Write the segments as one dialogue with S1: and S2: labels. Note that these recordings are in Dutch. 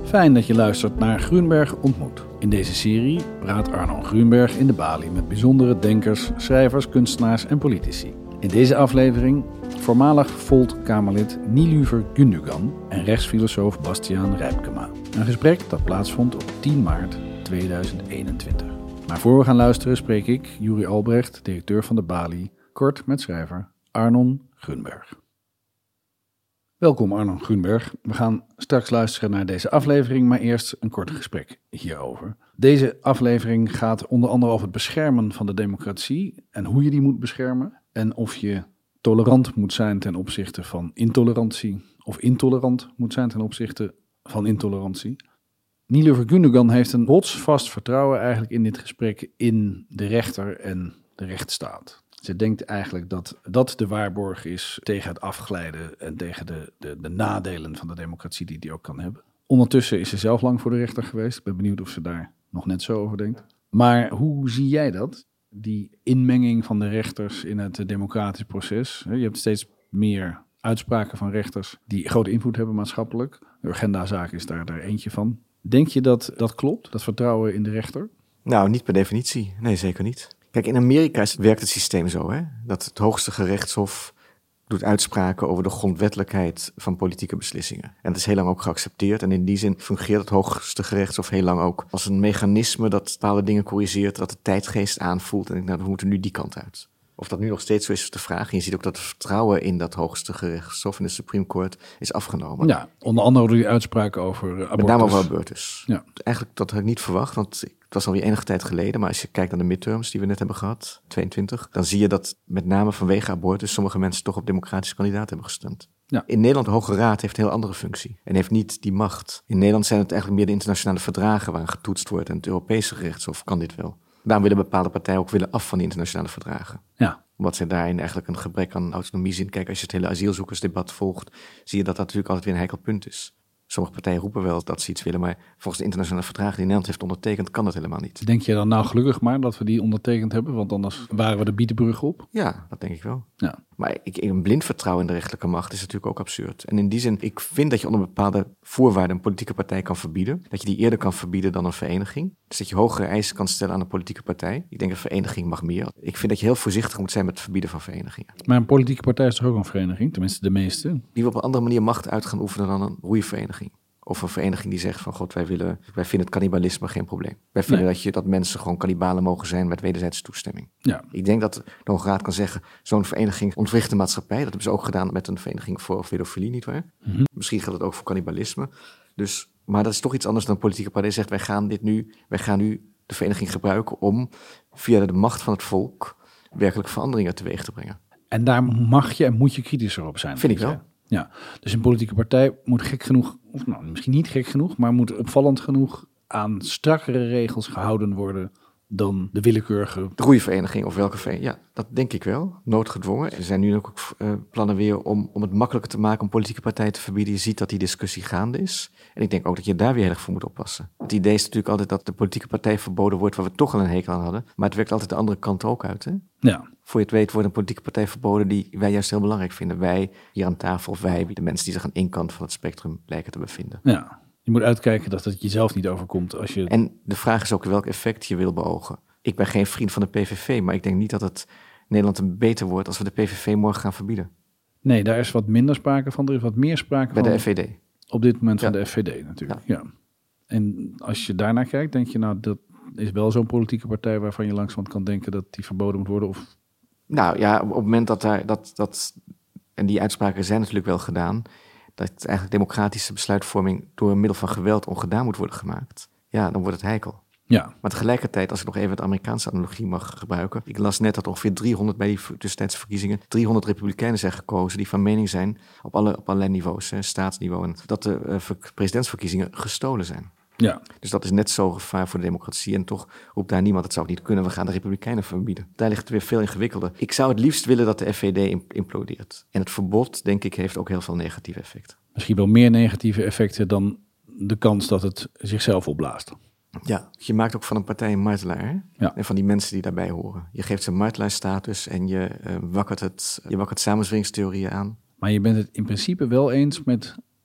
S1: Fijn dat je luistert naar Groenberg ontmoet. In deze serie praat Arnon Grunberg in de Bali met bijzondere denkers, schrijvers, kunstenaars en politici. In deze aflevering voormalig Volt-Kamerlid Nilufer Gundogan en rechtsfilosoof Bastiaan Rijpkema. Een gesprek dat plaatsvond op 10 maart 2021. Maar voor we gaan luisteren spreek ik, Juri Albrecht, directeur van de Bali, kort met schrijver Arnon Grunberg. Welkom Arnon Grunberg. We gaan straks luisteren naar deze aflevering, maar eerst een kort gesprek hierover. Deze aflevering gaat onder andere over het beschermen van de democratie en hoe je die moet beschermen. En of je tolerant moet zijn ten opzichte van intolerantie of intolerant moet zijn ten opzichte van intolerantie. Nilufer Gundogan heeft een rotsvast vertrouwen eigenlijk in dit gesprek in de rechter en de rechtsstaat. Ze denkt eigenlijk dat dat de waarborg is tegen het afglijden en tegen de nadelen van de democratie die die ook kan hebben. Ondertussen is ze zelf lang voor de rechter geweest. Ik ben benieuwd of ze daar nog net zo over denkt. Maar hoe zie jij dat? Die inmenging van de rechters in het democratisch proces. Je hebt steeds meer uitspraken van rechters die grote invloed hebben maatschappelijk. De Urgenda-zaak is daar eentje van. Denk je dat dat klopt, dat vertrouwen in de rechter?
S2: Nou, niet per definitie. Nee, zeker niet. Kijk, in Amerika werkt het systeem zo, hè? Dat het hoogste gerechtshof doet uitspraken over de grondwettelijkheid van politieke beslissingen. En dat is heel lang ook geaccepteerd. En in die zin fungeert het hoogste gerechtshof heel lang ook als een mechanisme dat bepaalde dingen corrigeert, dat de tijdgeest aanvoelt. En ik denk, nou, we moeten nu die kant uit. Of dat nu nog steeds zo is de vraag. En je ziet ook dat het vertrouwen in dat hoogste gerechtshof, in de Supreme Court, is afgenomen.
S1: Ja, onder andere door die uitspraken over abortus.
S2: Met name over abortus.
S1: Ja.
S2: Eigenlijk, dat had ik niet verwacht, want het was alweer enige tijd geleden. Maar als je kijkt naar de midterms die we net hebben gehad, 22, dan zie je dat met name vanwege abortus sommige mensen toch op democratische kandidaat hebben gestemd.
S1: Ja.
S2: In Nederland, de Hoge Raad heeft een heel andere functie en heeft niet die macht. In Nederland zijn het eigenlijk meer de internationale verdragen waar getoetst wordt en het Europese gerechtshof kan dit wel. Daarom willen bepaalde partijen ook af van die internationale verdragen.
S1: Ja.
S2: Omdat ze daarin eigenlijk een gebrek aan autonomie zien. Kijk, als je het hele asielzoekersdebat volgt, zie je dat dat natuurlijk altijd weer een heikel punt is. Sommige partijen roepen wel dat ze iets willen, maar volgens de internationale verdragen die Nederland heeft ondertekend, kan dat helemaal niet.
S1: Denk je dan nou gelukkig maar dat we die ondertekend hebben, want anders waren we de bietenbrug op?
S2: Ja, dat denk ik wel.
S1: Ja.
S2: Maar een blind vertrouwen in de rechterlijke macht is natuurlijk ook absurd. En in die zin, ik vind dat je onder bepaalde voorwaarden een politieke partij kan verbieden. Dat je die eerder kan verbieden dan een vereniging. Dus dat je hogere eisen kan stellen aan een politieke partij. Ik denk een vereniging mag meer. Ik vind dat je heel voorzichtig moet zijn met het verbieden van verenigingen.
S1: Maar een politieke partij is toch ook een vereniging? Tenminste, de meeste.
S2: Die wil op een andere manier macht uit gaan oefenen dan een roeivereniging. Of een vereniging die zegt van god, wij vinden het cannibalisme geen probleem. Wij vinden dat mensen gewoon kannibalen mogen zijn met wederzijdse toestemming. Ja. Ik denk dat de Hoge Raad kan zeggen, zo'n vereniging ontwricht de maatschappij. Dat hebben ze ook gedaan met een vereniging voor pedofilie, nietwaar? Mm-hmm. Misschien geldt het ook voor cannibalisme. Dus, maar dat is toch iets anders dan een politieke partij zegt, wij gaan nu de vereniging gebruiken om via de macht van het volk werkelijk veranderingen teweeg te brengen.
S1: En daar mag je en moet je kritischer op zijn.
S2: Vind ik wel.
S1: Ja, dus een politieke partij moet gek genoeg, of nou misschien niet gek genoeg, maar moet opvallend genoeg aan strakkere regels gehouden worden dan de willekeurige...
S2: De roeivereniging of welke vereniging, ja, dat denk ik wel, noodgedwongen. Er zijn nu ook plannen weer om het makkelijker te maken om politieke partijen te verbieden. Je ziet dat die discussie gaande is. En ik denk ook dat je daar weer heel erg voor moet oppassen. Het idee is natuurlijk altijd dat de politieke partij verboden wordt, waar we toch al een hekel aan hadden. Maar het werkt altijd de andere kant ook uit, hè?
S1: Ja.
S2: Voor je het weet wordt een politieke partij verboden die wij juist heel belangrijk vinden. Wij hier aan tafel of wij, de mensen die zich aan één kant van het spectrum lijken te bevinden.
S1: Ja, je moet uitkijken dat het jezelf niet overkomt als je...
S2: En de vraag is ook welk effect je wil beogen. Ik ben geen vriend van de PVV, maar ik denk niet dat het Nederland een beter wordt als we de PVV morgen gaan verbieden.
S1: Nee, daar is wat minder sprake van. Er is wat meer sprake
S2: bij
S1: van...
S2: de FVD.
S1: Op dit moment van de FVD natuurlijk, ja. En als je daarnaar kijkt, denk je nou, dat is wel zo'n politieke partij waarvan je langzamerhand kan denken dat die verboden moet worden? Of...
S2: Nou ja, op het moment dat en die uitspraken zijn natuurlijk wel gedaan, dat eigenlijk democratische besluitvorming door middel van geweld ongedaan moet worden gemaakt, ja, dan wordt het heikel.
S1: Ja.
S2: Maar tegelijkertijd, als ik nog even de Amerikaanse analogie mag gebruiken, ik las net dat ongeveer 300 bij die tussentijdse verkiezingen, 300 republikeinen zijn gekozen die van mening zijn op allerlei niveaus, staatsniveau, en dat de presidentsverkiezingen gestolen zijn.
S1: Ja.
S2: Dus dat is net zo gevaar voor de democratie. En toch roept daar niemand, het zou niet kunnen, we gaan de Republikeinen verbieden. Daar ligt het weer veel ingewikkelder. Ik zou het liefst willen dat de FVD implodeert. En het verbod, denk ik, heeft ook heel veel negatieve effecten.
S1: Misschien wel meer negatieve effecten dan de kans dat het zichzelf opblaast.
S2: Ja, je maakt ook van een partij een martelaar. Hè?
S1: Ja.
S2: En van die mensen die daarbij horen. Je geeft ze een martelaarstatus en je wakkert samenzweringstheorieën aan.
S1: Maar je bent het in principe wel eens met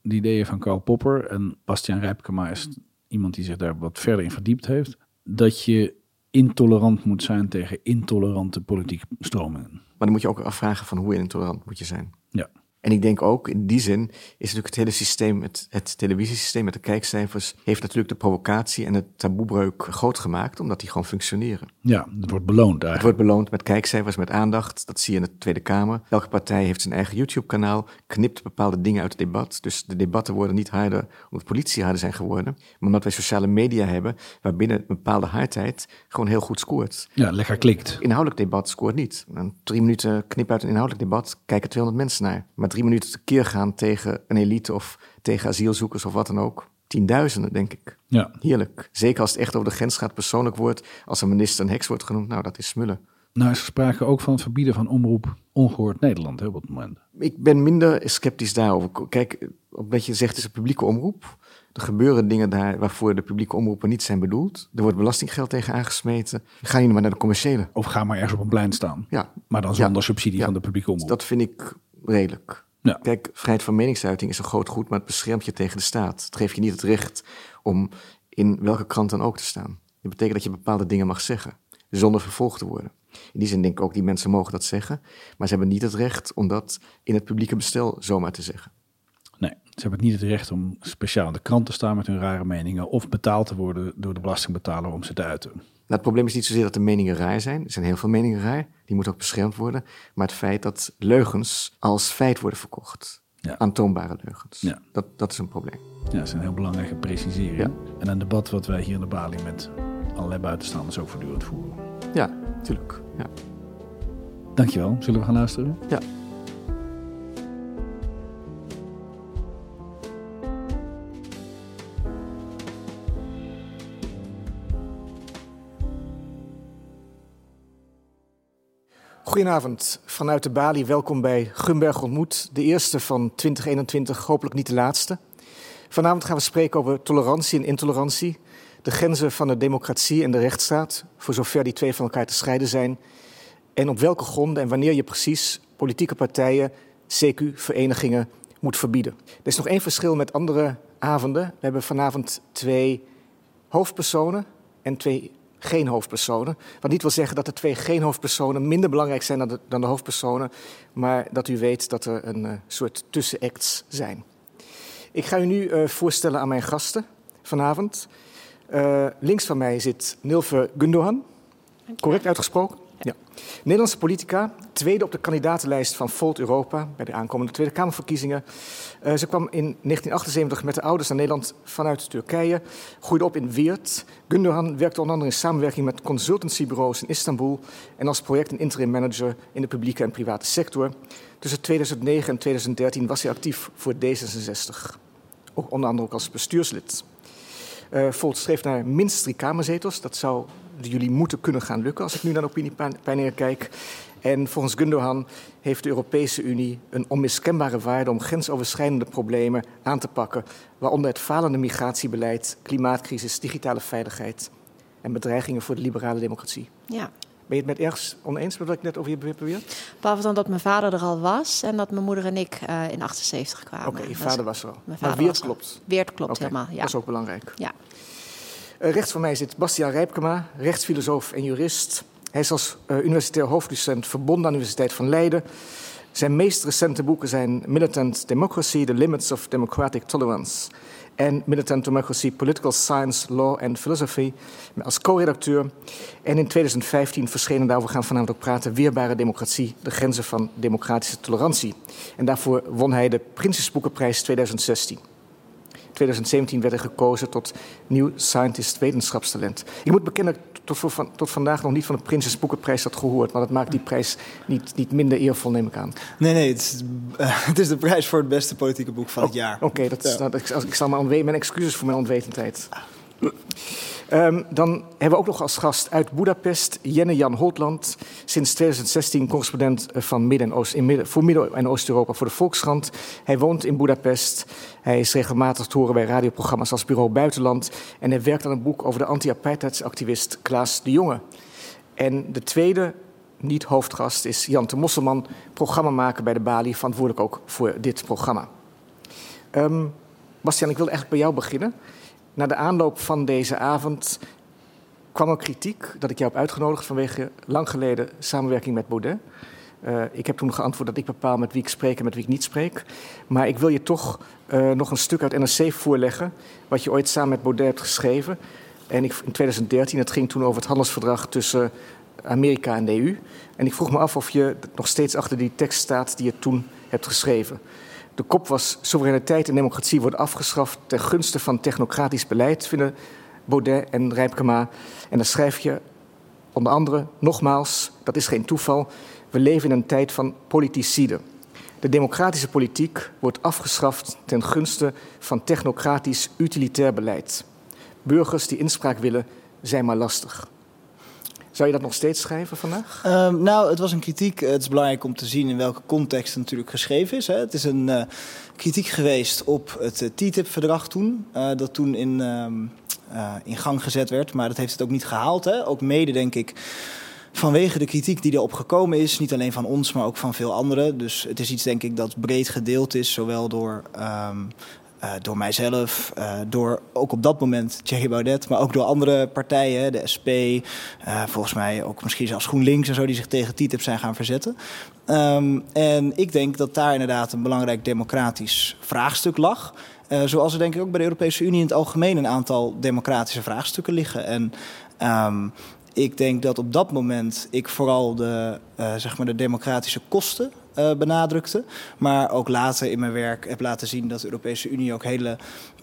S1: de ideeën van Karl Popper, en Bastiaan Rijpkema is iemand die zich daar wat verder in verdiept heeft, dat je intolerant moet zijn tegen intolerante politieke stromingen. Maar
S2: dan moet je ook afvragen van hoe intolerant moet je zijn.
S1: Ja.
S2: En ik denk ook, in die zin is natuurlijk het hele systeem, het televisiesysteem met de kijkcijfers, heeft natuurlijk de provocatie en het taboebreuk groot gemaakt, omdat die gewoon functioneren.
S1: Ja, het wordt beloond eigenlijk.
S2: Het wordt beloond met kijkcijfers, met aandacht. Dat zie je in de Tweede Kamer. Elke partij heeft zijn eigen YouTube-kanaal, knipt bepaalde dingen uit het debat. Dus de debatten worden niet harder omdat politie harder zijn geworden, maar omdat wij sociale media hebben, waarbinnen een bepaalde hardheid gewoon heel goed scoort.
S1: Ja, lekker klikt.
S2: Inhoudelijk debat scoort niet. 3 minuten knip uit een inhoudelijk debat, kijken 200 mensen naar. Maar 3 minuten tekeer gaan tegen een elite of tegen asielzoekers of wat dan ook. 10.000, denk ik.
S1: Ja.
S2: Heerlijk. Zeker als het echt over de grens gaat, persoonlijk wordt. Als een minister een heks wordt genoemd, nou, dat is smullen.
S1: Nou, is er sprake ook van het verbieden van omroep Ongehoord Nederland op het moment.
S2: Ik ben minder sceptisch daarover. Kijk, omdat je zegt het is een publieke omroep. Er gebeuren dingen daar waarvoor de publieke omroepen niet zijn bedoeld. Er wordt belastinggeld tegen aangesmeten. Ga je maar naar de commerciële.
S1: Of ga maar ergens op een plein staan.
S2: Ja.
S1: Maar dan zonder subsidie van de publieke omroep.
S2: Dat vind ik redelijk. Ja. Kijk, vrijheid van meningsuiting is een groot goed, maar het beschermt je tegen de staat. Het geeft je niet het recht om in welke krant dan ook te staan. Dat betekent dat je bepaalde dingen mag zeggen, zonder vervolgd te worden. In die zin denk ik ook, die mensen mogen dat zeggen, maar ze hebben niet het recht om dat in het publieke bestel zomaar te zeggen.
S1: Nee, ze hebben niet het recht om speciaal in de krant te staan met hun rare meningen of betaald te worden door de belastingbetaler om ze te uiten.
S2: Nou, het probleem is niet zozeer dat de meningen raar zijn. Er zijn heel veel meningen raar, die moeten ook beschermd worden. Maar het feit dat leugens als feit worden verkocht. Ja. Aantoonbare leugens. Ja. Dat is een probleem.
S1: Ja, dat is een heel belangrijke precisering. Ja. En een debat wat wij hier in de Bali met allerlei buitenstaanders ook voortdurend voeren.
S2: Ja, natuurlijk. Ja.
S1: Dankjewel. Zullen we gaan luisteren?
S2: Ja. Goedenavond vanuit de Bali. Welkom bij Gumberg Ontmoet. De eerste van 2021, hopelijk niet de laatste. Vanavond gaan we spreken over tolerantie en intolerantie. De grenzen van de democratie en de rechtsstaat, voor zover die twee van elkaar te scheiden zijn. En op welke gronden en wanneer je precies politieke partijen, CQ, verenigingen moet verbieden. Er is nog één verschil met andere avonden. We hebben vanavond 2 hoofdpersonen en 2 geen hoofdpersonen. Wat niet wil zeggen dat de 2 geen hoofdpersonen minder belangrijk zijn dan de hoofdpersonen, maar dat u weet dat er een soort tussenacts zijn. Ik ga u nu voorstellen aan mijn gasten vanavond. Links van mij zit Nilüfer Gündoğan. Correct uitgesproken? Ja. Nederlandse politica, tweede op de kandidatenlijst van Volt Europa bij de aankomende Tweede Kamerverkiezingen. Ze kwam in 1978 met de ouders naar Nederland vanuit Turkije, groeide op in Weert. Gündoğan werkte onder andere in samenwerking met consultancybureaus in Istanbul en als project- en interim manager in de publieke en private sector. Tussen 2009 en 2013 was hij actief voor D66, onder andere ook als bestuurslid. Volt streeft naar minstens 3 kamerzetels. Dat zou jullie moeten kunnen gaan lukken als ik nu naar de opiniepeilingen kijk. En volgens Gündoğan heeft de Europese Unie een onmiskenbare waarde om grensoverschrijdende problemen aan te pakken, waaronder het falende migratiebeleid, klimaatcrisis, digitale veiligheid en bedreigingen voor de liberale democratie.
S3: Ja.
S2: Ben je het met ergens oneens met wat ik net over je beweer?
S3: Behalve dan dat mijn vader er al was en dat mijn moeder en ik in 78 kwamen.
S2: Oké, je vader was er al.
S3: Maar
S2: Weert klopt.
S3: Weert klopt helemaal, ja.
S2: Dat is ook belangrijk.
S3: Ja.
S2: Rechts van mij zit Bastiaan Rijpkema, rechtsfilosoof en jurist. Hij is als universitair hoofddocent verbonden aan de Universiteit van Leiden. Zijn meest recente boeken zijn Militant Democracy, The Limits of Democratic Tolerance en Militant Democracy, Political Science, Law and Philosophy, als co-redacteur. En in 2015 verschenen, daarover gaan we vanavond ook praten, Weerbare Democratie, de grenzen van democratische tolerantie. En daarvoor won hij de Prinsjesboekenprijs 2016. In 2017 werd hij gekozen tot nieuw scientist wetenschapstalent. Ik moet bekennen dat ik tot vandaag nog niet van de Prinsjesboekenprijs had gehoord, maar dat maakt die prijs niet minder eervol, neem ik aan.
S4: Nee, het is de prijs voor het beste politieke boek van het jaar.
S2: Oké, ik zal maar mijn excuses voor mijn onwetendheid. Dan hebben we ook nog als gast uit Boedapest Jenne-Jan Holtland. Sinds 2016 correspondent van voor Midden- en Oost-Europa voor de Volkskrant. Hij woont in Boedapest. Hij is regelmatig te horen bij radioprogramma's als Bureau Buitenland. En hij werkt aan een boek over de anti-apartheidsactivist Klaas de Jonge. En de tweede niet-hoofdgast is Jan de Mosselman, programmamaker bij de Bali, verantwoordelijk ook voor dit programma. Bastiaan, ik wilde eigenlijk bij jou beginnen. Na de aanloop van deze avond kwam er kritiek dat ik jou heb uitgenodigd vanwege lang geleden samenwerking met Baudet. Ik heb toen geantwoord dat ik bepaal met wie ik spreek en met wie ik niet spreek. Maar ik wil je toch nog een stuk uit NRC voorleggen wat je ooit samen met Baudet hebt geschreven. En in 2013, het ging toen over het handelsverdrag tussen Amerika en de EU. En ik vroeg me af of je nog steeds achter die tekst staat die je toen hebt geschreven. De kop was: soevereiniteit en democratie worden afgeschaft ten gunste van technocratisch beleid, vinden Baudet en Rijpkema. En dan schrijf je onder andere, nogmaals, dat is geen toeval, we leven in een tijd van politicide. De democratische politiek wordt afgeschaft ten gunste van technocratisch utilitair beleid. Burgers die inspraak willen, zijn maar lastig. Zou je dat nog steeds schrijven vandaag?
S4: Nou, het was een kritiek. Het is belangrijk om te zien in welke context het natuurlijk geschreven is. Hè. Het is een kritiek geweest op het TTIP-verdrag toen. Dat toen in gang gezet werd. Maar dat heeft het ook niet gehaald. Hè. Ook mede, denk ik, vanwege de kritiek die erop gekomen is. Niet alleen van ons, maar ook van veel anderen. Dus het is iets, denk ik, dat breed gedeeld is. Zowel door mijzelf, door ook op dat moment Thierry Baudet, maar ook door andere partijen, de SP, volgens mij ook misschien zelfs GroenLinks en zo, die zich tegen TTIP zijn gaan verzetten. En ik denk dat daar inderdaad een belangrijk democratisch vraagstuk lag. Zoals er denk ik ook bij de Europese Unie in het algemeen een aantal democratische vraagstukken liggen. En ik denk dat op dat moment ik vooral de democratische kosten benadrukte. Maar ook later in mijn werk heb laten zien dat de Europese Unie ook hele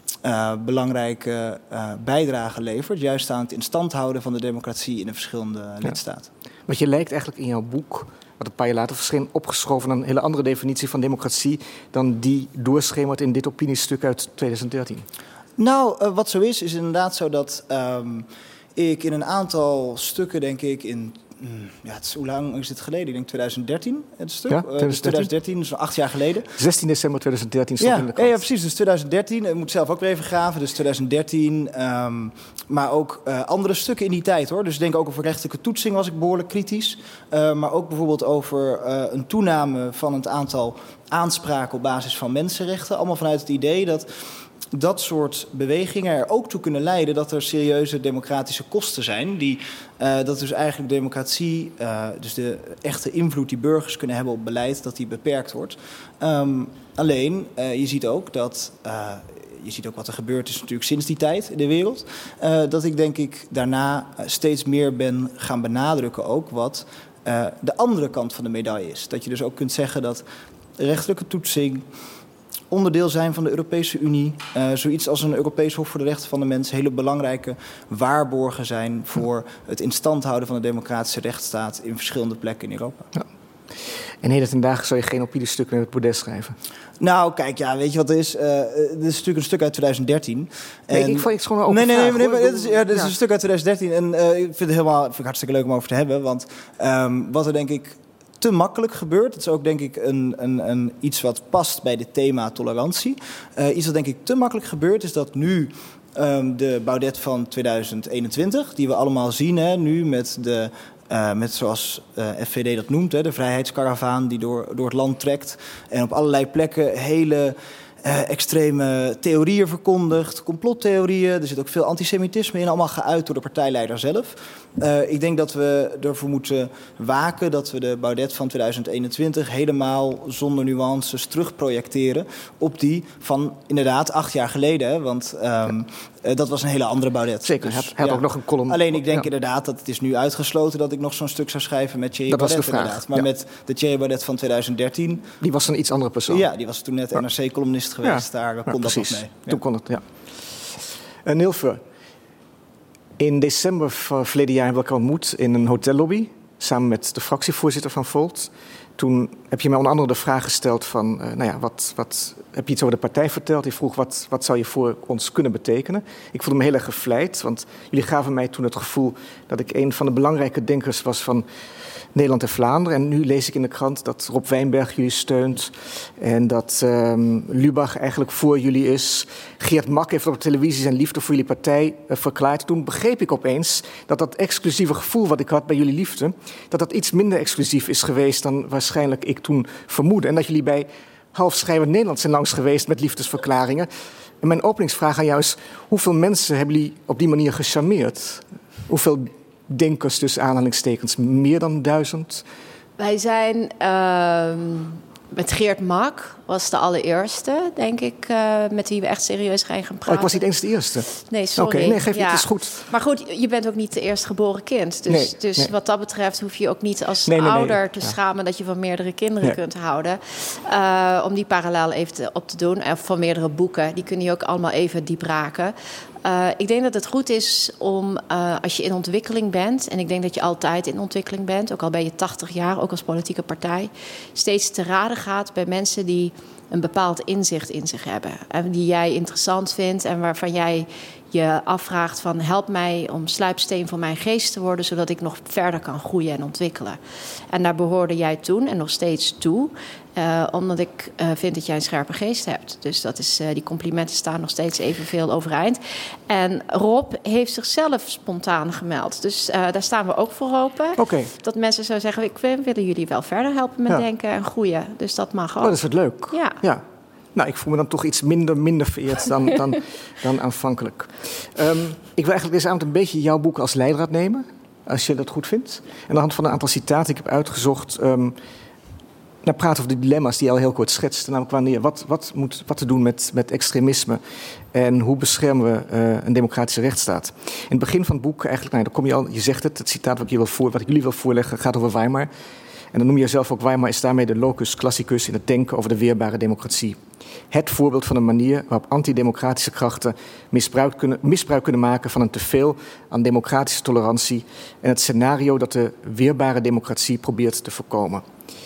S4: belangrijke bijdrage levert. Juist aan het in stand houden van de democratie in de verschillende lidstaten.
S2: Want je lijkt eigenlijk in jouw boek, wat een paar jaar later verscheen, opgeschoven naar een hele andere definitie van democratie dan die doorschemert in dit opiniestuk uit 2013. Nou,
S4: wat zo is inderdaad zo dat ik in een aantal stukken, denk ik, hoe lang is dit geleden? Ik denk 2013, het stuk.
S2: Ja,
S4: 2013, dus 8 jaar geleden.
S2: 16 december 2013 stond in de krant.
S4: Ja, precies. Dus 2013. Ik moet zelf ook weer even graven. Dus 2013. Maar ook andere stukken in die tijd, hoor. Dus ik denk ook over rechtelijke toetsing was ik behoorlijk kritisch. Maar ook bijvoorbeeld over een toename van het aantal aanspraken op basis van mensenrechten. Allemaal vanuit het idee dat soort bewegingen er ook toe kunnen leiden dat er serieuze democratische kosten zijn. Dat dus eigenlijk democratie, dus de echte invloed die burgers kunnen hebben op beleid, dat die beperkt wordt. Alleen, je ziet ook wat er gebeurd is natuurlijk sinds die tijd in de wereld. Dat ik denk ik daarna steeds meer ben gaan benadrukken ook wat de andere kant van de medaille is. Dat je dus ook kunt zeggen dat rechtelijke toetsing, onderdeel zijn van de Europese Unie, zoiets als een Europees Hof voor de Rechten van de Mens, hele belangrijke waarborgen zijn voor het in stand houden van de democratische rechtsstaat in verschillende plekken in Europa.
S2: Ja. En heden ten dagen zou je geen opiniestuk meer met Baudet schrijven?
S4: Nou, kijk, ja, weet je wat het is? Dit is natuurlijk een stuk uit 2013.
S2: Nee, ik vond het gewoon ook
S4: Nee, maar dit is een stuk uit 2013. En ik vind het hartstikke leuk om over te hebben. Want wat er denk ik te makkelijk gebeurt. Het is ook denk ik een iets wat past bij dit thema tolerantie. Iets wat denk ik te makkelijk gebeurt is dat nu de Baudet van 2021, die we allemaal zien, hè, nu met zoals FVD dat noemt, hè, de vrijheidskaravaan die door het land trekt en op allerlei plekken hele extreme theorieën verkondigt, complottheorieën. Er zit ook veel antisemitisme in, allemaal geuit door de partijleider zelf. Ik denk dat we ervoor moeten waken dat we de Baudet van 2021 helemaal zonder nuances terugprojecteren op die van inderdaad 8 jaar geleden. Hè, want dat was een hele andere Baudet.
S2: Zeker, dus, hij had ook nog een column.
S4: Alleen ik denk inderdaad dat het is nu uitgesloten dat ik nog zo'n stuk zou schrijven met Thierry Baudet.
S2: Dat was de vraag.
S4: Maar met de Thierry Baudet van 2013...
S2: Die was een iets andere persoon.
S4: Ja, die was toen net NRC-columnist geweest. Daar kon dat nog mee.
S2: Toen kon het, ja. Nilfe, in december van verleden jaar hebben we elkaar ontmoet in een hotellobby, samen met de fractievoorzitter van Volt. Toen heb je mij onder andere de vraag gesteld van, wat heb je iets over de partij verteld? Je vroeg, wat zou je voor ons kunnen betekenen? Ik voelde me heel erg gevleid, want jullie gaven mij toen het gevoel dat ik een van de belangrijke denkers was van Nederland en Vlaanderen. En nu lees ik in de krant dat Rob Wijnberg jullie steunt en dat Lubach eigenlijk voor jullie is. Geert Mak heeft op de televisie zijn liefde voor jullie partij verklaard. Toen begreep ik opeens dat exclusieve gevoel wat ik had bij jullie liefde, dat iets minder exclusief is geweest dan waarschijnlijk ik toen vermoedde. En dat jullie bij half schrijvend Nederland zijn langs geweest met liefdesverklaringen. En mijn openingsvraag aan jou is, hoeveel mensen hebben jullie op die manier gecharmeerd? Hoeveel denkers tussen aanhalingstekens? Meer dan 1000?
S3: Wij zijn met Geert Mak, was de allereerste, denk ik, met wie we echt serieus gaan praten.
S2: Ik was niet eens de eerste.
S3: Nee, sorry.
S2: Oké, nee, geef niet, het is goed.
S3: Maar goed, je bent ook niet de eerstgeboren kind. Dus wat dat betreft hoef je ook niet als ouder te schamen dat je van meerdere kinderen kunt houden. Om die parallel even op te doen. Of van meerdere boeken. Die kun je ook allemaal even diep raken. Ik denk dat het goed is om, als je in ontwikkeling bent, en ik denk dat je altijd in ontwikkeling bent, ook al ben je 80 jaar, ook als politieke partij, steeds te raden gaat bij mensen die een bepaald inzicht in zich hebben. En die jij interessant vindt en waarvan jij je afvraagt van help mij om sluipsteen voor mijn geest te worden, zodat ik nog verder kan groeien en ontwikkelen. En daar behoorde jij toen en nog steeds toe. Omdat ik vind dat jij een scherpe geest hebt. Dus dat is, die complimenten staan nog steeds evenveel overeind. En Rob heeft zichzelf spontaan gemeld. Dus daar staan we ook voor open.
S2: Okay. Dat
S3: mensen zouden zeggen, ik willen jullie wel verder helpen met denken en groeien. Dus dat mag ook.
S2: Dat is wat leuk. Ja. Nou, ik voel me dan toch iets minder vereerd dan aanvankelijk. Ik wil eigenlijk deze avond een beetje jouw boek als leidraad nemen. Als je dat goed vindt. En aan de hand van een aantal citaten die ik heb uitgezocht, praten over de dilemma's die je al heel kort schetst. Namelijk wanneer, wat te doen met extremisme en hoe beschermen we een democratische rechtsstaat. In het begin van het boek, eigenlijk, dan kom je al, je zegt het citaat wat ik jullie wil voorleggen, gaat over Weimar. En dan noem je zelf ook Weimar is daarmee de locus classicus in het denken over de weerbare democratie. Het voorbeeld van een manier waarop antidemocratische krachten misbruik kunnen maken van een teveel aan democratische tolerantie en het scenario dat de weerbare democratie probeert te voorkomen.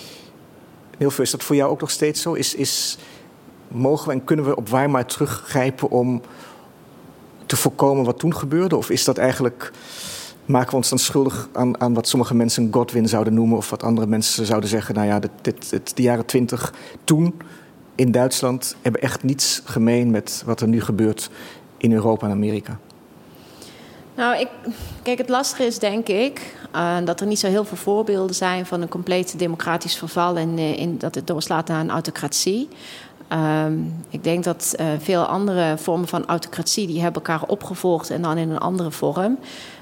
S2: Heel veel, is dat voor jou ook nog steeds zo? Mogen we en kunnen we op Weimar teruggrijpen om te voorkomen wat toen gebeurde? Of is dat eigenlijk, maken we ons dan schuldig aan wat sommige mensen Godwin zouden noemen, of wat andere mensen zouden zeggen, nou ja, de jaren 20 toen in Duitsland hebben echt niets gemeen met wat er nu gebeurt in Europa en Amerika?
S3: Nou, kijk, het lastige is, denk ik, dat er niet zo heel veel voorbeelden zijn van een compleet democratisch verval en dat het doorslaat naar een autocratie. Ik denk dat veel andere vormen van autocratie, die hebben elkaar opgevolgd en dan in een andere vorm.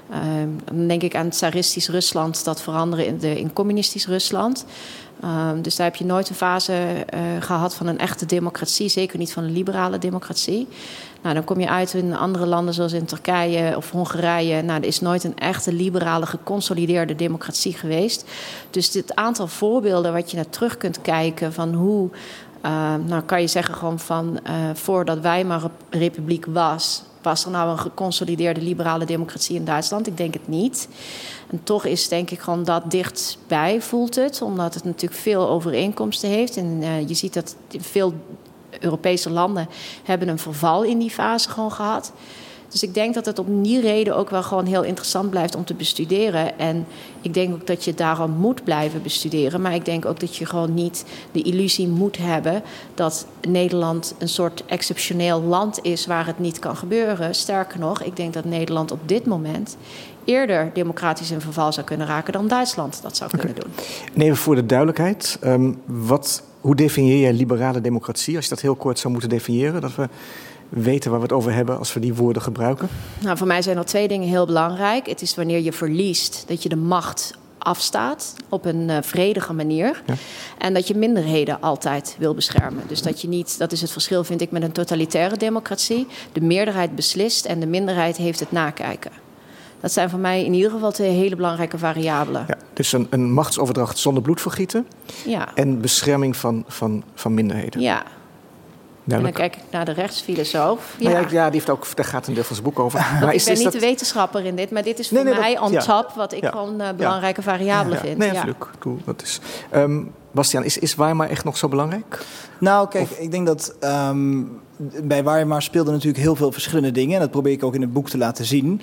S3: Dan denk ik aan het tsaristisch Rusland, dat veranderde in communistisch Rusland. Dus daar heb je nooit een fase gehad van een echte democratie, zeker niet van een liberale democratie. Nou, dan kom je uit in andere landen zoals in Turkije of Hongarije. Nou, er is nooit een echte liberale, geconsolideerde democratie geweest. Dus dit aantal voorbeelden wat je naar terug kunt kijken van hoe, nou kan je zeggen gewoon van voordat Weimar Republiek was er nou een geconsolideerde liberale democratie in Duitsland? Ik denk het niet. En toch is denk ik gewoon dat dichtbij voelt het, omdat het natuurlijk veel overeenkomsten heeft. En je ziet dat veel Europese landen hebben een verval in die fase gewoon gehad. Dus ik denk dat het om die reden ook wel gewoon heel interessant blijft om te bestuderen. En ik denk ook dat je daarom moet blijven bestuderen. Maar ik denk ook dat je gewoon niet de illusie moet hebben dat Nederland een soort exceptioneel land is waar het niet kan gebeuren. Sterker nog, ik denk dat Nederland op dit moment eerder democratisch in verval zou kunnen raken dan Duitsland dat zou kunnen doen.
S2: En even voor de duidelijkheid, hoe definieer jij liberale democratie? Als je dat heel kort zou moeten definiëren, dat we weten waar we het over hebben als we die woorden gebruiken?
S3: Nou, voor mij zijn er 2 dingen heel belangrijk. Het is wanneer je verliest dat je de macht afstaat op een vredige manier. Ja. En dat je minderheden altijd wil beschermen. Dus dat je niet, dat is het verschil vind ik met een totalitaire democratie. De meerderheid beslist en de minderheid heeft het nakijken. Dat zijn voor mij in ieder geval 2 hele belangrijke variabelen. Ja,
S2: dus een machtsoverdracht zonder bloedvergieten. Ja. En bescherming van minderheden.
S3: Ja. En dan kijk ik naar de rechtsfilosoof.
S2: Ja, die heeft ook, daar gaat een deel van zijn boek over. Maar
S3: ik ben niet de wetenschapper in dit, maar dit is voor mij on top wat ik gewoon belangrijke variabelen vind.
S2: Nee, leuk. Dat is. Bastiaan, is Weimar echt nog zo belangrijk?
S4: Nou, kijk, ik denk dat bij Weimar speelden natuurlijk heel veel verschillende dingen. En dat probeer ik ook in het boek te laten zien.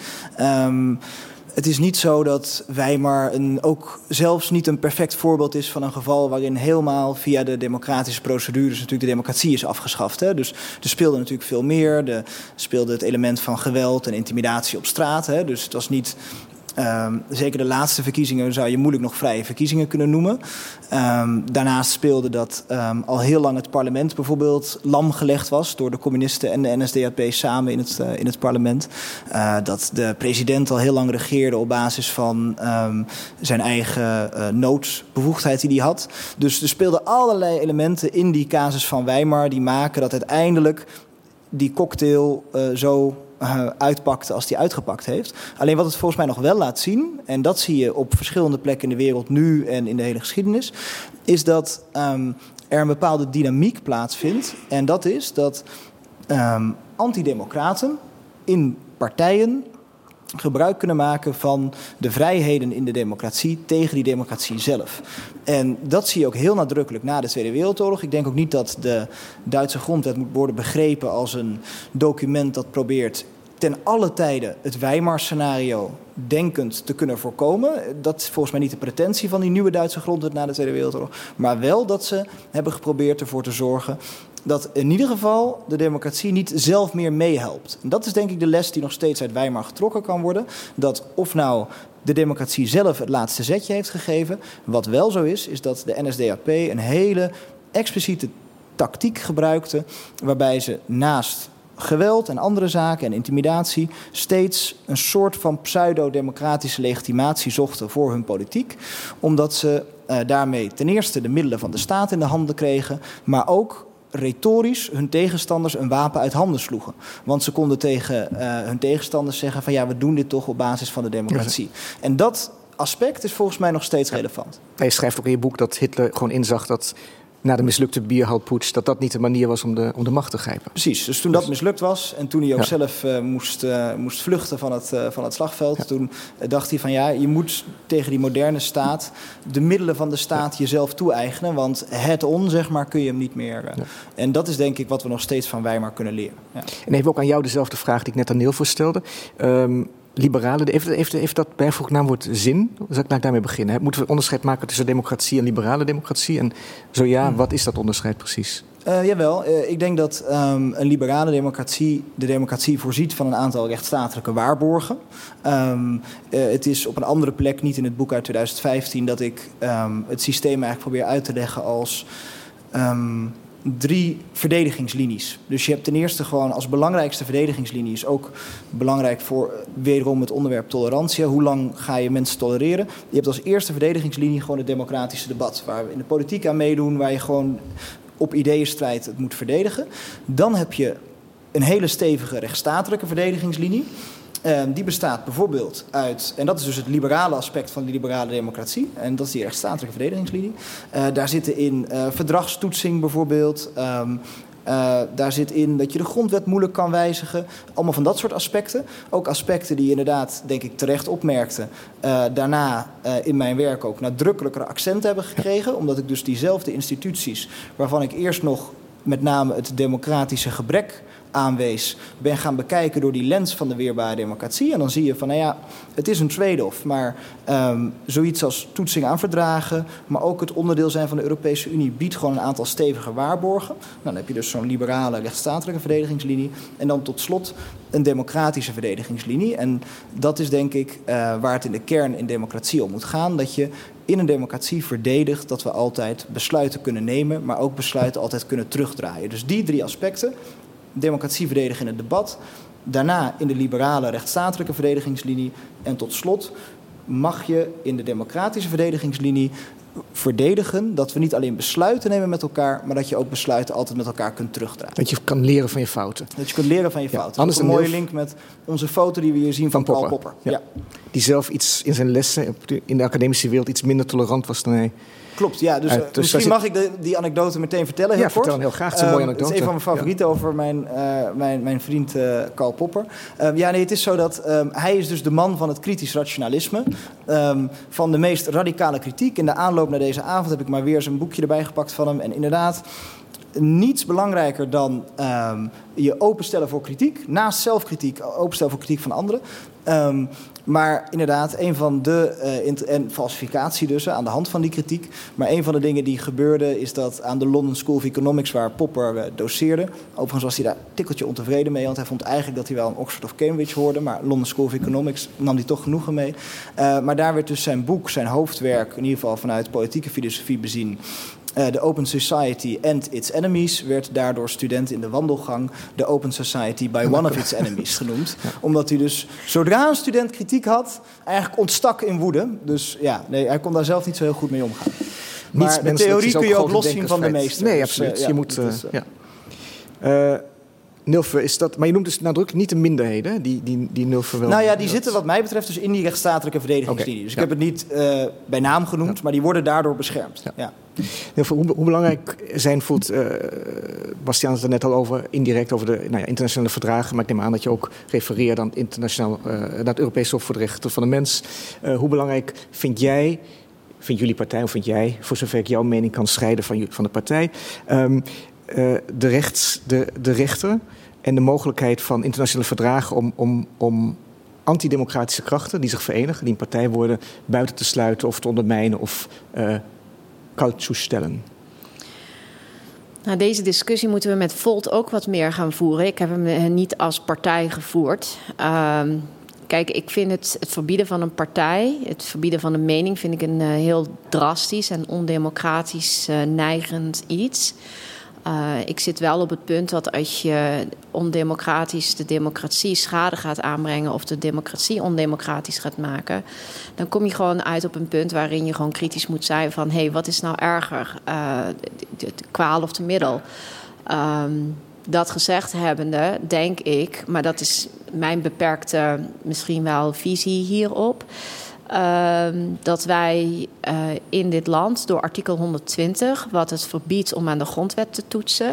S4: Het is niet zo dat Weimar ook zelfs niet een perfect voorbeeld is van een geval waarin helemaal via de democratische procedures natuurlijk de democratie is afgeschaft. Hè? Dus er speelde natuurlijk veel meer. Er speelde het element van geweld en intimidatie op straat. Hè? Dus het was niet Zeker de laatste verkiezingen zou je moeilijk nog vrije verkiezingen kunnen noemen. Daarnaast speelde dat al heel lang het parlement bijvoorbeeld lam gelegd was door de communisten en de NSDAP samen in het parlement. Dat de president al heel lang regeerde op basis van zijn eigen noodsbevoegdheid die hij had. Dus er speelden allerlei elementen in die casus van Weimar die maken dat uiteindelijk die cocktail zo uitpakte als die uitgepakt heeft. Alleen wat het volgens mij nog wel laat zien, en dat zie je op verschillende plekken in de wereld nu en in de hele geschiedenis, is dat er een bepaalde dynamiek plaatsvindt. En dat is dat antidemocraten in partijen gebruik kunnen maken van de vrijheden in de democratie tegen die democratie zelf. En dat zie je ook heel nadrukkelijk na de Tweede Wereldoorlog. Ik denk ook niet dat de Duitse grondwet moet worden begrepen als een document dat probeert ten alle tijde het Weimar-scenario denkend te kunnen voorkomen. Dat is volgens mij niet de pretentie van die nieuwe Duitse grondwet na de Tweede Wereldoorlog. Maar wel dat ze hebben geprobeerd ervoor te zorgen dat in ieder geval de democratie niet zelf meer meehelpt. En dat is denk ik de les die nog steeds uit Weimar getrokken kan worden. Dat of nou de democratie zelf het laatste zetje heeft gegeven. Wat wel zo is dat de NSDAP een hele expliciete tactiek gebruikte, waarbij ze naast geweld en andere zaken en intimidatie steeds een soort van pseudo-democratische legitimatie zochten voor hun politiek. Omdat ze daarmee ten eerste de middelen van de staat in de handen kregen, maar ook retorisch hun tegenstanders een wapen uit handen sloegen. Want ze konden tegen hun tegenstanders zeggen van ja, we doen dit toch op basis van de democratie. En dat aspect is volgens mij nog steeds relevant.
S2: Je schrijft ook in je boek dat Hitler gewoon inzag dat na de mislukte Bierhaltputsch dat niet de manier was om de macht te grijpen.
S4: Precies, dus toen dat mislukt was en toen hij ook zelf moest vluchten van het slagveld, toen dacht hij van ja, je moet tegen die moderne staat de middelen van de staat jezelf toe-eigenen, want zeg maar, kun je hem niet meer. En dat is denk ik wat we nog steeds van Weimar kunnen leren. Ja.
S2: En even ook aan jou dezelfde vraag die ik net aan Neil voorstelde. Liberalen, heeft dat bijvoegnaamwoord zin? Laat ik daarmee beginnen. Moeten we onderscheid maken tussen democratie en liberale democratie? En zo ja, wat is dat onderscheid precies?
S4: Jawel, ik denk dat een liberale democratie de democratie voorziet van een aantal rechtsstatelijke waarborgen. Het is op een andere plek, niet in het boek uit 2015, dat ik het systeem eigenlijk probeer uit te leggen als 3 verdedigingslinies. Dus je hebt ten eerste gewoon als belangrijkste verdedigingslinies ook belangrijk voor wederom het onderwerp tolerantie. Hoe lang ga je mensen tolereren? Je hebt als eerste verdedigingslinie gewoon het democratische debat, waar we in de politiek aan meedoen, waar je gewoon op ideeënstrijd het moet verdedigen. Dan heb je een hele stevige rechtsstatelijke verdedigingslinie. Die bestaat bijvoorbeeld uit, en dat is dus het liberale aspect van de liberale democratie, en dat is die rechtsstatelijke verdedigingslinie. Daar zitten in verdragstoetsing bijvoorbeeld, daar zit in dat je de grondwet moeilijk kan wijzigen. Allemaal van dat soort aspecten. Ook aspecten die inderdaad, denk ik, terecht opmerkte. Daarna in mijn werk ook nadrukkelijkere accenten hebben gekregen. Omdat ik dus diezelfde instituties, waarvan ik eerst nog met name het democratische gebrek aanwees, ben gaan bekijken door die lens van de weerbare democratie. En dan zie je van, nou ja, het is een trade-off. Maar zoiets als toetsing aan verdragen, maar ook het onderdeel zijn van de Europese Unie biedt gewoon een aantal stevige waarborgen. Nou, dan heb je dus zo'n liberale rechtsstatelijke verdedigingslinie. En dan tot slot een democratische verdedigingslinie. En dat is denk ik waar het in de kern in democratie om moet gaan. Dat je in een democratie verdedigt dat we altijd besluiten kunnen nemen, maar ook besluiten altijd kunnen terugdraaien. Dus die 3 aspecten. Democratie verdedigen in het debat. Daarna in de liberale rechtsstatelijke verdedigingslinie. En tot slot mag je in de democratische verdedigingslinie verdedigen dat we niet alleen besluiten nemen met elkaar, maar dat je ook besluiten altijd met elkaar kunt terugdraaien.
S2: Dat je kan leren van je fouten.
S4: Dat je kunt leren van je fouten. Dat is een mooie link met onze foto die we hier zien van Karl Popper.
S2: Ja. Die zelf iets in zijn lessen in de academische wereld iets minder tolerant was dan hij.
S4: Klopt, ja. Dus misschien mag ik die anekdote meteen vertellen, heel kort.
S2: Ja, vertel heel graag. Het is een mooie anekdote.
S4: Het is een van mijn favorieten over mijn vriend Karl Popper. Het is zo dat hij is dus de man van het kritisch rationalisme. Van de meest radicale kritiek. In de aanloop naar deze avond heb ik maar weer zijn boekje erbij gepakt van hem. En inderdaad, niets belangrijker dan je openstellen voor kritiek. Naast zelfkritiek, openstellen voor kritiek van anderen. Maar inderdaad, een van de... en falsificatie dus, aan de hand van die kritiek. Maar een van de dingen die gebeurde is dat aan de London School of Economics, waar Popper doseerde. Overigens was hij daar een tikkeltje ontevreden mee, want hij vond eigenlijk dat hij wel aan Oxford of Cambridge hoorde. Maar London School of Economics nam hij toch genoegen mee. Maar daar werd dus zijn boek, zijn hoofdwerk, in ieder geval vanuit politieke filosofie bezien. De Open Society and Its Enemies werd daardoor studenten in de wandelgang de Open Society by one of its enemies genoemd. Ja. Omdat hij dus, zodra een student kritiek had, eigenlijk ontstak in woede. Dus ja, nee, hij kon daar zelf niet zo heel goed mee omgaan. Maar de theorie kun je ook loszien van de meester.
S2: Nee, absoluut. Dus, je moet... Nilfe, is dat, maar je noemt dus nadrukkelijk niet de minderheden, die Nilfe wel...
S4: Nou ja, die zitten wat mij betreft dus in die rechtsstatelijke verdedigingslinie. Dus ik heb het niet bij naam genoemd, maar die worden daardoor beschermd. Ja.
S2: Nilfe, hoe belangrijk voelt Bastiaan het er net al over, indirect over de internationale verdragen, maar ik neem aan dat je ook refereert aan naar het Europees Hof voor de Rechten van de Mens. Hoe belangrijk vindt jullie partij, of vind jij, voor zover ik jouw mening kan scheiden van de partij, de rechten en de mogelijkheid van internationale verdragen om antidemocratische krachten die zich verenigen, die een partij worden, buiten te sluiten of te ondermijnen of koud te stellen?
S3: Nou, deze discussie moeten we met Volt ook wat meer gaan voeren. Ik heb hem niet als partij gevoerd. Kijk, ik vind het verbieden van een partij, het verbieden van een mening, vind ik een heel drastisch en ondemocratisch neigend iets. Ik zit wel op het punt dat als je ondemocratisch de democratie schade gaat aanbrengen of de democratie ondemocratisch gaat maken, dan kom je gewoon uit op een punt waarin je gewoon kritisch moet zijn van hé, wat is nou erger, de kwaal of de middel? Dat gezegd hebbende, denk ik, maar dat is mijn beperkte misschien wel visie hierop, dat wij in dit land door artikel 120, wat het verbiedt om aan de grondwet te toetsen,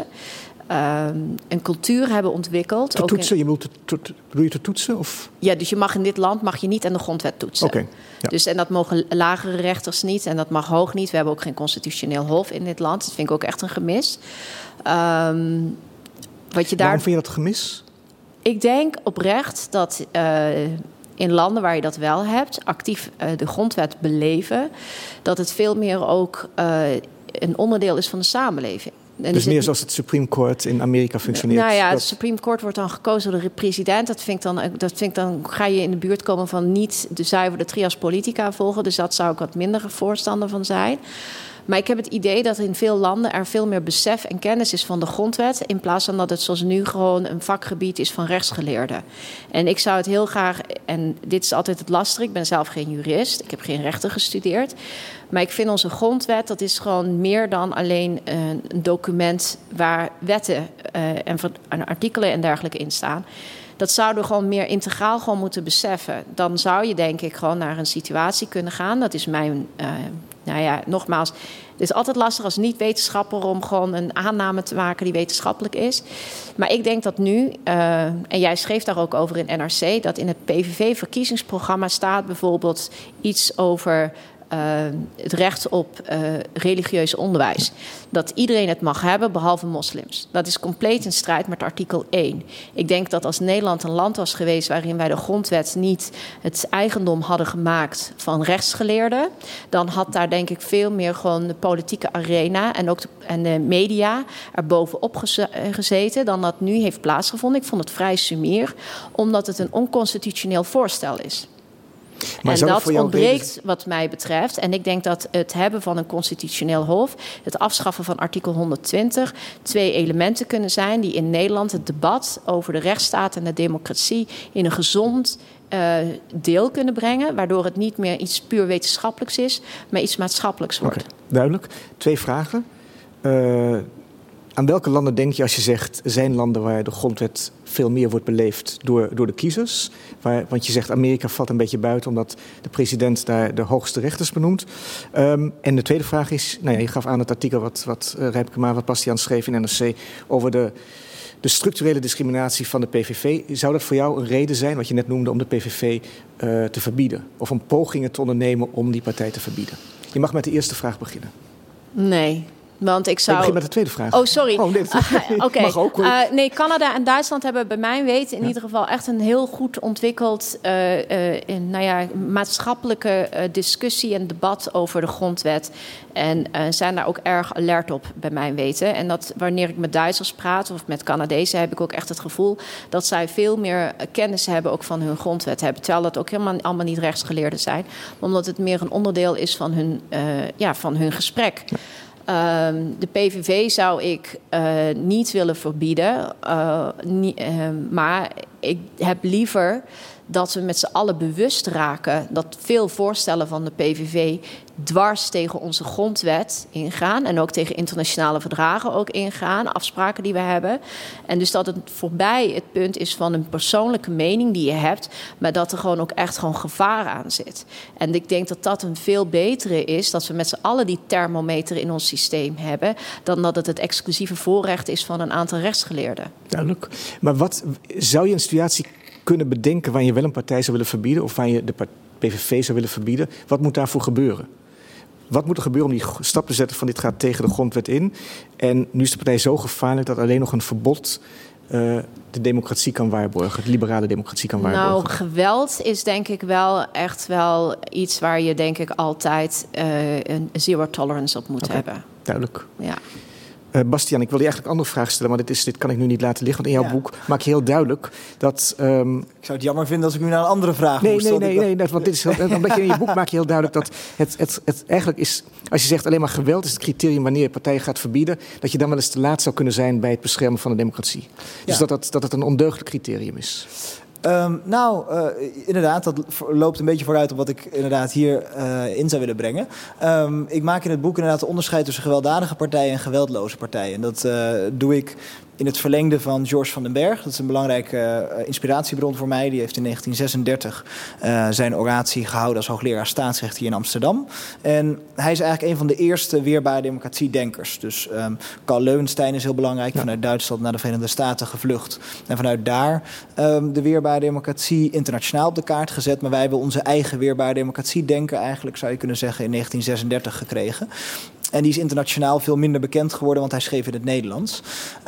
S3: een cultuur hebben ontwikkeld.
S2: Te toetsen? Bedoel je te toetsen? Of?
S3: Ja, dus je mag in dit land niet aan de grondwet toetsen.
S2: Okay, ja.
S3: Dus, en dat mogen lagere rechters niet en dat mag hoog niet. We hebben ook geen constitutioneel hof in dit land. Dat vind ik ook echt een gemis.
S2: Waarom vind je dat gemis? Ik
S3: denk oprecht dat in landen waar je dat wel hebt, actief de grondwet beleven, dat het veel meer ook een onderdeel is van de samenleving.
S2: En dus meer zoals het Supreme Court in Amerika functioneert?
S3: Nou ja, het Supreme Court wordt dan gekozen door de president. Dat vind ik dan ga je in de buurt komen van niet de zuivere trias politica volgen. Dus dat zou ik wat minder voorstander van zijn. Maar ik heb het idee dat in veel landen er veel meer besef en kennis is van de grondwet, in plaats van dat het zoals nu gewoon een vakgebied is van rechtsgeleerden. En ik zou het heel graag, en dit is altijd het lastige, ik ben zelf geen jurist, ik heb geen rechten gestudeerd, maar ik vind onze grondwet, dat is gewoon meer dan alleen een document waar wetten en artikelen en dergelijke in staan. Dat zouden we gewoon meer integraal gewoon moeten beseffen. Dan zou je denk ik gewoon naar een situatie kunnen gaan. Dat is mijn, nogmaals, het is altijd lastig als niet-wetenschapper om gewoon een aanname te maken die wetenschappelijk is. Maar ik denk dat nu, en jij schreef daar ook over in NRC, dat in het PVV-verkiezingsprogramma staat bijvoorbeeld iets over het recht op religieus onderwijs. Dat iedereen het mag hebben, behalve moslims. Dat is compleet in strijd met artikel 1. Ik denk dat als Nederland een land was geweest waarin wij de grondwet niet het eigendom hadden gemaakt van rechtsgeleerden, dan had daar denk ik veel meer gewoon de politieke arena en ook de media er bovenop gezeten dan dat nu heeft plaatsgevonden. Ik vond het vrij sumier, omdat het een onconstitutioneel voorstel is. Maar en dat ontbreekt wat mij betreft. En ik denk dat het hebben van een constitutioneel hof, het afschaffen van artikel 120, 2 elementen kunnen zijn die in Nederland het debat over de rechtsstaat en de democratie in een gezond deel kunnen brengen, waardoor het niet meer iets puur wetenschappelijks is, maar iets maatschappelijks wordt.
S2: Okay, duidelijk. 2 vragen. Aan welke landen denk je als je zegt, zijn landen waar de grondwet veel meer wordt beleefd door de kiezers? Want je zegt Amerika valt een beetje buiten omdat de president daar de hoogste rechters benoemt. En de tweede vraag is, je gaf aan het artikel wat Bastiaan schreef in NRC over de structurele discriminatie van de PVV. Zou dat voor jou een reden zijn, wat je net noemde, om de PVV te verbieden? Of om pogingen te ondernemen om die partij te verbieden? Je mag met de eerste vraag beginnen.
S3: Nee. Want ik zou...
S2: Ik begin met de tweede vraag.
S3: Oh, sorry.
S2: Oh, nee,
S3: Oké.
S2: Mag ook.
S3: Nee, Canada en Duitsland hebben bij mijn weten in ieder geval echt een heel goed ontwikkeld maatschappelijke discussie en debat over de grondwet. En zijn daar ook erg alert op bij mijn weten. En dat wanneer ik met Duitsers praat of met Canadezen, heb ik ook echt het gevoel dat zij veel meer kennis hebben ook van hun grondwet hebben. Terwijl dat ook helemaal allemaal niet rechtsgeleerden zijn. Omdat het meer een onderdeel is van hun gesprek. De PVV zou ik niet willen verbieden. Maar ik heb liever dat we met z'n allen bewust raken dat veel voorstellen van de PVV dwars tegen onze grondwet ingaan. En ook tegen internationale verdragen ook ingaan. Afspraken die we hebben. En dus dat het voorbij het punt is van een persoonlijke mening die je hebt. Maar dat er gewoon ook echt gewoon gevaar aan zit. En ik denk dat dat een veel betere is. Dat we met z'n allen die thermometer in ons systeem hebben. Dan dat het exclusieve voorrecht is van een aantal rechtsgeleerden.
S2: Duidelijk. Maar wat zou je een situatie kunnen bedenken waar je wel een partij zou willen verbieden of waar je de PVV zou willen verbieden? Wat moet daarvoor gebeuren? Wat moet er gebeuren om die stap te zetten van dit gaat tegen de grondwet in? En nu is de partij zo gevaarlijk dat alleen nog een verbod de democratie kan waarborgen, de liberale democratie kan waarborgen.
S3: Nou, geweld is denk ik wel echt wel iets waar je denk ik altijd een zero tolerance op moet hebben.
S2: Duidelijk.
S3: Ja.
S2: Bastiaan, ik wil je eigenlijk een andere vraag stellen, maar dit kan ik nu niet laten liggen. Want in jouw boek maak je heel duidelijk dat...
S4: Ik zou het jammer vinden als ik nu naar een andere vraag moest.
S2: Nee, want dit is omdat je in je boek maak je heel duidelijk dat het eigenlijk is... Als je zegt alleen maar geweld is het criterium wanneer je partijen gaat verbieden, dat je dan wel eens te laat zou kunnen zijn bij het beschermen van de democratie. Dus dat het een ondeugdelijk criterium is.
S4: Inderdaad, dat loopt een beetje vooruit op wat ik inderdaad hier in zou willen brengen. Ik maak in het boek inderdaad een onderscheid tussen gewelddadige partijen en geweldloze partijen. En dat doe ik in het verlengde van George van den Berg. Dat is een belangrijke inspiratiebron voor mij. Die heeft in 1936 zijn oratie gehouden als hoogleraar staatsrecht hier in Amsterdam. En hij is eigenlijk een van de eerste weerbare democratiedenkers. Dus Carl Leuwenstein is heel belangrijk. Vanuit Duitsland naar de Verenigde Staten gevlucht. En vanuit daar de weerbare democratie internationaal op de kaart gezet. Maar wij hebben onze eigen weerbare democratiedenker eigenlijk, zou je kunnen zeggen, in 1936 gekregen. En die is internationaal veel minder bekend geworden, want hij schreef in het Nederlands.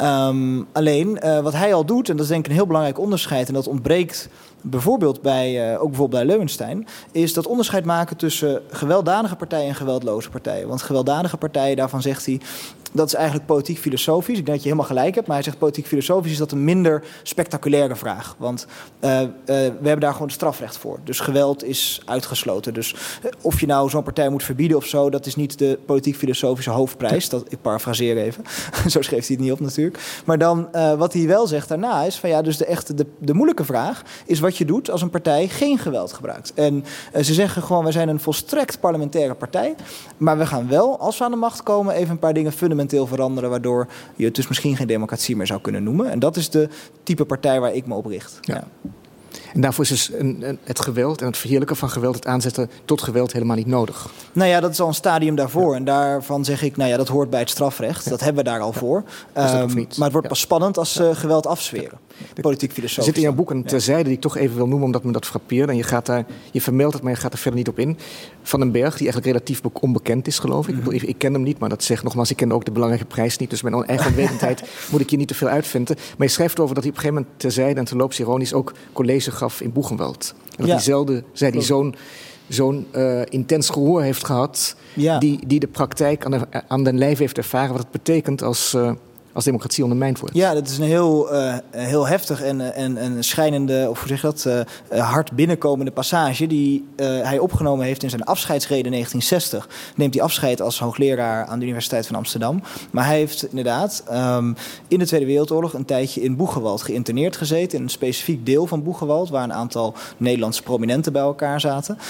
S4: Alleen, wat hij al doet, en dat is denk ik een heel belangrijk onderscheid, en dat ontbreekt bijvoorbeeld bij Leuwenstein, is dat onderscheid maken tussen gewelddadige partijen en geweldloze partijen. Want gewelddadige partijen, daarvan zegt hij, dat is eigenlijk politiek filosofisch. Ik denk dat je helemaal gelijk hebt, maar hij zegt politiek filosofisch is dat een minder spectaculaire vraag. Want we hebben daar gewoon strafrecht voor. Dus geweld is uitgesloten. Dus of je nou zo'n partij moet verbieden of zo, dat is niet de politiek filosofische hoofdprijs. Ik parafraseer even. Zo schreef hij het niet op natuurlijk. Maar dan wat hij wel zegt daarna is van ja, dus de moeilijke vraag is wat je doet als een partij geen geweld gebruikt. En ze zeggen gewoon, wij zijn een volstrekt parlementaire partij, maar we gaan wel, als we aan de macht komen, even een paar dingen fundamenteel veranderen, waardoor je het dus misschien geen democratie meer zou kunnen noemen. En dat is de type partij waar ik me op richt. Ja.
S2: En daarvoor is dus het geweld en het verheerlijken van geweld, het aanzetten tot geweld helemaal niet nodig.
S4: Nou ja, dat is al een stadium daarvoor. Ja. En daarvan zeg ik, nou ja, dat hoort bij het strafrecht. Ja. Dat hebben we daar al voor. Maar het wordt pas spannend als ze geweld afzweren. Ja. Politiek filosofisch.
S2: Er zit in jouw boek een terzijde die ik toch even wil noemen, omdat me dat frappeert. En je vermeldt het, maar je gaat er verder niet op in. Van den Berg, die eigenlijk relatief onbekend is, geloof ik. Mm-hmm. Ik ken hem niet, maar dat zegt nogmaals, ik ken ook de belangrijke prijs niet. Dus mijn eigen onwetendheid moet ik hier niet te veel uitvinden. Maar je schrijft over dat hij op een gegeven moment terzijde en terloops ironisch ook college gaf in Boegenwald. En dat hij zelden, zei hij, zo'n intens gehoor heeft gehad, die de praktijk aan den lijf heeft ervaren wat het betekent als democratie ondermijnd wordt.
S4: Ja, dat is een heel heftig en schijnende, of hoe zeg je dat, hard binnenkomende passage die hij opgenomen heeft in zijn afscheidsrede in 1960. Neemt hij afscheid als hoogleraar aan de Universiteit van Amsterdam. Maar hij heeft inderdaad in de Tweede Wereldoorlog een tijdje in Boegenwald geïnterneerd gezeten, in een specifiek deel van Boegenwald, waar een aantal Nederlandse prominenten bij elkaar zaten.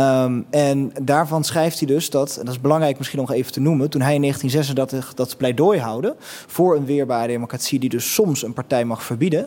S4: En daarvan schrijft hij dus dat, en dat is belangrijk misschien nog even te noemen, toen hij in 1936 dat pleidooi houdde voor een weerbare democratie die dus soms een partij mag verbieden,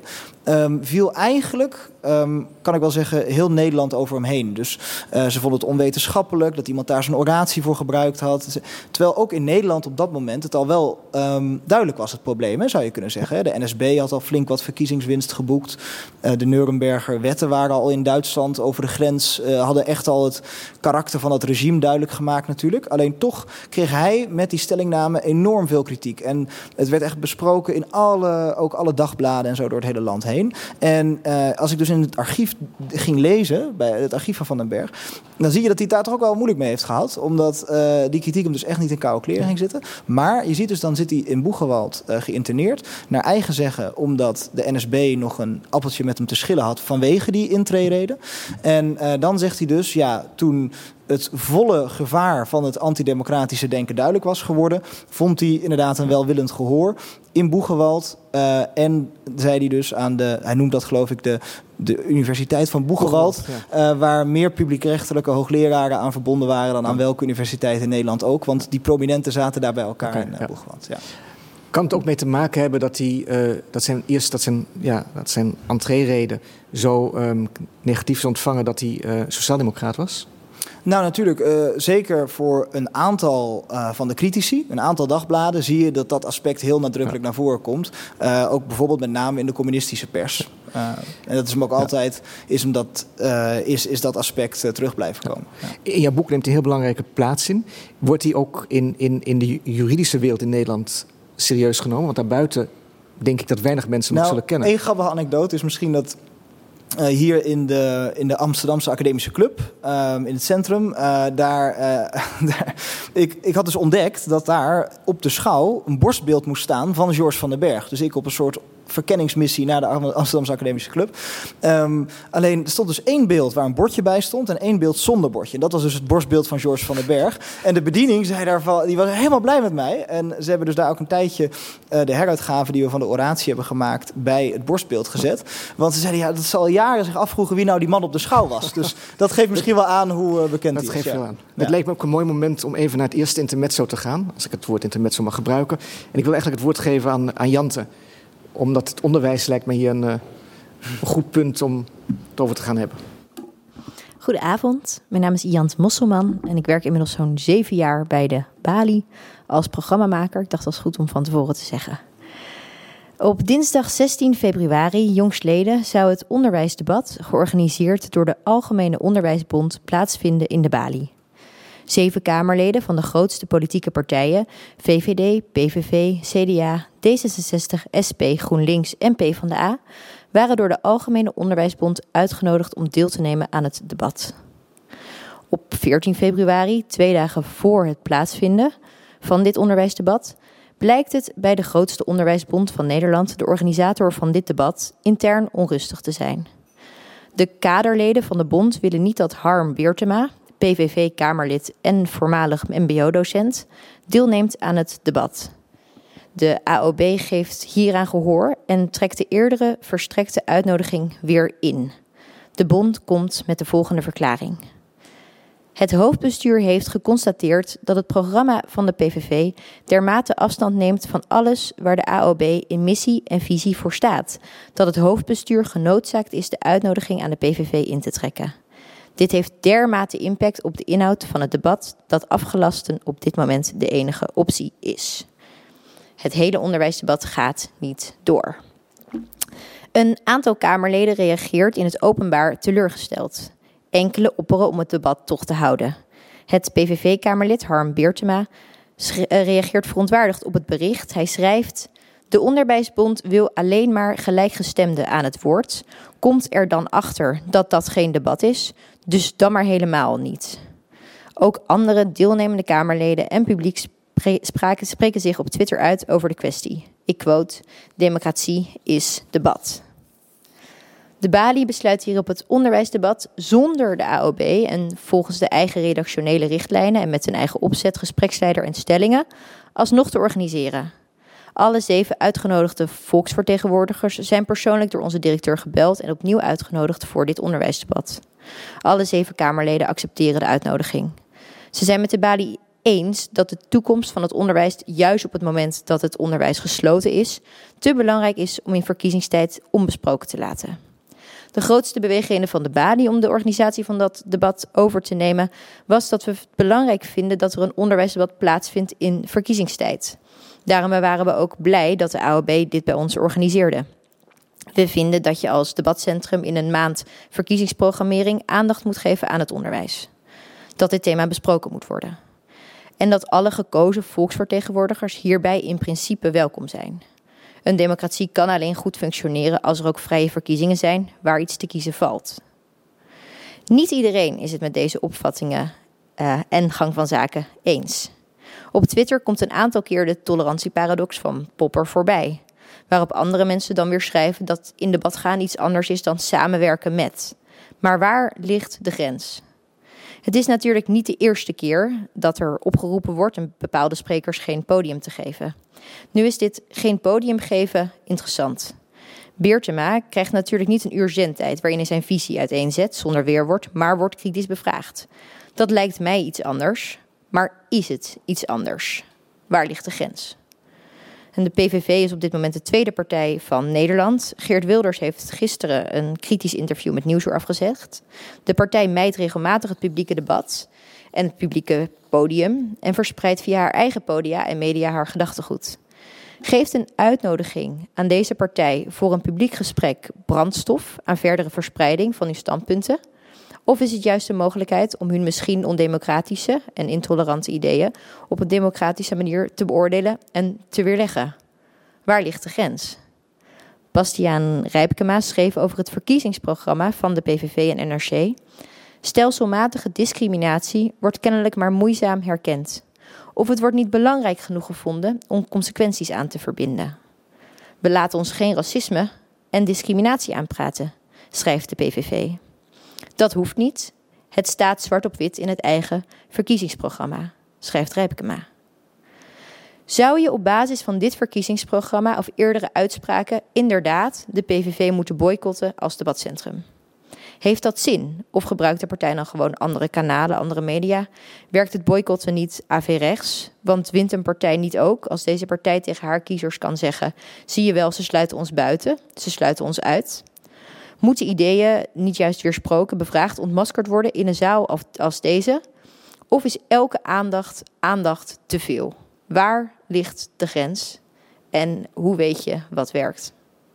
S4: viel eigenlijk, kan ik wel zeggen, heel Nederland over hem heen. Dus ze vonden het onwetenschappelijk dat iemand daar zijn oratie voor gebruikt had. Terwijl ook in Nederland op dat moment het al wel duidelijk was, het probleem, hè, zou je kunnen zeggen. De NSB had al flink wat verkiezingswinst geboekt. De Nuremberger wetten waren al in Duitsland over de grens, hadden echt al het karakter van dat regime duidelijk gemaakt natuurlijk. Alleen toch kreeg hij met die stellingname enorm veel kritiek. En het werd echt besproken in ook alle dagbladen en zo door het hele land heen. En als ik dus in het archief ging lezen, bij het archief van Van den Berg, dan zie je dat hij daar toch ook wel moeilijk mee heeft gehad. Omdat die kritiek hem dus echt niet in koude kleren ging zitten. Maar je ziet dus, dan zit hij in Boegewald geïnterneerd. Naar eigen zeggen, omdat de NSB nog een appeltje met hem te schillen had vanwege die intrereden. En dan zegt hij dus, ja, toen het volle gevaar van het antidemocratische denken duidelijk was geworden, vond hij inderdaad een welwillend gehoor in Boegewald. En zei hij dus aan hij noemt dat geloof ik de Universiteit van Boegewald, waar meer publiekrechtelijke hoogleraren aan verbonden waren dan aan welke universiteit in Nederland ook. Want die prominenten zaten daar bij elkaar in Boegewald. Ja.
S2: Kan het ook mee te maken hebben dat zijn entreereden zo negatief is ontvangen dat hij sociaaldemocraat was?
S4: Nou, natuurlijk. Zeker voor een aantal van de critici, een aantal dagbladen, zie je dat aspect heel nadrukkelijk naar voren komt. Ook bijvoorbeeld met name in de communistische pers. En dat is hem ook altijd, is dat aspect terug blijven komen. Ja.
S2: In jouw boek neemt een heel belangrijke plaats in. Wordt hij ook in de juridische wereld in Nederland serieus genomen? Want daarbuiten denk ik dat weinig mensen nog zullen kennen.
S4: Een grappige anekdote is misschien dat hier in de Amsterdamse Academische Club, in het centrum, ik had dus ontdekt dat daar op de schouw een borstbeeld moest staan van George van den Berg. Dus ik op een soort verkenningsmissie naar de Amsterdamse Academische Club. Alleen er stond dus 1 beeld waar een bordje bij stond en 1 beeld zonder bordje. En dat was dus het borstbeeld van George van den Berg. En de bediening zei daarvan, die was helemaal blij met mij. En ze hebben dus daar ook een tijdje de heruitgave die we van de oratie hebben gemaakt bij het borstbeeld gezet. Want ze zeiden, dat ze al jaren zich afvroegen wie nou die man op de schouw was. Dus dat geeft misschien wel aan hoe bekend hij is.
S2: Dat geeft veel aan. Het leek me ook een mooi moment om even naar het eerste intermezzo te gaan. Als ik het woord intermezzo mag gebruiken. En ik wil eigenlijk het woord geven aan Jante. Omdat het onderwijs lijkt me hier een goed punt om het over te gaan hebben.
S5: Goedenavond, mijn naam is Jante Mosselman en ik werk inmiddels zo'n 7 jaar bij de Bali als programmamaker. Ik dacht dat is goed om van tevoren te zeggen. Op dinsdag 16 februari, jongstleden, zou het onderwijsdebat, georganiseerd door de Algemene Onderwijsbond, plaatsvinden in de Bali. 7 Kamerleden van de grootste politieke partijen, VVD, PVV, CDA, D66, SP, GroenLinks en PvdA, waren door de Algemene Onderwijsbond uitgenodigd om deel te nemen aan het debat. Op 14 februari, 2 dagen voor het plaatsvinden van dit onderwijsdebat, blijkt het bij de grootste onderwijsbond van Nederland, de organisator van dit debat, intern onrustig te zijn. De kaderleden van de bond willen niet dat Harm Beertema, PVV-kamerlid en voormalig mbo-docent, deelneemt aan het debat. De AOB geeft hieraan gehoor en trekt de eerdere verstrekte uitnodiging weer in. De bond komt met de volgende verklaring. Het hoofdbestuur heeft geconstateerd dat het programma van de PVV dermate afstand neemt van alles waar de AOB in missie en visie voor staat, dat het hoofdbestuur genoodzaakt is de uitnodiging aan de PVV in te trekken. Dit heeft dermate impact op de inhoud van het debat dat afgelasten op dit moment de enige optie is. Het hele onderwijsdebat gaat niet door. Een aantal Kamerleden reageert in het openbaar teleurgesteld. Enkele opperen om het debat toch te houden. Het PVV-kamerlid Harm Beertema reageert verontwaardigd op het bericht. Hij schrijft: de Onderwijsbond wil alleen maar gelijkgestemden aan het woord. Komt er dan achter dat dat geen debat is? Dus dan maar helemaal niet. Ook andere deelnemende Kamerleden en publiek spreken zich op Twitter uit over de kwestie. Ik quote: democratie is debat. De Bali besluit hierop het onderwijsdebat zonder de AOB en volgens de eigen redactionele richtlijnen en met zijn eigen opzet, gespreksleider en stellingen alsnog te organiseren. Alle 7 uitgenodigde volksvertegenwoordigers zijn persoonlijk door onze directeur gebeld en opnieuw uitgenodigd voor dit onderwijsdebat. Alle 7 Kamerleden accepteren de uitnodiging. Ze zijn met de Bali eens dat de toekomst van het onderwijs, juist op het moment dat het onderwijs gesloten is, te belangrijk is om in verkiezingstijd onbesproken te laten. De grootste beweegreden van de Bali om de organisatie van dat debat over te nemen was dat we het belangrijk vinden dat er een onderwijsdebat plaatsvindt in verkiezingstijd. Daarom waren we ook blij dat de AOB dit bij ons organiseerde. We vinden dat je als debatcentrum in een maand verkiezingsprogrammering aandacht moet geven aan het onderwijs. Dat dit thema besproken moet worden. En dat alle gekozen volksvertegenwoordigers hierbij in principe welkom zijn. Een democratie kan alleen goed functioneren als er ook vrije verkiezingen zijn waar iets te kiezen valt. Niet iedereen is het met deze opvattingen en gang van zaken eens. Op Twitter komt een aantal keer de tolerantieparadox van Popper voorbij. Waarop andere mensen dan weer schrijven dat in debat gaan iets anders is dan samenwerken met. Maar waar ligt de grens? Het is natuurlijk niet de eerste keer dat er opgeroepen wordt een bepaalde sprekers geen podium te geven. Nu is dit geen podium geven interessant. Beertema krijgt natuurlijk niet een uur zendtijd waarin hij zijn visie uiteenzet zonder weerwoord, maar wordt kritisch bevraagd. Dat lijkt mij iets anders, maar is het iets anders? Waar ligt de grens? En de PVV is op dit moment de tweede partij van Nederland. Geert Wilders heeft gisteren een kritisch interview met Nieuwsuur afgezegd. De partij mijdt regelmatig het publieke debat en het publieke podium en verspreidt via haar eigen podia en media haar gedachtegoed. Geeft een uitnodiging aan deze partij voor een publiek gesprek brandstof aan verdere verspreiding van uw standpunten? Of is het juist een mogelijkheid om hun misschien ondemocratische en intolerante ideeën op een democratische manier te beoordelen en te weerleggen? Waar ligt de grens? Bastiaan Rijpkema schreef over het verkiezingsprogramma van de PVV en NRC. Stelselmatige discriminatie wordt kennelijk maar moeizaam herkend. Of het wordt niet belangrijk genoeg gevonden om consequenties aan te verbinden. We laten ons geen racisme en discriminatie aanpraten, schrijft de PVV. Dat hoeft niet. Het staat zwart op wit in het eigen verkiezingsprogramma, schrijft Rijpkema. Zou je op basis van dit verkiezingsprogramma of eerdere uitspraken inderdaad de PVV moeten boycotten als debatcentrum? Heeft dat zin? Of gebruikt de partij dan gewoon andere kanalen, andere media? Werkt het boycotten niet averechts? Want wint een partij niet ook als deze partij tegen haar kiezers kan zeggen: zie je wel, ze sluiten ons buiten, ze sluiten ons uit? Moeten ideeën niet juist weersproken, bevraagd, ontmaskerd worden in een zaal als deze? Of is elke aandacht te veel? Waar ligt de grens? En hoe weet je wat werkt?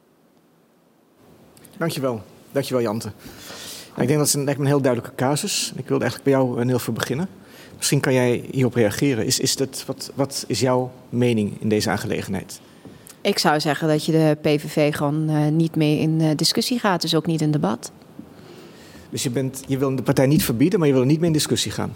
S2: Dankjewel Jante. Ik denk dat het een heel duidelijke casus. Ik wilde eigenlijk bij jou heel veel beginnen. Misschien kan jij hierop reageren. Wat is jouw mening in deze aangelegenheid?
S3: Ik zou zeggen dat je de PVV gewoon niet mee in discussie gaat, dus ook niet in debat.
S2: Dus je wil de partij niet verbieden, maar je wil er niet mee in discussie gaan?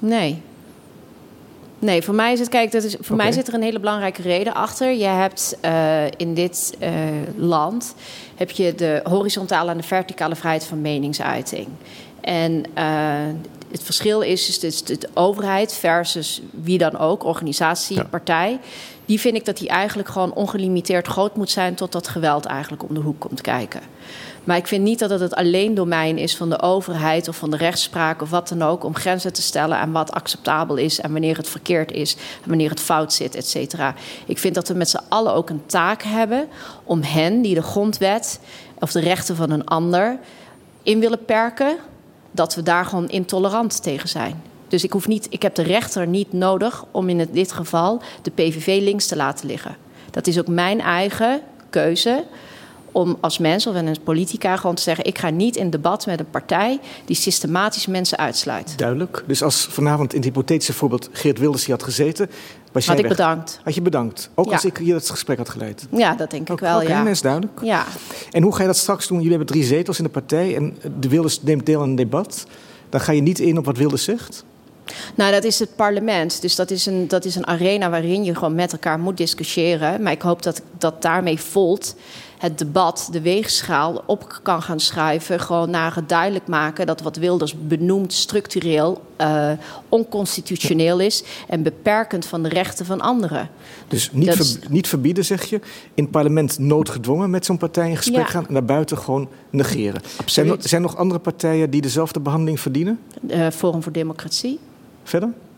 S3: Nee, voor mij mij zit er een hele belangrijke reden achter. Je hebt in dit land heb je de horizontale en de verticale vrijheid van meningsuiting. En het verschil is dus de overheid versus wie dan ook, organisatie, partij. Die vind ik dat die eigenlijk gewoon ongelimiteerd groot moet zijn totdat geweld eigenlijk om de hoek komt kijken. Maar ik vind niet dat het alleen domein is van de overheid of van de rechtspraak of wat dan ook om grenzen te stellen aan wat acceptabel is en wanneer het verkeerd is en wanneer het fout zit, et cetera. Ik vind dat we met z'n allen ook een taak hebben om hen die de grondwet of de rechten van een ander in willen perken, dat we daar gewoon intolerant tegen zijn. Dus ik heb de rechter niet nodig om in dit geval de PVV links te laten liggen. Dat is ook mijn eigen keuze om als mens of als politica gewoon te zeggen: ik ga niet in debat met een partij die systematisch mensen uitsluit.
S2: Duidelijk. Dus als vanavond in het hypothetische voorbeeld Geert Wilders hier had gezeten, was jij
S3: bedankt.
S2: Had je bedankt? Ook als ik hier het gesprek had geleid?
S3: Ja, dat denk ik wel,
S2: ja. Oké, dat is duidelijk.
S3: Ja.
S2: En hoe ga je dat straks doen? Jullie hebben 3 zetels in de partij en de Wilders neemt deel aan een debat. Dan ga je niet in op wat Wilders zegt?
S3: Nou, dat is het parlement. Dus dat is een arena waarin je gewoon met elkaar moet discussiëren. Maar ik hoop dat daarmee Volt het debat, de weegschaal op kan gaan schuiven. Gewoon naar het duidelijk maken dat wat Wilders benoemt structureel onconstitutioneel is en beperkend van de rechten van anderen.
S2: Dus niet verbieden, zeg je. In het parlement noodgedwongen met zo'n partij in gesprek gaan en daarbuiten gewoon negeren. Zijn er nog andere partijen die dezelfde behandeling verdienen?
S3: Forum voor Democratie.
S2: Verder?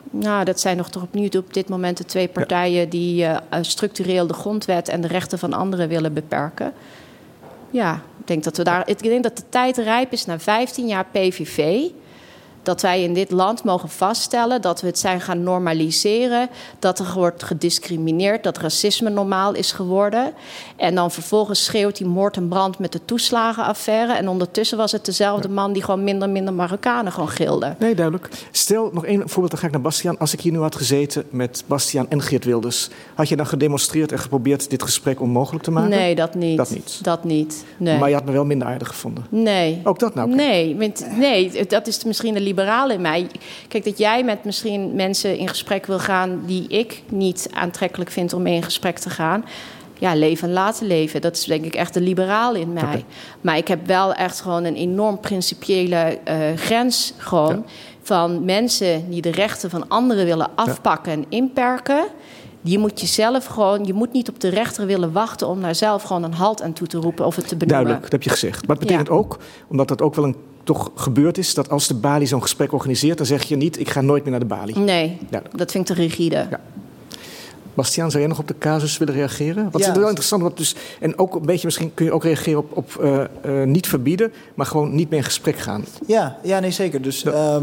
S3: Nou, dat zijn nog toch opnieuw op dit moment de 2 partijen die structureel de grondwet en de rechten van anderen willen beperken. Ja, ik denk dat de tijd rijp is na 15 jaar PVV. Dat wij in dit land mogen vaststellen dat we het zijn gaan normaliseren. Dat er wordt gediscrimineerd, dat racisme normaal is geworden. En dan vervolgens schreeuwt die moord en brand met de toeslagenaffaire. En ondertussen was het dezelfde man die gewoon minder Marokkanen gewoon gilde.
S2: Nee, duidelijk. Stel, nog één voorbeeld, dan ga ik naar Bastiaan. Als ik hier nu had gezeten met Bastiaan en Geert Wilders, had je dan gedemonstreerd en geprobeerd dit gesprek onmogelijk te maken?
S3: Nee, dat niet.
S2: Dat niet?
S3: Nee.
S2: Maar je had me wel minder aardig gevonden?
S3: Nee.
S2: Ook dat nou?
S3: Nee, dat is misschien de liberaal in mij. Kijk, dat jij met misschien mensen in gesprek wil gaan die ik niet aantrekkelijk vind om mee in gesprek te gaan. Ja, leven en laten leven. Dat is denk ik echt de liberaal in mij. Okay. Maar ik heb wel echt gewoon een enorm principiële grens gewoon van mensen die de rechten van anderen willen afpakken en inperken. Je moet jezelf gewoon, je moet niet op de rechter willen wachten om daar zelf gewoon een halt aan toe te roepen of het te benoemen.
S2: Duidelijk, dat heb je gezegd. Maar het betekent ook, omdat dat ook wel toch gebeurd is, dat als de Bali zo'n gesprek organiseert, dan zeg je niet, ik ga nooit meer naar de Bali.
S3: Nee, dat vind ik te rigide.
S2: Ja. Bastiaan, zou jij nog op de casus willen reageren? Wat is wel interessant, dus, en ook een beetje misschien kun je ook reageren op niet verbieden, maar gewoon niet meer in gesprek gaan.
S4: Ja, nee, zeker. Dus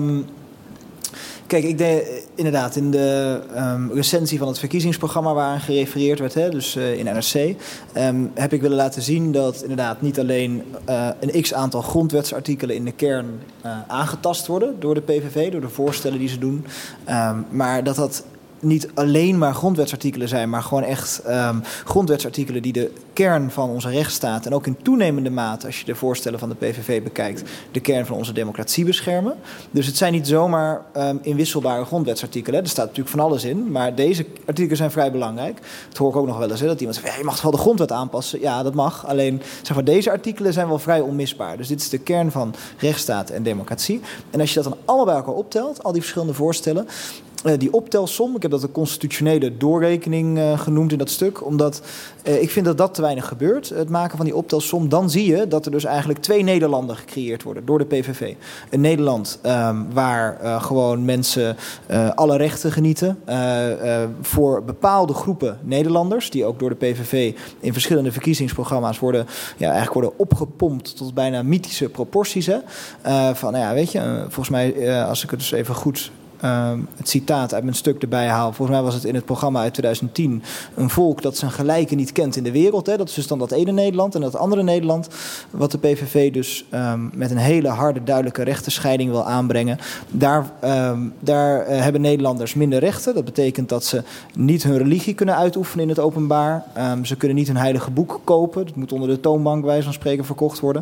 S4: kijk, ik deed inderdaad in de recensie van het verkiezingsprogramma waaraan gerefereerd werd, dus in NRC, heb ik willen laten zien dat inderdaad niet alleen een x-aantal grondwetsartikelen in de kern aangetast worden door de PVV, door de voorstellen die ze doen, maar dat niet alleen maar grondwetsartikelen zijn, maar gewoon echt grondwetsartikelen die de kern van onze rechtsstaat en ook in toenemende mate, als je de voorstellen van de PVV bekijkt, de kern van onze democratie beschermen. Dus het zijn niet zomaar inwisselbare grondwetsartikelen. Er staat natuurlijk van alles in, maar deze artikelen zijn vrij belangrijk. Dat hoor ik ook nog wel eens, dat iemand zegt, je mag toch wel de grondwet aanpassen? Ja, dat mag. Alleen, zeg maar, deze artikelen zijn wel vrij onmisbaar. Dus dit is de kern van rechtsstaat en democratie. En als je dat dan allemaal bij elkaar optelt, al die verschillende voorstellen, die optelsom, ik heb dat de constitutionele doorrekening genoemd in dat stuk, omdat ik vind dat te weinig gebeurt, het maken van die optelsom. Dan zie je dat er dus eigenlijk 2 Nederlanden gecreëerd worden door de PVV. Een Nederland waar gewoon mensen alle rechten genieten voor bepaalde groepen Nederlanders, die ook door de PVV in verschillende verkiezingsprogramma's worden opgepompt tot bijna mythische proporties. Volgens mij, als ik het dus even goed het citaat uit mijn stuk erbij haal. Volgens mij was het in het programma uit 2010... een volk dat zijn gelijken niet kent in de wereld. Dat is dus dan dat ene Nederland. En dat andere Nederland, wat de PVV dus met een hele harde, duidelijke rechtenscheiding wil aanbrengen. Daar hebben Nederlanders minder rechten. Dat betekent dat ze niet hun religie kunnen uitoefenen in het openbaar. Ze kunnen niet hun heilige boek kopen. Dat moet onder de toonbank, bij wijze van spreken, verkocht worden.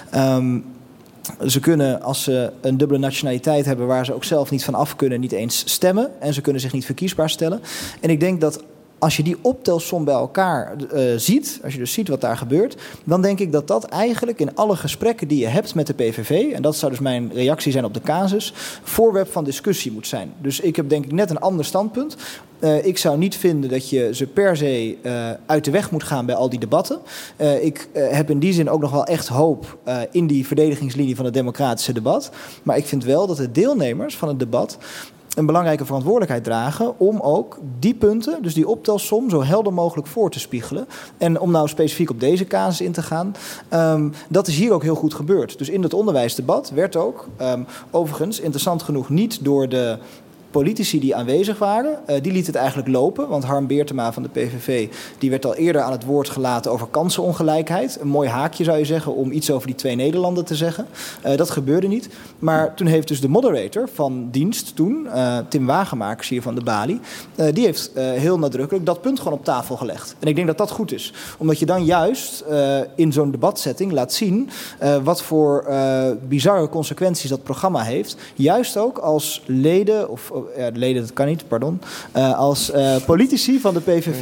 S4: Ze kunnen, als ze een dubbele nationaliteit hebben waar ze ook zelf niet van af kunnen, niet eens stemmen. En ze kunnen zich niet verkiesbaar stellen. En ik denk dat als je die optelsom bij elkaar ziet, als je dus ziet wat daar gebeurt, dan denk ik dat dat eigenlijk in alle gesprekken die je hebt met de PVV, en dat zou dus mijn reactie zijn op de casus, voorwerp van discussie moet zijn. Dus ik heb denk ik net een ander standpunt. Ik zou niet vinden dat je ze per se uit de weg moet gaan bij al die debatten. Ik heb in die zin ook nog wel echt hoop in die verdedigingslinie van het democratische debat. Maar ik vind wel dat de deelnemers van het debat een belangrijke verantwoordelijkheid dragen om ook die punten, dus die optelsom, zo helder mogelijk voor te spiegelen. En om nou specifiek op deze casus in te gaan, dat is hier ook heel goed gebeurd. Dus in het onderwijsdebat werd ook, overigens, interessant genoeg niet door de politici die aanwezig waren, die liet het eigenlijk lopen. Want Harm Beertema van de PVV, die werd al eerder aan het woord gelaten over kansenongelijkheid. Een mooi haakje zou je zeggen om iets over die 2 Nederlanden te zeggen. Dat gebeurde niet. Maar toen heeft dus de moderator van dienst toen, Tim Wagemakers hier van de Bali, die heeft heel nadrukkelijk dat punt gewoon op tafel gelegd. En ik denk dat dat goed is. Omdat je dan juist in zo'n debatsetting laat zien wat voor bizarre consequenties dat programma heeft. Juist ook als leden leden, dat kan niet, pardon. Als politici van de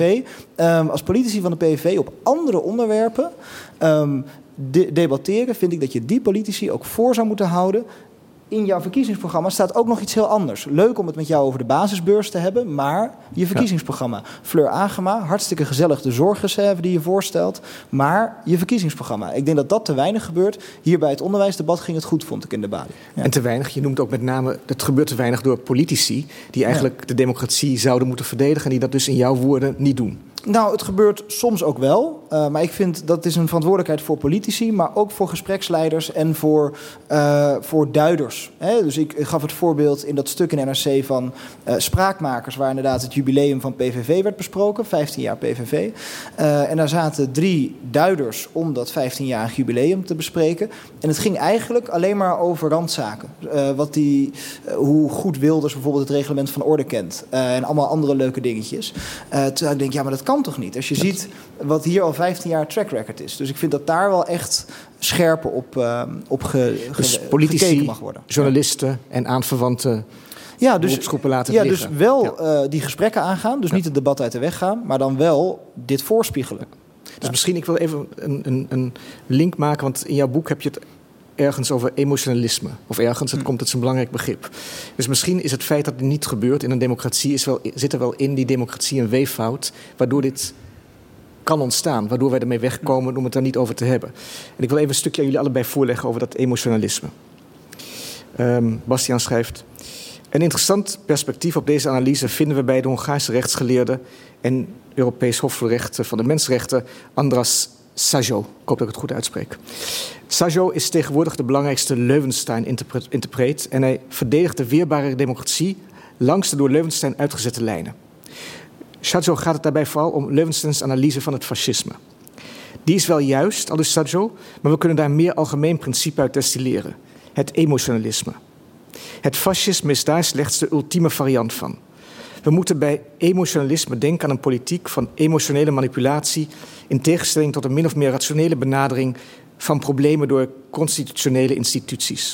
S4: PVV, op andere onderwerpen debatteren, vind ik dat je die politici ook voor zou moeten houden in jouw verkiezingsprogramma staat ook nog iets heel anders. Leuk om het met jou over de basisbeurs te hebben, maar je verkiezingsprogramma. Ja. Fleur Agema, hartstikke gezellig de zorgreserve die je voorstelt, maar je verkiezingsprogramma. Ik denk dat dat te weinig gebeurt. Hier bij het onderwijsdebat ging het goed, vond ik in de Bali.
S2: Ja. En te weinig, je noemt ook met name, het gebeurt te weinig door politici die eigenlijk de democratie zouden moeten verdedigen en die dat dus in jouw woorden niet doen.
S4: Nou, het gebeurt soms ook wel. Maar ik vind dat is een verantwoordelijkheid voor politici, maar ook voor gespreksleiders en voor duiders. Dus ik gaf het voorbeeld in dat stuk in NRC van spraakmakers, waar inderdaad het jubileum van PVV werd besproken, 15 jaar PVV. En daar zaten 3 duiders om dat 15-jarig jubileum te bespreken. En het ging eigenlijk alleen maar over randzaken. Hoe goed Wilders bijvoorbeeld het reglement van orde kent. En allemaal andere leuke dingetjes. Terwijl ik denk, ja, maar dat kan toch niet? Als je ziet wat hier al 15 jaar track record is. Dus ik vind dat daar wel echt scherper op
S2: dus politici,
S4: gekeken mag worden.
S2: Journalisten en aanverwante beroepsgroepen laten liggen.
S4: Dus wel die gesprekken aangaan. Dus niet het debat uit de weg gaan. Maar dan wel dit voorspiegelen.
S2: Dus misschien, ik wil even een link maken. Want in jouw boek heb je het ergens over emotionalisme. Of ergens, het is een belangrijk begrip. Dus misschien is het feit dat het niet gebeurt in een democratie, zit er wel in die democratie een weeffout, waardoor dit kan ontstaan. Waardoor wij ermee wegkomen om het daar niet over te hebben. En ik wil even een stukje aan jullie allebei voorleggen over dat emotionalisme. Bastiaan schrijft: een interessant perspectief op deze analyse vinden we bij de Hongaarse rechtsgeleerde en Europees Hof voor de Rechten van de Mensenrechten, András Szajó. Ik hoop dat ik het goed uitspreek. Szajó is tegenwoordig de belangrijkste Löwenstein-interpreet en hij verdedigt de weerbare democratie langs de door Löwenstein uitgezette lijnen. Szajó gaat het daarbij vooral om Löwensteins analyse van het fascisme. Die is wel juist, aldus Szajó, maar we kunnen daar een meer algemeen principe uit destilleren. Het emotionalisme. Het fascisme is daar slechts de ultieme variant van. We moeten bij emotionalisme denken aan een politiek van emotionele manipulatie, in tegenstelling tot een min of meer rationele benadering van problemen door constitutionele instituties.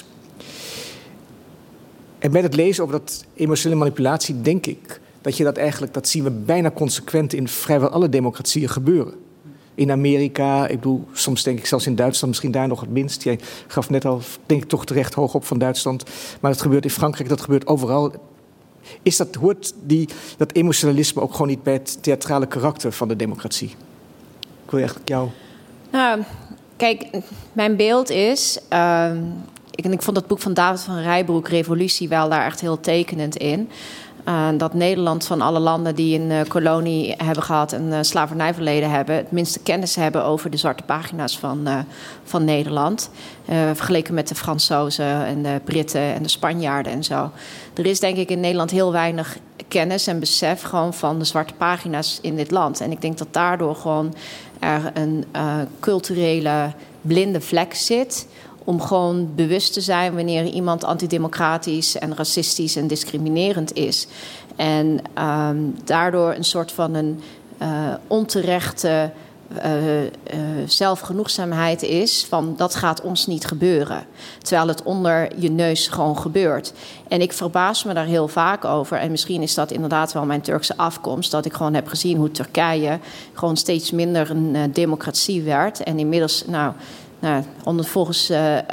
S2: En bij het lezen over dat emotionele manipulatie denk ik dat zien we bijna consequent in vrijwel alle democratieën gebeuren. In Amerika, ik bedoel, soms denk ik zelfs in Duitsland, misschien daar nog het minst. Jij gaf net al, denk ik, toch terecht hoog op van Duitsland. Maar dat gebeurt in Frankrijk, dat gebeurt overal. Hoort dat emotionalisme ook gewoon niet bij het theatrale karakter van de democratie? Ik wil eigenlijk jou...
S3: Nou, kijk, mijn beeld is... ik vond het boek van David van Rijbroek, Revolutie, wel daar echt heel tekenend in. Dat Nederland van alle landen die een kolonie hebben gehad en slavernijverleden hebben, het minste kennis hebben over de zwarte pagina's van Nederland. Vergeleken met de Fransozen en de Britten en de Spanjaarden en zo. Er is denk ik in Nederland heel weinig kennis en besef gewoon van de zwarte pagina's in dit land. En ik denk dat daardoor gewoon er een culturele blinde vlek zit om gewoon bewust te zijn wanneer iemand antidemocratisch en racistisch en discriminerend is. En daardoor een soort van een onterechte zelfgenoegzaamheid is van dat gaat ons niet gebeuren. Terwijl het onder je neus gewoon gebeurt. En ik verbaas me daar heel vaak over. En misschien is dat inderdaad wel mijn Turkse afkomst. Dat ik gewoon heb gezien hoe Turkije gewoon steeds minder een democratie werd. En inmiddels, volgens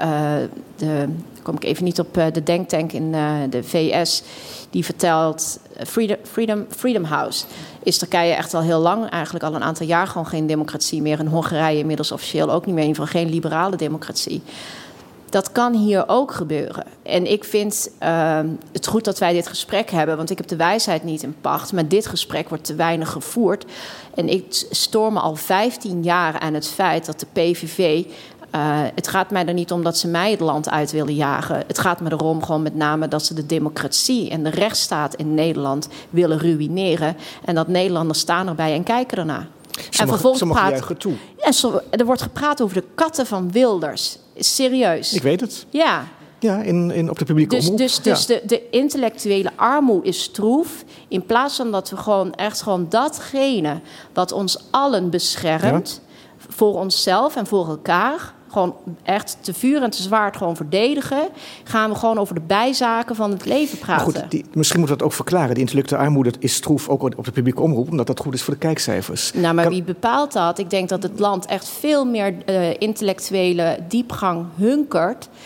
S3: kom ik even niet op de denktank in de VS, die vertelt Freedom House. Is Turkije echt al heel lang, eigenlijk al een aantal jaar gewoon geen democratie meer. En Hongarije inmiddels officieel ook niet meer, in ieder geval geen liberale democratie. Dat kan hier ook gebeuren. En ik vind het goed dat wij dit gesprek hebben, want ik heb de wijsheid niet in pacht. Maar dit gesprek wordt te weinig gevoerd. En ik stoor me al 15 jaar aan het feit dat de PVV... het gaat mij er niet om dat ze mij het land uit willen jagen. Het gaat me erom gewoon met name dat ze de democratie en de rechtsstaat in Nederland willen ruïneren. En dat Nederlanders staan erbij en kijken ernaar. En vervolgens
S2: juichen toe.
S3: Er wordt gepraat over de katten van Wilders. Serieus.
S2: Ik weet het.
S3: Ja.
S2: Ja, op de publieke omroep.
S3: Dus de intellectuele armoede is stroef. In plaats van dat we gewoon datgene wat ons allen beschermt, voor onszelf en voor elkaar, gewoon echt te vuur en te zwaard gewoon verdedigen, gaan we gewoon over de bijzaken van het leven praten.
S2: Maar goed, misschien moeten we dat ook verklaren. Die intellectuele armoede is stroef ook op de publieke omroep, omdat dat goed is voor de kijkcijfers.
S3: Nou, maar wie bepaalt dat? Ik denk dat het land echt veel meer intellectuele diepgang hunkert.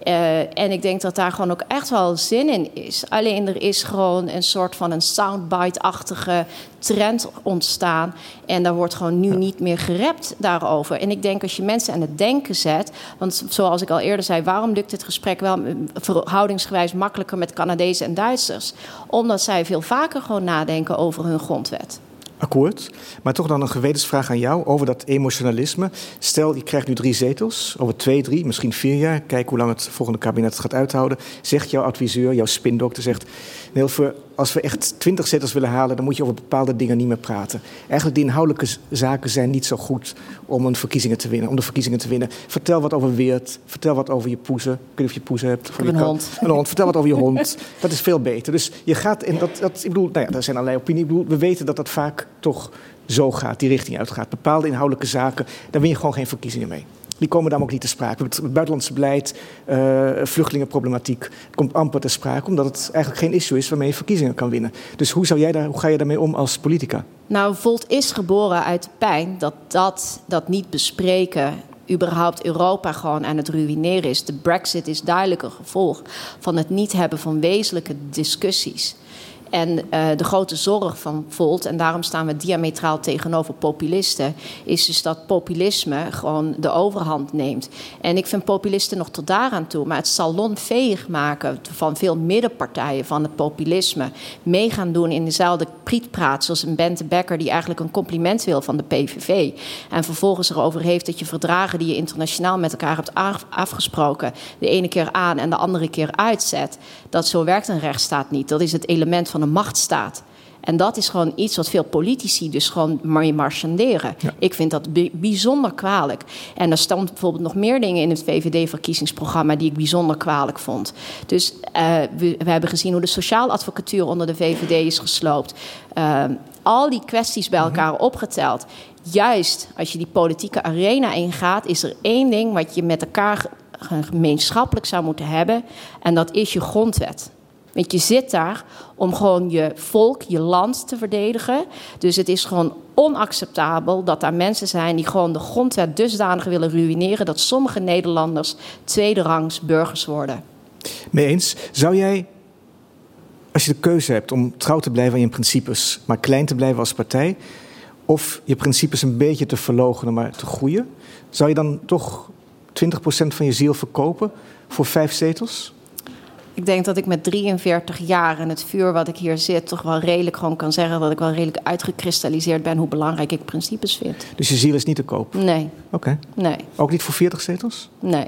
S3: En ik denk dat daar gewoon ook echt wel zin in is. Alleen er is gewoon een soort van een soundbite-achtige trend ontstaan. En daar wordt gewoon nu niet meer gerept daarover. En ik denk als je mensen aan het denken zet... want zoals ik al eerder zei... waarom lukt dit gesprek wel verhoudingsgewijs makkelijker met Canadezen en Duitsers? Omdat zij veel vaker gewoon nadenken over hun grondwet.
S6: Akkoord. Maar toch dan een gewetensvraag aan jou over dat emotionalisme. Stel, je krijgt nu 3 zetels. Over 2, 3, misschien 4 jaar. Kijk hoe lang het volgende kabinet het gaat uithouden. Zegt jouw adviseur, jouw spindokter, zegt... Nilüfer, als we echt 20 zetels willen halen... dan moet je over bepaalde dingen niet meer praten. Eigenlijk die inhoudelijke zaken zijn niet zo goed om de verkiezingen te winnen. Vertel wat over Weert. Vertel wat over je poezen. Ik weet niet of je poezen hebt.
S3: Een hond.
S6: Een hond. Vertel wat over je hond. Dat is veel beter. Dus je gaat... En ik bedoel, nou ja, daar zijn allerlei opinie. Ik bedoel, we weten dat dat vaak toch zo gaat, die richting uitgaat. Bepaalde inhoudelijke zaken, daar win je gewoon geen verkiezingen mee. Die komen dan ook niet te sprake. Het buitenlandse beleid, vluchtelingenproblematiek... komt amper te sprake, omdat het eigenlijk geen issue is... waarmee je verkiezingen kan winnen. Dus hoe ga je daarmee om als politica?
S3: Nou, Volt is geboren uit de pijn dat niet bespreken... überhaupt Europa gewoon aan het ruïneren is. De Brexit is duidelijk een gevolg van het niet hebben van wezenlijke discussies. En de grote zorg van Volt, en daarom staan we diametraal tegenover populisten... is dus dat populisme gewoon de overhand neemt. En ik vind populisten nog tot daaraan toe... maar het salonveeg maken van veel middenpartijen van het populisme... mee gaan doen in dezelfde prietpraat... zoals een Bente Bekker die eigenlijk een compliment wil van de PVV... en vervolgens erover heeft dat je verdragen die je internationaal met elkaar hebt afgesproken... de ene keer aan en de andere keer uitzet. Dat zo werkt een rechtsstaat niet. Dat is het element van een machtsstaat. En dat is gewoon iets wat veel politici dus gewoon mee marchanderen. Ja. Ik vind dat bijzonder kwalijk. En er staan bijvoorbeeld nog meer dingen in het VVD-verkiezingsprogramma... die ik bijzonder kwalijk vond. Dus we hebben gezien hoe de sociaaladvocatuur onder de VVD is gesloopt. Al die kwesties bij elkaar opgeteld. Juist als je die politieke arena ingaat... is er één ding wat je met elkaar gemeenschappelijk zou moeten hebben... en dat is je grondwet. Want je zit daar om gewoon je volk, je land te verdedigen. Dus het is gewoon onacceptabel dat daar mensen zijn... die gewoon de grondwet dusdanig willen ruïneren... dat sommige Nederlanders tweederangs burgers worden.
S6: Mee eens. Zou jij, als je de keuze hebt om trouw te blijven aan je principes... maar klein te blijven als partij... of je principes een beetje te verloochenen, maar te groeien... zou je dan toch 20% van je ziel verkopen voor 5 zetels?
S3: Ik denk dat ik met 43 jaar en het vuur wat ik hier zit... toch wel redelijk gewoon kan zeggen... dat ik wel redelijk uitgekristalliseerd ben... hoe belangrijk ik principes vind.
S6: Dus je ziel is niet te koop?
S3: Nee.
S6: Oké.
S3: Nee.
S6: Ook niet voor 40 zetels?
S3: Nee.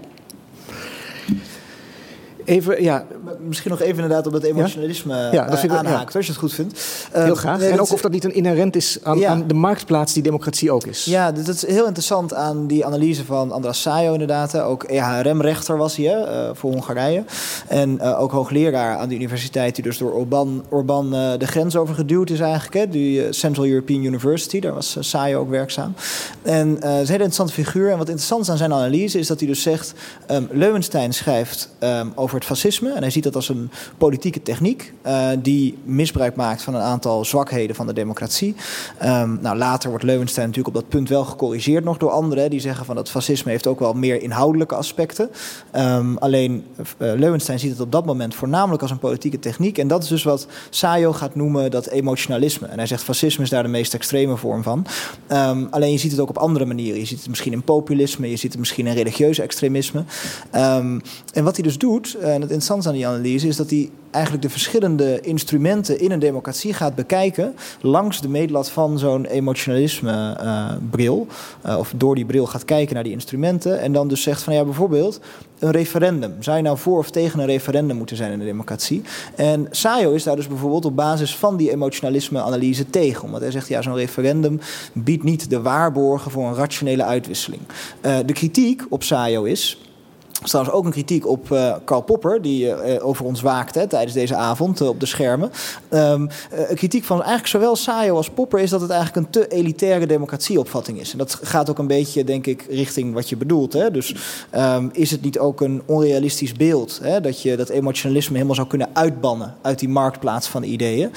S4: Even, ja, misschien nog even inderdaad op dat emotionalisme aanhaakt, als je het goed vindt.
S6: Heel graag. En ook of dat niet een inherent is aan de marktplaats die democratie ook is.
S4: Ja, dat is heel interessant aan die analyse van Andras Sajo inderdaad. Ook EHRM-rechter was hij voor Hongarije. En ook hoogleraar aan de universiteit die dus door Orbán de grens over geduwd is eigenlijk. Die Central European University, daar was Sajo ook werkzaam. En het is een hele interessante figuur. En wat interessant is aan zijn analyse is dat hij dus zegt... Leuwenstein schrijft over het fascisme. En hij ziet dat als een politieke techniek die misbruik maakt van een aantal zwakheden van de democratie. Later wordt Leuwenstein natuurlijk op dat punt wel gecorrigeerd nog door anderen. Die zeggen van dat fascisme heeft ook wel meer inhoudelijke aspecten. Alleen Leuwenstein ziet het op dat moment voornamelijk als een politieke techniek. En dat is dus wat Sajo gaat noemen dat emotionalisme. En hij zegt fascisme is daar de meest extreme vorm van. Alleen je ziet het ook op andere manieren. Je ziet het misschien in populisme. Je ziet het misschien in religieus extremisme. En wat hij dus doet... En het interessante aan die analyse is dat hij eigenlijk de verschillende instrumenten in een democratie gaat bekijken langs de meetlat van zo'n emotionalisme-bril. Of door die bril gaat kijken naar die instrumenten. En dan dus zegt van ja, bijvoorbeeld een referendum. Zou je nou voor of tegen een referendum moeten zijn in de democratie? En Sajo is daar dus bijvoorbeeld op basis van die emotionalisme-analyse tegen. Omdat hij zegt, ja, zo'n referendum biedt niet de waarborgen voor een rationele uitwisseling. De kritiek op Sajo is... Er is trouwens ook een kritiek op Karl Popper, die over ons waakt tijdens deze avond op de schermen. Een kritiek van eigenlijk zowel Sajo als Popper is dat het eigenlijk een te elitaire democratieopvatting is. En dat gaat ook een beetje, denk ik, richting wat je bedoelt. Hè? Dus is het niet ook een onrealistisch beeld, hè? Dat je dat emotionalisme helemaal zou kunnen uitbannen uit die marktplaats van ideeën.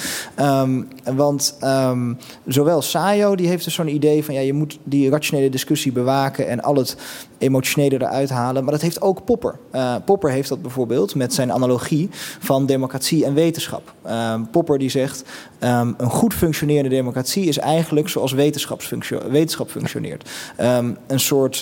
S4: Want zowel Sajo, die heeft dus zo'n idee van ja, je moet die rationele discussie bewaken en al het emotionele eruit halen. Maar dat heeft ook ook Popper. Popper heeft dat bijvoorbeeld met zijn analogie van democratie en wetenschap. Popper die zegt, een goed functionerende democratie is eigenlijk zoals wetenschap functioneert. Een soort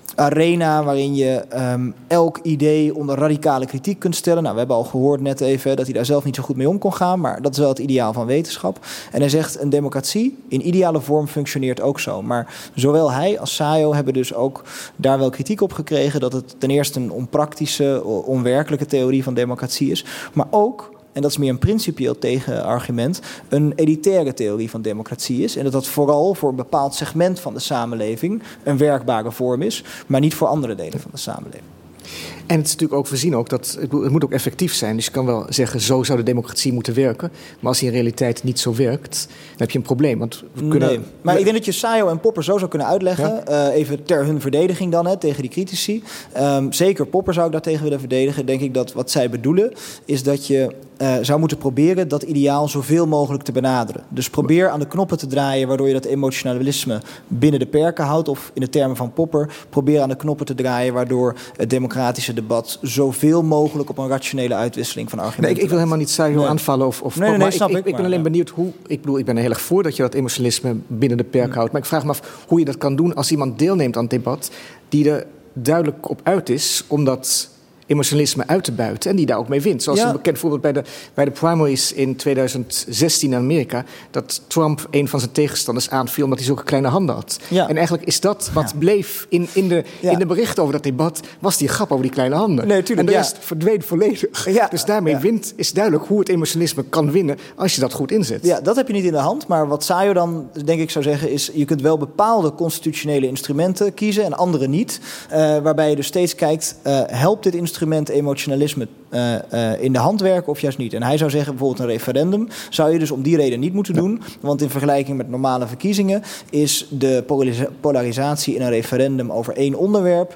S4: arena waarin je elk idee onder radicale kritiek kunt stellen. Nou, we hebben al gehoord net even dat hij daar zelf niet zo goed mee om kon gaan, maar dat is wel het ideaal van wetenschap. En hij zegt, een democratie in ideale vorm functioneert ook zo. Maar zowel hij als Sayo hebben dus ook daar wel kritiek op gekregen dat het ten eerste een onpraktische, onwerkelijke theorie van democratie is, maar ook, en dat is meer een principieel tegenargument, een elitaire theorie van democratie is. En dat vooral voor een bepaald segment van de samenleving een werkbare vorm is, maar niet voor andere delen van de samenleving.
S6: En het is natuurlijk ook, we zien ook dat het moet ook effectief zijn. Dus je kan wel zeggen, zo zou de democratie moeten werken. Maar als die in realiteit niet zo werkt, dan heb je een probleem. Want we kunnen...
S4: Nee, maar ik denk dat je Sayo en Popper zo zou kunnen uitleggen. Ja? Even ter hun verdediging dan, tegen die critici. Zeker Popper zou ik daartegen willen verdedigen. Denk ik dat wat zij bedoelen is dat je zou moeten proberen dat ideaal zoveel mogelijk te benaderen. Dus probeer aan de knoppen te draaien waardoor je dat emotionalisme binnen de perken houdt. Of in de termen van Popper, probeer aan de knoppen te draaien waardoor het democratische debat zoveel mogelijk op een rationele uitwisseling van argumenten.
S6: Nee, ik wil helemaal niet Sayo aanvallen of
S4: nee, snap ik.
S6: Ik ben alleen benieuwd hoe. Ik ben er heel erg voor dat je dat emotionalisme binnen de perken houdt. Maar ik vraag me af hoe je dat kan doen als iemand deelneemt aan het debat die er duidelijk op uit is om dat emotionalisme uit te buiten en die daar ook mee wint. Zoals een bekend voorbeeld bij de primaries in 2016 in Amerika, dat Trump een van zijn tegenstanders aanviel omdat hij zulke kleine handen had. Ja. En eigenlijk is dat wat bleef in de berichten over dat debat, was die grap over die kleine handen.
S4: Nee, tuurlijk,
S6: en de rest verdween volledig. Ja. Dus daarmee is duidelijk hoe het emotionalisme kan winnen als je dat goed inzet.
S4: Ja, dat heb je niet in de hand, maar wat Sayo dan denk ik zou zeggen is, je kunt wel bepaalde constitutionele instrumenten kiezen en andere niet, waarbij je dus steeds kijkt, helpt dit instrument emotionalisme in de hand werken of juist niet. En hij zou zeggen, bijvoorbeeld een referendum zou je dus om die reden niet moeten doen, want in vergelijking met normale verkiezingen is de polarisatie in een referendum over één onderwerp,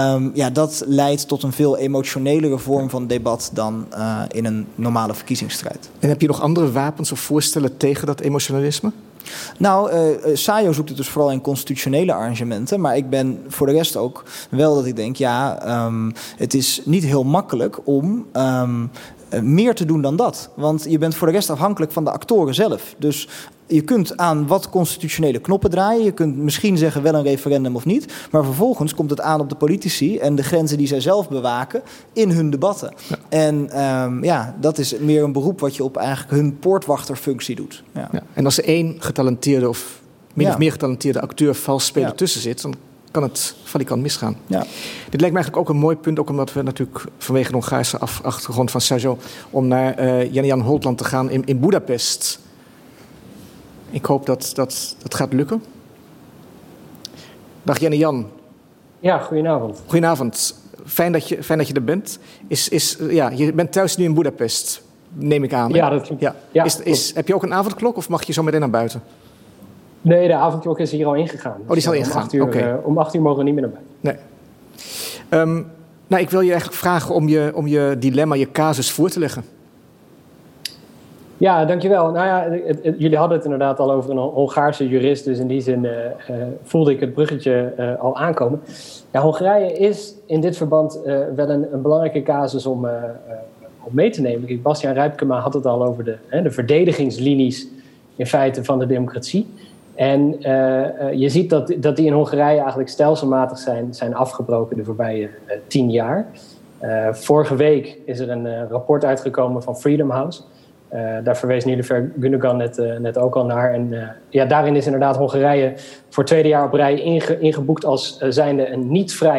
S4: dat leidt tot een veel emotionelere vorm van debat dan in een normale verkiezingsstrijd.
S6: En heb je nog andere wapens of voorstellen tegen dat emotionalisme?
S4: Nou, Sayo zoekt het dus vooral in constitutionele arrangementen. Maar ik ben voor de rest ook wel dat ik denk, het is niet heel makkelijk om meer te doen dan dat. Want je bent voor de rest afhankelijk van de actoren zelf. Dus je kunt aan wat constitutionele knoppen draaien. Je kunt misschien zeggen wel een referendum of niet. Maar vervolgens komt het aan op de politici en de grenzen die zij zelf bewaken in hun debatten. Ja. En dat is meer een beroep wat je op eigenlijk hun poortwachterfunctie doet. Ja.
S6: Ja. En als er één getalenteerde of min of meer getalenteerde acteur vals speler tussen zit, dan kan het valikant misgaan. Ja. Dit lijkt me eigenlijk ook een mooi punt, ook omdat we natuurlijk vanwege de Hongaarse achtergrond van Sayo om naar Jan Holtland te gaan in Boedapest. Ik hoop dat gaat lukken. Dag Janne-Jan.
S7: Ja, goedenavond.
S6: Goedenavond. Fijn dat je er bent. Je bent thuis nu in Boedapest, neem ik aan.
S7: Ja, dat klopt. Ja,
S6: heb je ook een avondklok of mag je zo meteen naar buiten?
S7: Nee, de avondklok is hier al ingegaan. Dus
S6: die is al ingegaan.
S7: Om 8 uur mogen we niet meer naar buiten.
S6: Nee. Ik wil je eigenlijk vragen om je dilemma, je casus voor te leggen.
S7: Ja, dankjewel. Nou ja, jullie hadden het inderdaad al over een Hongaarse jurist, dus in die zin voelde ik het bruggetje al aankomen. Ja, Hongarije is in dit verband wel een belangrijke casus om mee te nemen. Bastiaan Rijpkema had het al over de verdedigingslinies in feite van de democratie. En je ziet dat die in Hongarije eigenlijk stelselmatig zijn afgebroken de voorbije 10 jaar. Vorige week is er een rapport uitgekomen van Freedom House. Daar verwees Nilüfer Gündogan net ook al naar. En daarin is inderdaad Hongarije voor het 2e jaar op rij ingeboekt als zijnde een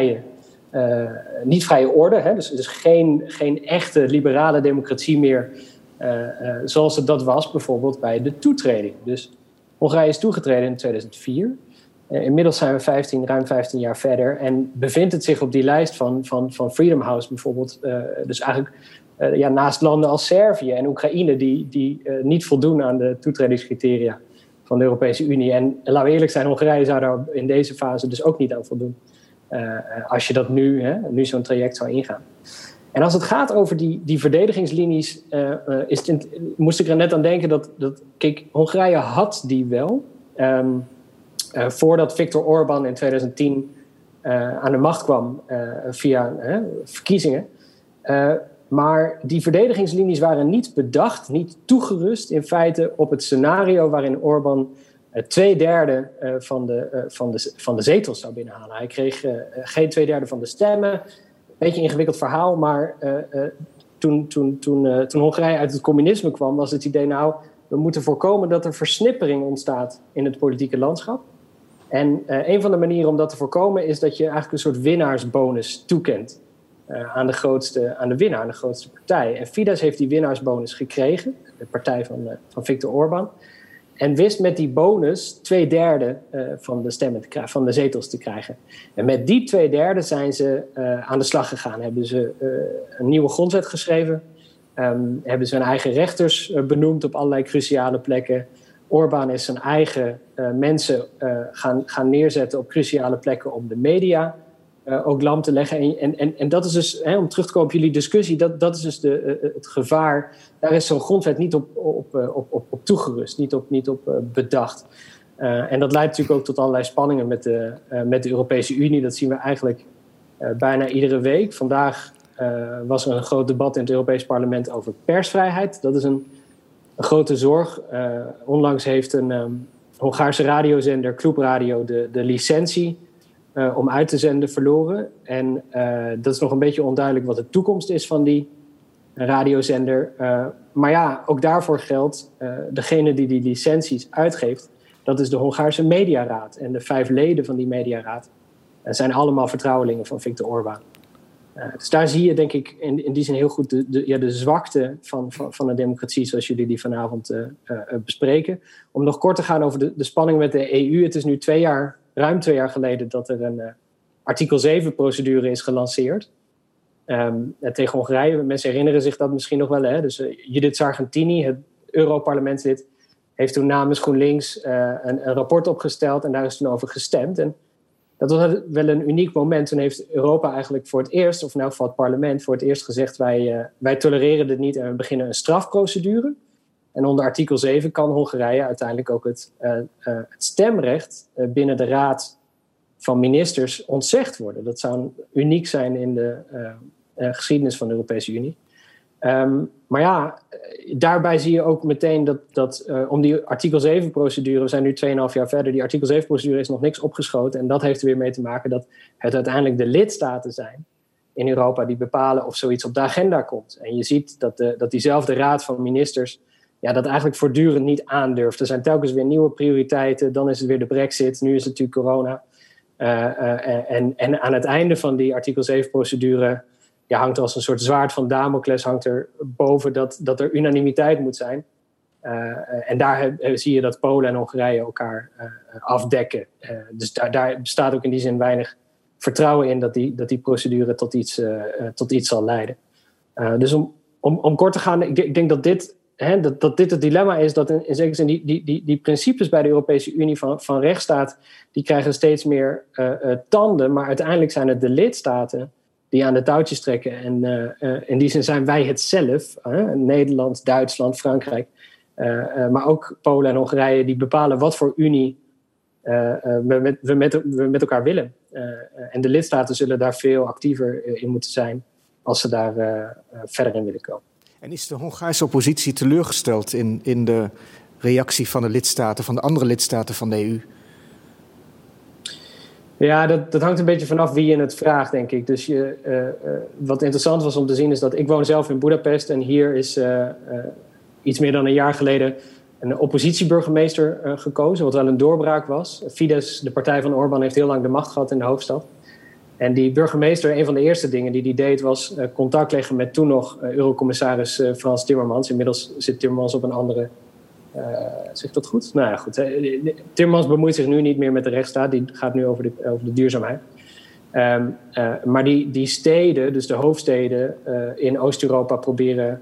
S7: niet vrije orde. Hè? Dus geen echte liberale democratie meer zoals het dat was bijvoorbeeld bij de toetreding. Dus Hongarije is toegetreden in 2004. Inmiddels zijn we ruim 15 jaar verder en bevindt het zich op die lijst van Freedom House bijvoorbeeld. Dus eigenlijk naast landen als Servië en Oekraïne die niet voldoen aan de toetredingscriteria van de Europese Unie. En laten we eerlijk zijn, Hongarije zou daar in deze fase dus ook niet aan voldoen. Als je dat nu zo'n traject zou ingaan. En als het gaat over die verdedigingslinies, moest ik er net aan denken dat kijk, Hongarije had die wel. Voordat Viktor Orbán in 2010 aan de macht kwam via verkiezingen. Maar die verdedigingslinies waren niet bedacht, niet toegerust in feite op het scenario waarin Orbán 2/3 van de zetels zou binnenhalen. Hij kreeg geen 2/3 van de stemmen. Een beetje een ingewikkeld verhaal, maar toen Hongarije uit het communisme kwam, was het idee, nou, we moeten voorkomen dat er versnippering ontstaat in het politieke landschap. En een van de manieren om dat te voorkomen is dat je eigenlijk een soort winnaarsbonus toekent aan de winnaar, aan de grootste partij. En Fidesz heeft die winnaarsbonus gekregen, de partij van Viktor Orbán. En wist met die bonus 2/3 van de stemmen van de zetels te krijgen. En met die 2/3 zijn ze aan de slag gegaan. Hebben ze een nieuwe grondwet geschreven. Hebben ze hun eigen rechters benoemd op allerlei cruciale plekken. Orbán is zijn eigen mensen gaan neerzetten op cruciale plekken om de media ook lam te leggen. En dat is dus, om terug te komen op jullie discussie, dat is dus het gevaar. Daar is zo'n grondwet niet op toegerust, niet op bedacht. En dat leidt natuurlijk ook tot allerlei spanningen met de Europese Unie. Dat zien we eigenlijk bijna iedere week. Vandaag was er een groot debat in het Europees Parlement over persvrijheid. Dat is een grote zorg. Onlangs heeft een Hongaarse radiozender, Klub Radio, de licentie om uit te zenden verloren. En dat is nog een beetje onduidelijk wat de toekomst is van die radiozender. Maar ja, ook daarvoor geldt, degene die licenties uitgeeft, dat is de Hongaarse Mediaraad. En de 5 leden van die Mediaraad zijn allemaal vertrouwelingen van Viktor Orbán. Dus daar zie je, denk ik, in die zin heel goed de zwakte van een democratie zoals jullie die vanavond bespreken. Om nog kort te gaan over de spanning met de EU. Het is nu ruim 2 jaar geleden dat er een artikel 7-procedure is gelanceerd tegen Hongarije. Mensen herinneren zich dat misschien nog wel. Hè? Dus Judith Sargentini, het Europarlementslid, heeft toen namens GroenLinks een rapport opgesteld en daar is toen over gestemd. En dat was wel een uniek moment. Toen heeft Europa eigenlijk voor het eerst, of in elk geval het parlement, voor het eerst gezegd, wij tolereren dit niet en we beginnen een strafprocedure. En onder artikel 7 kan Hongarije uiteindelijk ook het stemrecht binnen de Raad van Ministers ontzegd worden. Dat zou uniek zijn in de geschiedenis van de Europese Unie. Maar ja, daarbij zie je ook meteen dat om die artikel 7-procedure, we zijn nu 2,5 jaar verder, die artikel 7-procedure is nog niks opgeschoten. En dat heeft er weer mee te maken dat het uiteindelijk de lidstaten zijn in Europa die bepalen of zoiets op de agenda komt. En je ziet dat diezelfde Raad van Ministers dat eigenlijk voortdurend niet aandurft. Er zijn telkens weer nieuwe prioriteiten, dan is het weer de Brexit, nu is het natuurlijk corona. En aan het einde van die artikel 7-procedure hangt er als een soort zwaard van Damocles hangt er boven dat er unanimiteit moet zijn. En daar zie je dat Polen en Hongarije elkaar afdekken. Dus daar bestaat ook in die zin weinig vertrouwen in dat die procedure tot iets zal leiden. Dus om kort te gaan, ik denk dat dit het dilemma is, dat in zekere zin die principes bij de Europese Unie van rechtsstaat, die krijgen steeds meer tanden, maar uiteindelijk zijn het de lidstaten die aan de touwtjes trekken. En in die zin zijn wij het zelf, Nederland, Duitsland, Frankrijk, maar ook Polen en Hongarije, die bepalen wat voor unie we met elkaar willen. En de lidstaten zullen daar veel actiever in moeten zijn als ze daar verder in willen komen.
S6: En is de Hongaarse oppositie teleurgesteld in de reactie van de lidstaten, van de andere lidstaten van de EU?
S7: Ja, dat hangt een beetje vanaf wie je het vraagt, denk ik. Dus wat interessant was om te zien is dat ik woon zelf in Boedapest en hier is iets meer dan een jaar geleden een oppositieburgemeester gekozen, wat wel een doorbraak was. Fidesz, de partij van Orbán, heeft heel lang de macht gehad in de hoofdstad. En die burgemeester, een van de eerste dingen die hij deed, was contact leggen met toen nog Eurocommissaris Frans Timmermans. Inmiddels zit Timmermans op een andere... zegt dat goed? Nou ja, goed. Timmermans bemoeit zich nu niet meer met de rechtsstaat. Die gaat nu over de duurzaamheid. Maar die steden, dus de hoofdsteden in Oost-Europa, proberen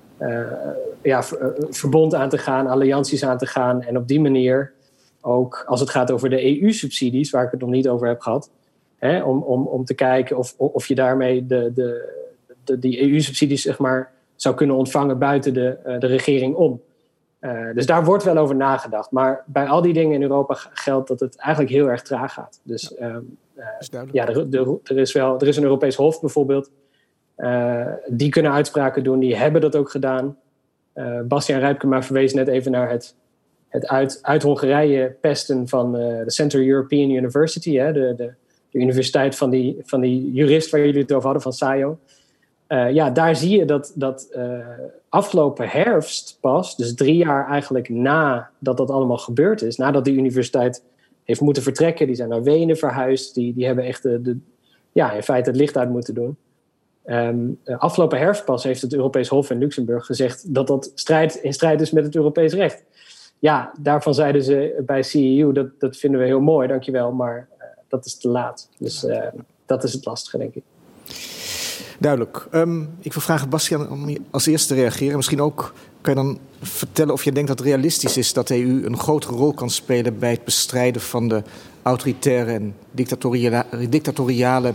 S7: verbond aan te gaan, allianties aan te gaan. En op die manier ook, als het gaat over de EU-subsidies, waar ik het nog niet over heb gehad, om te kijken of je daarmee die EU-subsidies zeg maar zou kunnen ontvangen buiten de regering om. Dus daar wordt wel over nagedacht. Maar bij al die dingen in Europa geldt dat het eigenlijk heel erg traag gaat. Dus er is een Europees Hof bijvoorbeeld. Die kunnen uitspraken doen, die hebben dat ook gedaan. Bastiaan Rijpkema verwees net even naar het uit Hongarije pesten van de Central European University, de universiteit van die jurist waar jullie het over hadden, van Sayo. Daar zie je dat afgelopen herfst pas, dus 3 jaar eigenlijk nadat dat allemaal gebeurd is, nadat die universiteit heeft moeten vertrekken, die zijn naar Wenen verhuisd, die hebben echt in feite het licht uit moeten doen. Afgelopen herfst pas heeft het Europees Hof in Luxemburg gezegd dat in strijd is met het Europees recht. Ja, daarvan zeiden ze bij CEU, dat vinden we heel mooi, dankjewel, maar dat is te laat. Dus dat is het lastige, denk ik.
S6: Duidelijk. Ik wil vragen Bastiaan om als eerste te reageren. Misschien ook kan je dan vertellen of je denkt dat het realistisch is dat de EU een grotere rol kan spelen bij het bestrijden van de autoritaire en dictatoriale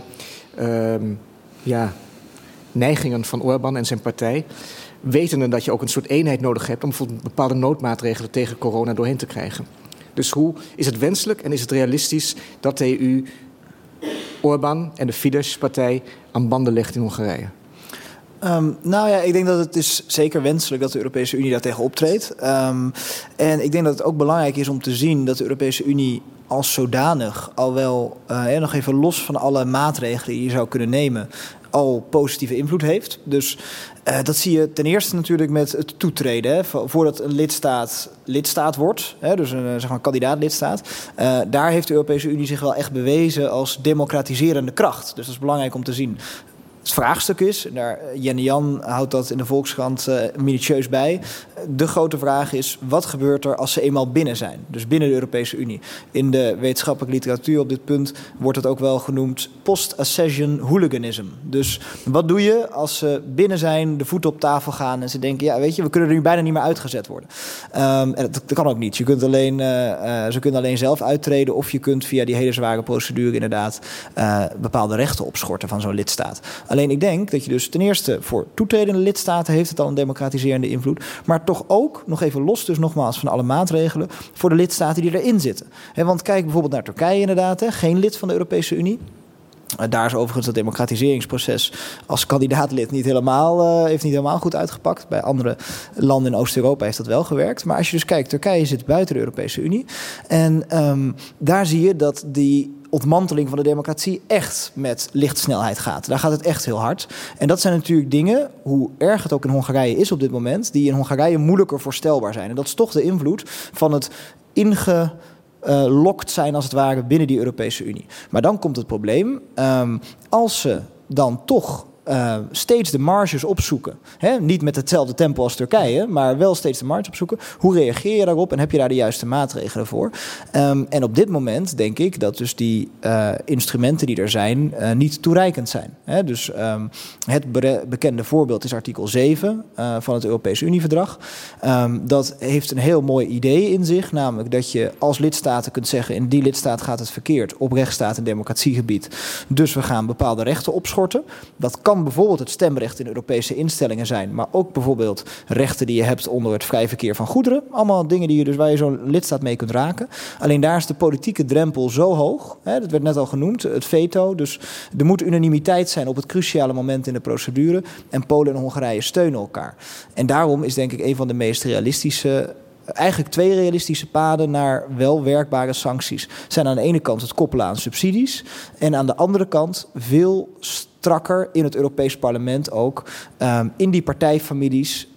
S6: neigingen van Orbán en zijn partij. Wetende dat je ook een soort eenheid nodig hebt om bijvoorbeeld bepaalde noodmaatregelen tegen corona doorheen te krijgen. Dus hoe is het wenselijk en is het realistisch dat de EU Orbán en de Fidesz-partij aan banden legt in Hongarije?
S4: Ik denk dat het is zeker wenselijk dat de Europese Unie daartegen optreedt. En ik denk dat het ook belangrijk is om te zien dat de Europese Unie als zodanig al wel, nog even los van alle maatregelen die je zou kunnen nemen, al positieve invloed heeft. Dus dat zie je ten eerste natuurlijk met het toetreden. Hè, voordat een lidstaat wordt, dus een kandidaat-lidstaat. Daar heeft de Europese Unie zich wel echt bewezen als democratiserende kracht. Dus dat is belangrijk om te zien. Het vraagstuk is, en daar Jan houdt dat in de Volkskrant minutieus bij. De grote vraag is, wat gebeurt er als ze eenmaal binnen zijn? Dus binnen de Europese Unie. In de wetenschappelijke literatuur op dit punt wordt het ook wel genoemd post-accession hooliganism. Dus wat doe je als ze binnen zijn, de voeten op tafel gaan en ze denken, we kunnen er nu bijna niet meer uitgezet worden. En dat kan ook niet. Ze kunnen alleen zelf uittreden of je kunt via die hele zware procedure inderdaad bepaalde rechten opschorten van zo'n lidstaat. Alleen ik denk dat je dus ten eerste voor toetredende lidstaten heeft het al een democratiserende invloed. Maar toch ook, nog even los dus nogmaals van alle maatregelen, voor de lidstaten die erin zitten. Want kijk bijvoorbeeld naar Turkije inderdaad, geen lid van de Europese Unie. Daar is overigens het democratiseringsproces als kandidaatlid heeft niet helemaal goed uitgepakt. Bij andere landen in Oost-Europa heeft dat wel gewerkt. Maar als je dus kijkt, Turkije zit buiten de Europese Unie. En daar zie je dat die ontmanteling van de democratie echt met lichtsnelheid gaat. Daar gaat het echt heel hard. En dat zijn natuurlijk dingen, hoe erg het ook in Hongarije is op dit moment, die in Hongarije moeilijker voorstelbaar zijn. En dat is toch de invloed van het ingelokt zijn als het ware binnen die Europese Unie. Maar dan komt het probleem, als ze dan toch steeds de marges opzoeken. Niet met hetzelfde tempo als Turkije, maar wel steeds de marges opzoeken. Hoe reageer je daarop en heb je daar de juiste maatregelen voor? En op dit moment denk ik dat dus die instrumenten die er zijn niet toereikend zijn. Dus het bekende voorbeeld is artikel 7 van het Europese Unieverdrag. Dat heeft een heel mooi idee in zich, namelijk dat je als lidstaten kunt zeggen, in die lidstaat gaat het verkeerd op rechtsstaat en democratiegebied. Dus we gaan bepaalde rechten opschorten. Dat kan bijvoorbeeld het stemrecht in Europese instellingen zijn, maar ook bijvoorbeeld rechten die je hebt onder het vrij verkeer van goederen. Allemaal dingen waar je zo'n lidstaat mee kunt raken. Alleen daar is de politieke drempel zo hoog. Dat werd net al genoemd, het veto. Dus er moet unanimiteit zijn op het cruciale moment in de procedure. En Polen en Hongarije steunen elkaar. En daarom is denk ik een van de meest realistische, eigenlijk 2 realistische paden naar wel werkbare sancties zijn aan de ene kant het koppelen aan subsidies en aan de andere kant veel strakker in het Europees Parlement ook in die partijfamilies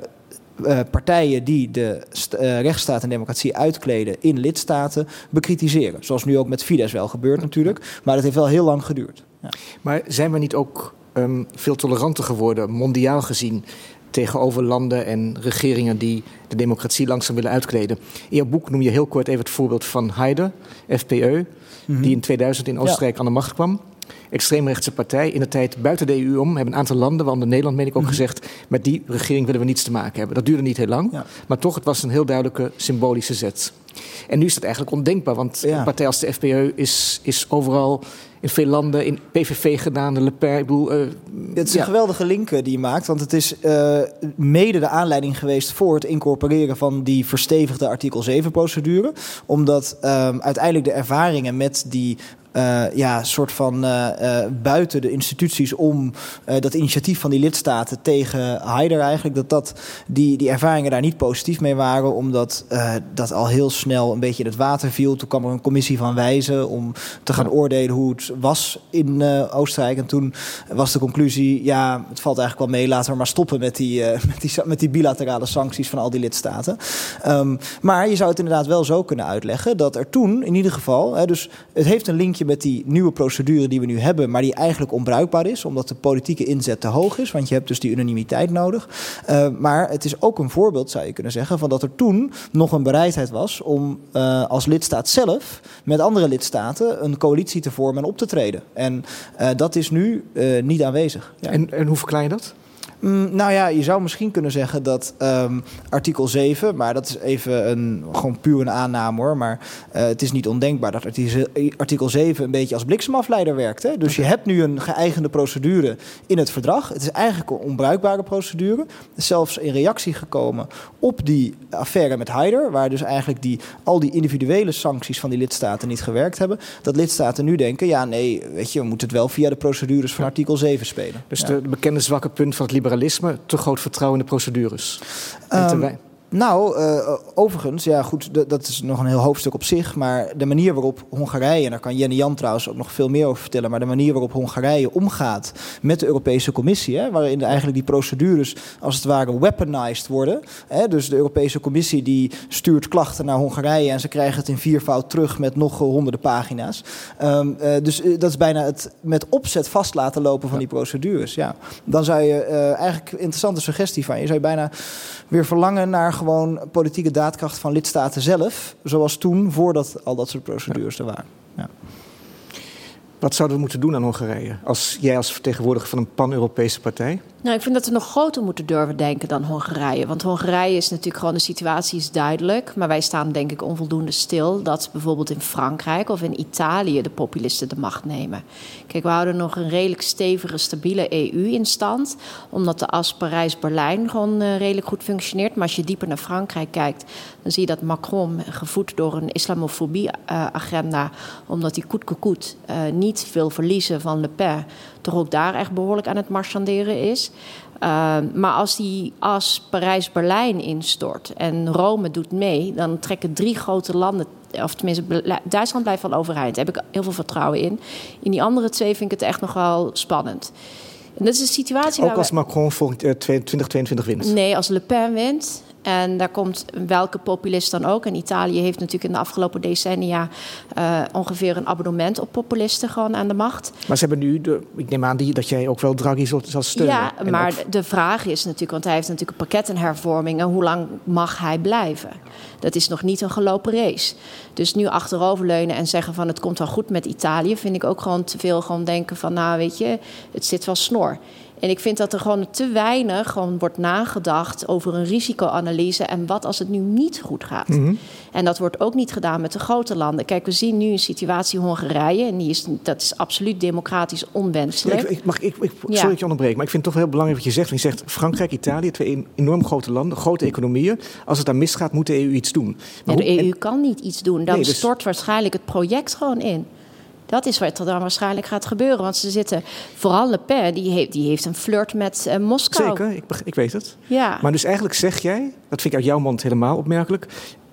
S4: partijen die de rechtsstaat en democratie uitkleden in lidstaten bekritiseren. Zoals nu ook met Fidesz wel gebeurt natuurlijk, maar dat heeft wel heel lang geduurd. Ja.
S6: Maar zijn we niet ook veel toleranter geworden, mondiaal gezien, tegenover landen en regeringen die de democratie langzaam willen uitkleden? In jouw boek noem je heel kort even het voorbeeld van Haider, FPÖ, die in 2000 in Oostenrijk aan de macht kwam. Extreemrechtse partij, in de tijd buiten de EU om, hebben een aantal landen, waaronder Nederland meen ik ook gezegd, met die regering willen we niets te maken hebben. Dat duurde niet heel lang, maar toch, het was een heel duidelijke symbolische zet. En nu is dat eigenlijk ondenkbaar, want een partij als de FPÖ is overal in veel landen, in PVV gedaan, de Le Pen.
S4: Het is een geweldige link die je maakt, want het is mede de aanleiding geweest voor het incorporeren van die verstevigde artikel 7-procedure. Omdat uiteindelijk de ervaringen met die soort van buiten de instituties om dat initiatief van die lidstaten tegen Haider eigenlijk, dat die ervaringen daar niet positief mee waren, omdat dat al heel snel een beetje in het water viel. Toen kwam er een commissie van wijzen om te gaan oordelen hoe het was in Oostenrijk. En toen was de conclusie, het valt eigenlijk wel mee, laten we maar stoppen met die bilaterale sancties van al die lidstaten. Maar je zou het inderdaad wel zo kunnen uitleggen dat er toen in ieder geval, dus het heeft een linkje met die nieuwe procedure die we nu hebben, maar die eigenlijk onbruikbaar is, omdat de politieke inzet te hoog is, want je hebt dus die unanimiteit nodig. Maar het is ook een voorbeeld, zou je kunnen zeggen, van dat er toen nog een bereidheid was om als lidstaat zelf met andere lidstaten een coalitie te vormen en op te treden. En dat is nu niet aanwezig. Ja.
S6: En hoe verklaar je dat?
S4: Je zou misschien kunnen zeggen dat artikel 7... maar dat is even gewoon puur een aanname hoor... maar het is niet ondenkbaar dat artikel 7 een beetje als bliksemafleider werkt. Hè? Dus je hebt nu een geëigende procedure in het verdrag. Het is eigenlijk een onbruikbare procedure. Het is zelfs in reactie gekomen op die affaire met Haider... waar dus eigenlijk al die individuele sancties van die lidstaten niet gewerkt hebben. Dat lidstaten nu denken, we moeten het wel via de procedures van artikel 7 spelen.
S6: Dus de bekende zwakke punt van het liberalisme, te groot vertrouwen in de procedures.
S4: Overigens, dat is nog een heel hoofdstuk op zich, maar de manier waarop Hongarije, en daar kan Jenny Jan trouwens ook nog veel meer over vertellen, maar de manier waarop Hongarije omgaat met de Europese Commissie, waarin eigenlijk die procedures als het ware weaponized worden. Dus de Europese Commissie die stuurt klachten naar Hongarije en ze krijgen het in 4-voud terug met nog honderden pagina's. Dus dat is bijna het met opzet vast laten lopen van die procedures. Ja. Dan zou je eigenlijk interessante suggestie van je zou je bijna weer verlangen naar gewoon politieke daadkracht van lidstaten zelf, zoals toen, voordat al dat soort procedures er waren. Ja.
S6: Wat zouden we moeten doen aan Hongarije? Jij als vertegenwoordiger van een pan-Europese partij?
S3: Ik vind dat we nog groter moeten durven denken dan Hongarije. Want Hongarije is natuurlijk gewoon, de situatie is duidelijk. Maar wij staan denk ik onvoldoende stil dat bijvoorbeeld in Frankrijk of in Italië de populisten de macht nemen. Kijk, we houden nog een redelijk stevige, stabiele EU in stand. Omdat de as Parijs-Berlijn gewoon redelijk goed functioneert. Maar als je dieper naar Frankrijk kijkt, dan zie je dat Macron, gevoed door een islamofobie-agenda, omdat hij coûte que coûte niet wil verliezen van Le Pen, toch ook daar echt behoorlijk aan het marchanderen is. Maar als die as Parijs-Berlijn instort en Rome doet mee, dan trekken 3 grote landen, of tenminste Duitsland blijft wel overeind. Daar heb ik heel veel vertrouwen in. In die andere 2 vind ik het echt nog wel spannend. En dat is een situatie
S6: ook als Macron voor 2022 wint?
S3: Nee, als Le Pen wint. En daar komt welke populist dan ook. En Italië heeft natuurlijk in de afgelopen decennia ongeveer een abonnement op populisten gewoon aan de macht.
S6: Maar ze hebben nu, ik neem aan dat jij ook wel Draghi zal steunen.
S3: Ja, maar de vraag is natuurlijk, want hij heeft natuurlijk een pakket aan hervormingen. Hoe lang mag hij blijven? Dat is nog niet een gelopen race. Dus nu achteroverleunen en zeggen van het komt wel goed met Italië, vind ik ook gewoon te veel gewoon denken van het zit wel snor. En ik vind dat er gewoon te weinig gewoon wordt nagedacht over een risicoanalyse en wat als het nu niet goed gaat. Mm-hmm. En dat wordt ook niet gedaan met de grote landen. Kijk, we zien nu een situatie in Hongarije en dat is absoluut democratisch onwenselijk.
S6: Sorry dat je onderbreekt, maar ik vind het toch heel belangrijk wat je zegt. Je zegt Frankrijk, Italië, 2 enorm grote landen, grote economieën. Als het daar misgaat, moet de EU iets doen.
S3: Maar de EU kan niet iets doen. Dan stort waarschijnlijk het project gewoon in. Dat is wat er dan waarschijnlijk gaat gebeuren. Want ze zitten, vooral Le Pen, die heeft een flirt met Moskou.
S6: Zeker, ik weet het.
S3: Ja.
S6: Maar dus eigenlijk zeg jij, dat vind ik uit jouw mond helemaal opmerkelijk,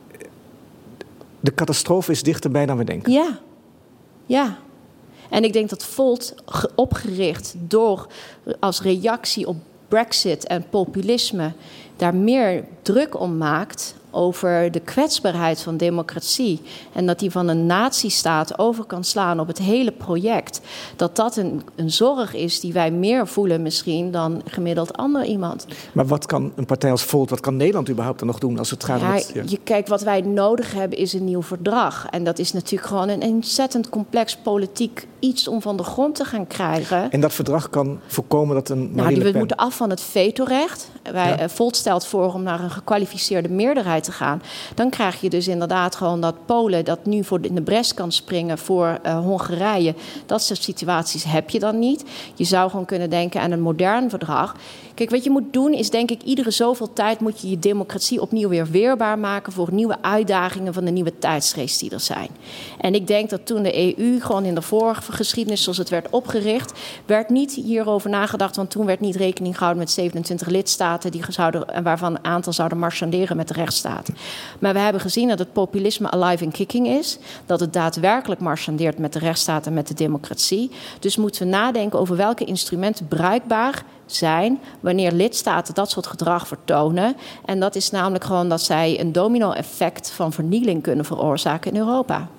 S6: de catastrofe is dichterbij dan we denken.
S3: Ja. En ik denk dat Volt opgericht door als reactie op Brexit en populisme daar meer druk om maakt over de kwetsbaarheid van democratie en dat die van een nazistaat over kan slaan op het hele project, dat een zorg is die wij meer voelen misschien dan gemiddeld ander iemand.
S6: Maar wat kan een partij als Volt, wat kan Nederland überhaupt dan nog doen als het gaat om het...
S3: Kijk, wat wij nodig hebben is een nieuw verdrag. En dat is natuurlijk gewoon een ontzettend complex politiek iets om van de grond te gaan krijgen.
S6: En dat verdrag kan voorkomen dat
S3: we moeten af van het vetorecht. Volt stelt voor om naar een gekwalificeerde meerderheid te gaan. Dan krijg je dus inderdaad gewoon dat Polen dat nu in de bres kan springen voor Hongarije. Dat soort situaties heb je dan niet. Je zou gewoon kunnen denken aan een modern verdrag. Kijk, wat je moet doen is denk ik iedere zoveel tijd moet je je democratie opnieuw weer weerbaar maken voor nieuwe uitdagingen van de nieuwe tijdsgeest die er zijn. En ik denk dat toen de EU gewoon in de vorige geschiedenis zoals het werd opgericht, werd niet hierover nagedacht, want toen werd niet rekening gehouden met 27 lidstaten waarvan een aantal zouden marchanderen met de rechtsstaat. Maar we hebben gezien dat het populisme alive and kicking is, dat het daadwerkelijk marchandeert met de rechtsstaat en met de democratie. Dus moeten we nadenken over welke instrumenten bruikbaar zijn wanneer lidstaten dat soort gedrag vertonen. En dat is namelijk gewoon dat zij een domino-effect van vernieling kunnen veroorzaken in Europa.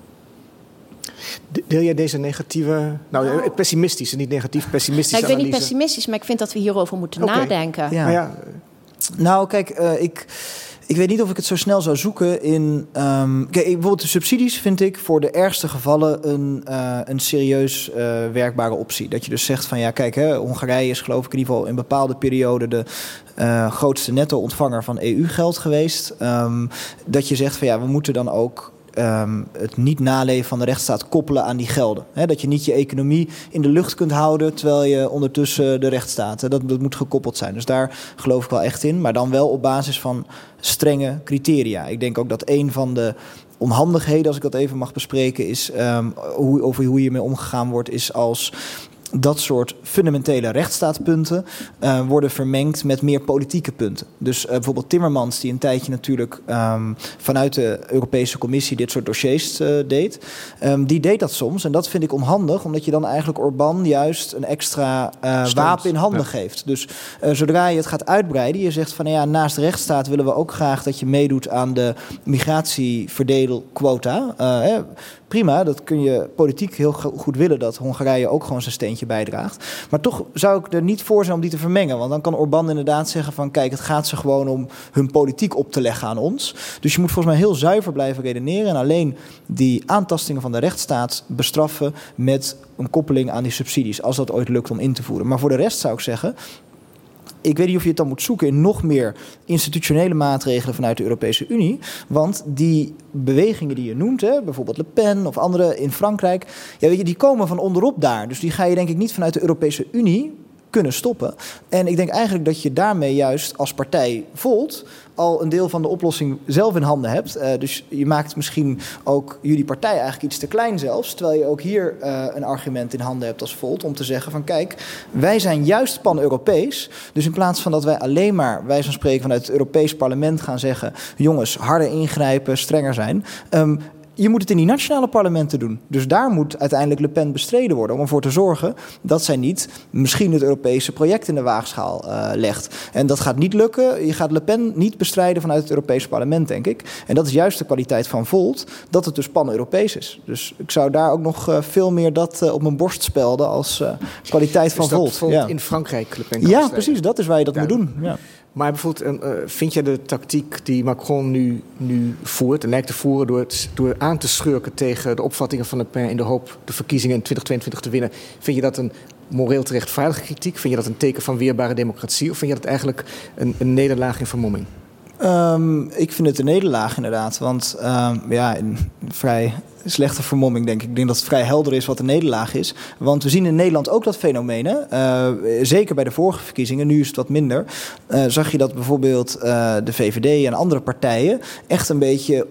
S6: Deel jij deze negatieve, pessimistische, niet negatief, pessimistische analyse?
S3: Ik ben niet pessimistisch, maar ik vind dat we hierover moeten nadenken.
S4: Ja. Nou, kijk, ik weet niet of ik het zo snel zou zoeken in... bijvoorbeeld de subsidies vind ik voor de ergste gevallen een serieus werkbare optie. Dat je dus zegt van Hongarije is geloof ik in ieder geval in bepaalde perioden de grootste netto-ontvanger van EU-geld geweest. Dat je zegt van we moeten dan ook het niet naleven van de rechtsstaat koppelen aan die gelden. Dat je niet je economie in de lucht kunt houden terwijl je ondertussen de rechtsstaat. Dat moet gekoppeld zijn. Dus daar geloof ik wel echt in. Maar dan wel op basis van strenge criteria. Ik denk ook dat een van de onhandigheden, als ik dat even mag bespreken, is over hoe hiermee omgegaan wordt, is als dat soort fundamentele rechtsstaatpunten worden vermengd met meer politieke punten. Dus bijvoorbeeld Timmermans, die een tijdje natuurlijk vanuit de Europese Commissie dit soort dossiers deed, die deed dat soms. En dat vind ik onhandig, omdat je dan eigenlijk Orbán juist een extra wapen in handen geeft. Dus zodra je het gaat uitbreiden, je zegt van naast de rechtsstaat willen we ook graag dat je meedoet aan de migratieverdeelquota. Prima, dat kun je politiek heel goed willen dat Hongarije ook gewoon zijn steentje bijdraagt. Maar toch zou ik er niet voor zijn om die te vermengen. Want dan kan Orbán inderdaad zeggen van kijk, het gaat ze gewoon om hun politiek op te leggen aan ons. Dus je moet volgens mij heel zuiver blijven redeneren en alleen die aantastingen van de rechtsstaat bestraffen met een koppeling aan die subsidies, als dat ooit lukt om in te voeren. Maar voor de rest zou ik zeggen, ik weet niet of je het dan moet zoeken in nog meer institutionele maatregelen vanuit de Europese Unie. Want die bewegingen die je noemt, bijvoorbeeld Le Pen of andere in Frankrijk, die komen van onderop daar. Dus die ga je denk ik niet vanuit de Europese Unie kunnen stoppen. En ik denk eigenlijk dat je daarmee juist als partij Volt al een deel van de oplossing zelf in handen hebt. Dus je maakt misschien ook jullie partij eigenlijk iets te klein zelfs, terwijl je ook hier een argument in handen hebt als Volt om te zeggen van kijk, wij zijn juist pan-Europees. Dus in plaats van dat wij alleen maar, wij van spreken vanuit het Europees Parlement gaan zeggen, jongens, harder ingrijpen, strenger zijn. Je moet het in die nationale parlementen doen. Dus daar moet uiteindelijk Le Pen bestreden worden om ervoor te zorgen dat zij niet misschien het Europese project in de waagschaal legt. En dat gaat niet lukken. Je gaat Le Pen niet bestrijden vanuit het Europese parlement, denk ik. En dat is juist de kwaliteit van Volt, dat het dus pan-Europees is. Dus ik zou daar ook nog veel meer dat op mijn borst spelden als kwaliteit van Volt.
S6: Bijvoorbeeld in Frankrijk Le Pen kan
S4: bestrijden. Precies. Dat is waar je dat moet doen. Ja.
S6: Maar bijvoorbeeld, vind jij de tactiek die Macron nu voert en lijkt te voeren door aan te schurken tegen de opvattingen van Le Pen in de hoop de verkiezingen in 2022 te winnen, vind je dat een moreel te rechtvaardige kritiek? Vind je dat een teken van weerbare democratie? Of vind je dat eigenlijk een nederlaag in vermomming?
S4: Ik vind het een nederlaag inderdaad. Want een vrij slechte vermomming, denk ik. Ik denk dat het vrij helder is wat de nederlaag is. Want we zien in Nederland ook dat fenomeen. Zeker bij de vorige verkiezingen, nu is het wat minder. Zag je dat bijvoorbeeld de VVD en andere partijen echt een beetje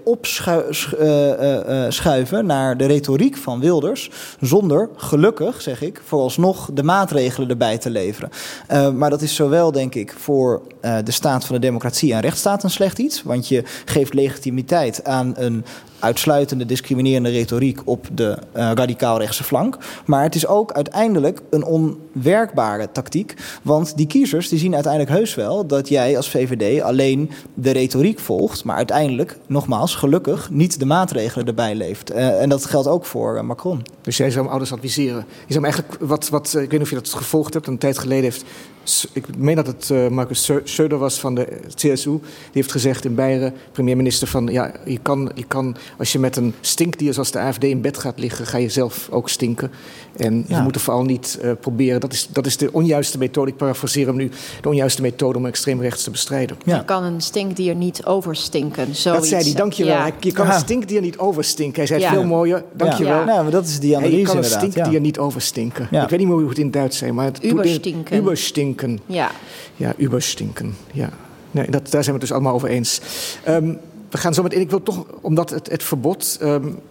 S4: opschuiven naar de retoriek van Wilders. Zonder, gelukkig zeg ik, vooralsnog de maatregelen erbij te leveren. Maar dat is zowel, denk ik, voor de staat van de democratie en rechtsstaat een slecht iets. Want je geeft legitimiteit aan een uitsluitende discriminerende retoriek op de radicaal-rechtse flank. Maar het is ook uiteindelijk een onwerkbare tactiek. Want die kiezers die zien uiteindelijk heus wel dat jij als VVD alleen de retoriek volgt, maar uiteindelijk, nogmaals, gelukkig niet de maatregelen erbij leeft. En dat geldt ook voor Macron.
S6: Dus jij zou hem ouders adviseren? Je zou hem eigenlijk, ik weet niet of je dat gevolgd hebt, een tijd geleden heeft, ik meen dat het Markus Söder was van de CSU, die heeft gezegd in Beieren, premier-minister, van ja, je kan als je met een stinkdier zoals de AFD in bed gaat liggen, ga je zelf ook stinken. En je moet er vooral niet proberen. Dat is de onjuiste methode. Ik parafraseer hem nu. De onjuiste methode om extreem rechts te bestrijden.
S3: Ja. Je kan een stinkdier niet overstinken. Zoiets.
S6: Dat zei hij, dankjewel. Ja. Je kan een stinkdier niet overstinken. Hij zei het veel mooier. Dankjewel.
S4: Ja. Nou, maar dat is die analyse
S6: je kan een
S4: inderdaad.
S6: stinkdier niet overstinken. Ja. Ik weet niet meer hoe het in Duits zei, maar het
S3: Überstinken.
S6: Überstinken. stinken.
S3: Ja,
S6: überstinken. Ja. Nee, daar zijn we het dus allemaal over eens. We gaan zo meteen. Ik wil toch, omdat het verbod,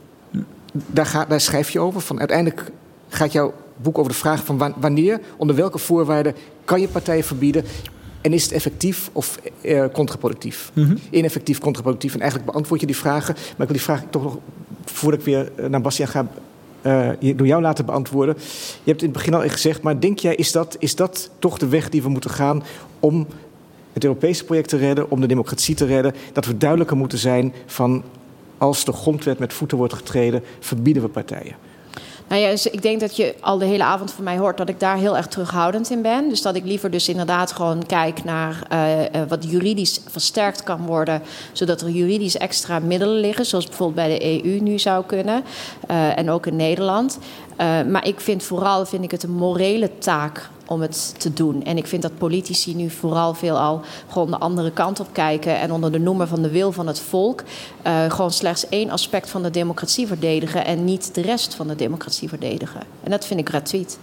S6: daar schrijf je over. Van uiteindelijk gaat jouw boek over de vraag van wanneer, onder welke voorwaarden kan je partijen verbieden. En is het effectief of contraproductief? Mm-hmm. Ineffectief, contraproductief. En eigenlijk beantwoord je die vragen. Maar ik wil die vraag toch nog, voordat ik weer naar Bastiaan ga, door jou laten beantwoorden. Je hebt in het begin al gezegd, maar denk jij, is dat toch de weg die we moeten gaan om het Europese project te redden, om de democratie te redden? Dat we duidelijker moeten zijn van, als de grondwet met voeten wordt getreden, verbieden we partijen.
S3: Nou ja, dus ik denk dat je al de hele avond van mij hoort dat ik daar heel erg terughoudend in ben. Dus dat ik liever dus inderdaad gewoon kijk naar wat juridisch versterkt kan worden, zodat er juridisch extra middelen liggen, zoals bijvoorbeeld bij de EU nu zou kunnen en ook in Nederland. Maar ik vind het een morele taak om het te doen. En ik vind dat politici nu vooral veelal gewoon de andere kant op kijken en onder de noemer van de wil van het volk gewoon slechts één aspect van de democratie verdedigen en niet de rest van de democratie verdedigen. En dat vind ik gratuit.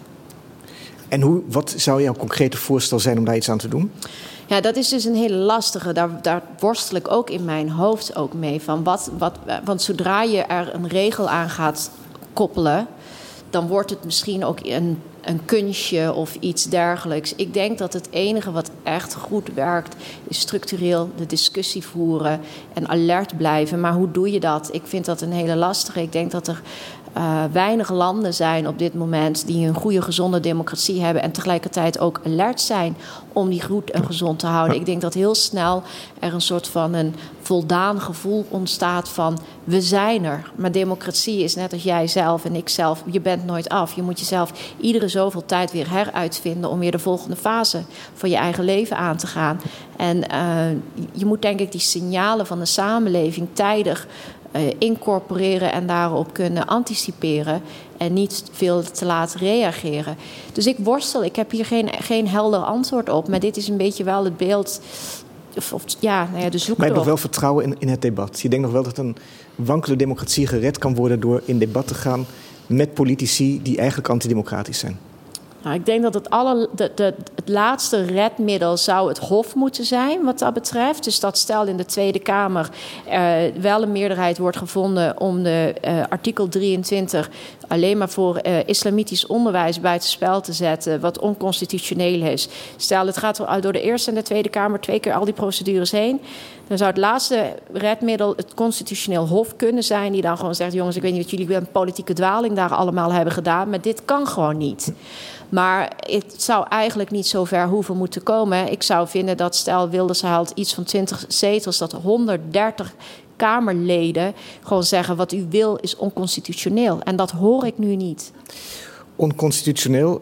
S6: En wat zou jouw concrete voorstel zijn om daar iets aan te doen?
S3: Ja, dat is dus een hele lastige. Daar worstel ik ook in mijn hoofd ook mee. Want zodra je er een regel aan gaat koppelen, dan wordt het misschien ook een kunstje of iets dergelijks. Ik denk dat het enige wat echt goed werkt, is structureel de discussie voeren en alert blijven. Maar hoe doe je dat? Ik vind dat een hele lastige. Ik denk dat er weinig landen zijn op dit moment die een goede, gezonde democratie hebben en tegelijkertijd ook alert zijn om die goed en gezond te houden. Ik denk dat heel snel er een soort van een voldaan gevoel ontstaat van we zijn er. Maar democratie is net als jij zelf en ik zelf. Je bent nooit af. Je moet jezelf iedere zoveel tijd weer heruitvinden om weer de volgende fase van je eigen leven aan te gaan. En je moet denk ik die signalen van de samenleving tijdig incorporeren en daarop kunnen anticiperen en niet veel te laat reageren. Dus ik worstel. Ik heb hier geen helder antwoord op, maar dit is een beetje wel het beeld de zoektocht.
S6: Maar je hebt nog wel vertrouwen in het debat. Je denkt nog wel dat een wankele democratie gered kan worden door in debat te gaan met politici die eigenlijk antidemocratisch zijn.
S3: Nou, ik denk dat het laatste redmiddel zou het Hof moeten zijn wat dat betreft. Dus dat stel in de Tweede Kamer wel een meerderheid wordt gevonden om de artikel 23 alleen maar voor islamitisch onderwijs buitenspel te zetten, wat onconstitutioneel is. Stel, het gaat door de Eerste en de Tweede Kamer 2 keer al die procedures heen. Dan zou het laatste redmiddel het constitutioneel hof kunnen zijn, die dan gewoon zegt, jongens, ik weet niet wat jullie een politieke dwaling daar allemaal hebben gedaan, maar dit kan gewoon niet. Maar het zou eigenlijk niet zo ver hoeven moeten komen. Ik zou vinden dat, stel Wilders haalt iets van 20 zetels, dat 130 Kamerleden gewoon zeggen, wat u wil is onconstitutioneel. En dat hoor ik nu niet.
S6: Onconstitutioneel.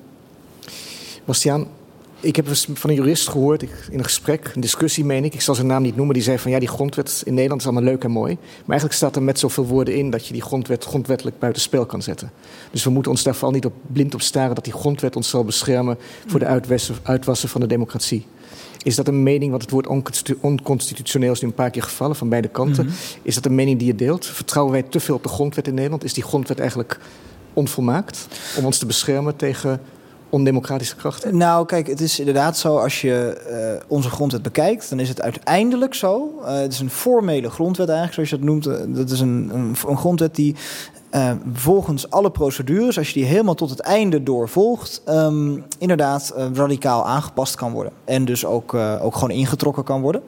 S6: Bastiaan, ik heb van een jurist gehoord in een gesprek, een discussie meen ik zal zijn naam niet noemen, die zei van ja, die grondwet in Nederland is allemaal leuk en mooi. Maar eigenlijk staat er met zoveel woorden in dat je die grondwet grondwettelijk buitenspel kan zetten. Dus we moeten ons daar vooral niet blind op staren dat die grondwet ons zal beschermen voor de uitwassen van de democratie. Is dat een mening, want het woord onconstitutioneel is nu een paar keer gevallen van beide kanten. Mm-hmm. Is dat een mening die je deelt? Vertrouwen wij te veel op de grondwet in Nederland? Is die grondwet eigenlijk onvolmaakt om ons te beschermen tegen ondemocratische krachten?
S4: Nou, kijk, het is inderdaad zo, als je onze grondwet bekijkt, dan is het uiteindelijk zo. Het is een formele grondwet eigenlijk, zoals je dat noemt. Dat is een grondwet die volgens alle procedures, als je die helemaal tot het einde doorvolgt, inderdaad radicaal aangepast kan worden. En dus ook gewoon ingetrokken kan worden.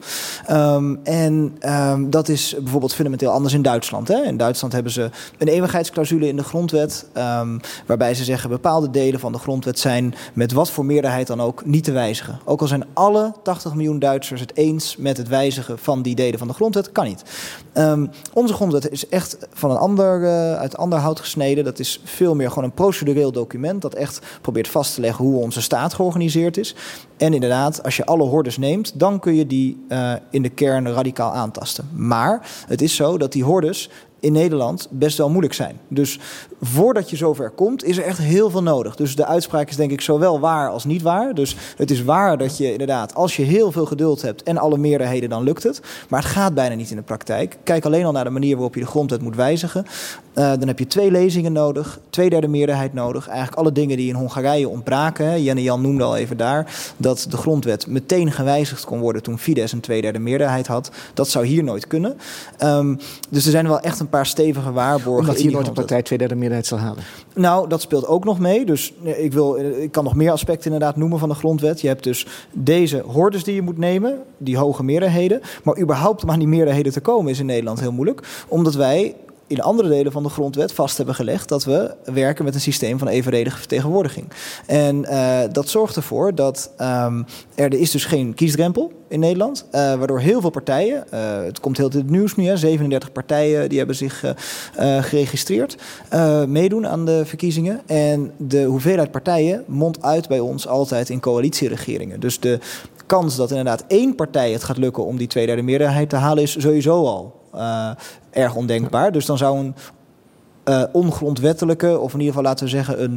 S4: Dat is bijvoorbeeld fundamenteel anders in Duitsland. Hè? In Duitsland hebben ze een eeuwigheidsclausule in de grondwet, waarbij ze zeggen bepaalde delen van de grondwet zijn met wat voor meerderheid dan ook niet te wijzigen. Ook al zijn alle 80 miljoen Duitsers het eens met het wijzigen van die delen van de grondwet, kan niet. Onze grondwet is echt van uit ander hout gesneden. Dat is veel meer gewoon een procedureel document dat echt probeert vast te leggen hoe onze staat georganiseerd is. En inderdaad, als je alle hordes neemt, dan kun je die in de kern radicaal aantasten. Maar het is zo dat die hordes in Nederland best wel moeilijk zijn. Dus voordat je zover komt, is er echt heel veel nodig. Dus de uitspraak is denk ik zowel waar als niet waar. Dus het is waar dat je inderdaad, als je heel veel geduld hebt en alle meerderheden, dan lukt het. Maar het gaat bijna niet in de praktijk. Kijk alleen al naar de manier waarop je de grondwet moet wijzigen. Dan heb je 2 lezingen nodig, 2/3 meerderheid nodig. Eigenlijk alle dingen die in Hongarije ontbraken. Jan noemde al even daar dat de grondwet meteen gewijzigd kon worden toen Fidesz een 2/3 meerderheid had. Dat zou hier nooit kunnen. Dus er zijn wel echt een paar stevige waarborgen.
S6: Omdat hier nooit een partij 2/3 meerderheid zal halen.
S4: Nou, dat speelt ook nog mee. Dus ik kan nog meer aspecten inderdaad noemen van de grondwet. Je hebt dus deze hordes die je moet nemen, die hoge meerderheden. Maar überhaupt om aan die meerderheden te komen is in Nederland heel moeilijk. Omdat wij in andere delen van de grondwet vast hebben gelegd dat we werken met een systeem van evenredige vertegenwoordiging. En dat zorgt ervoor dat er is dus geen kiesdrempel in Nederland, waardoor heel veel partijen, het komt heel in het nieuws nu, 37 partijen die hebben zich geregistreerd, meedoen aan de verkiezingen. En de hoeveelheid partijen mondt uit bij ons altijd in coalitieregeringen. Dus de kans dat inderdaad 1 partij het gaat lukken om die 2/3 meerderheid te halen is sowieso al erg ondenkbaar. Dus dan zou een ongrondwettelijke, of in ieder geval laten we zeggen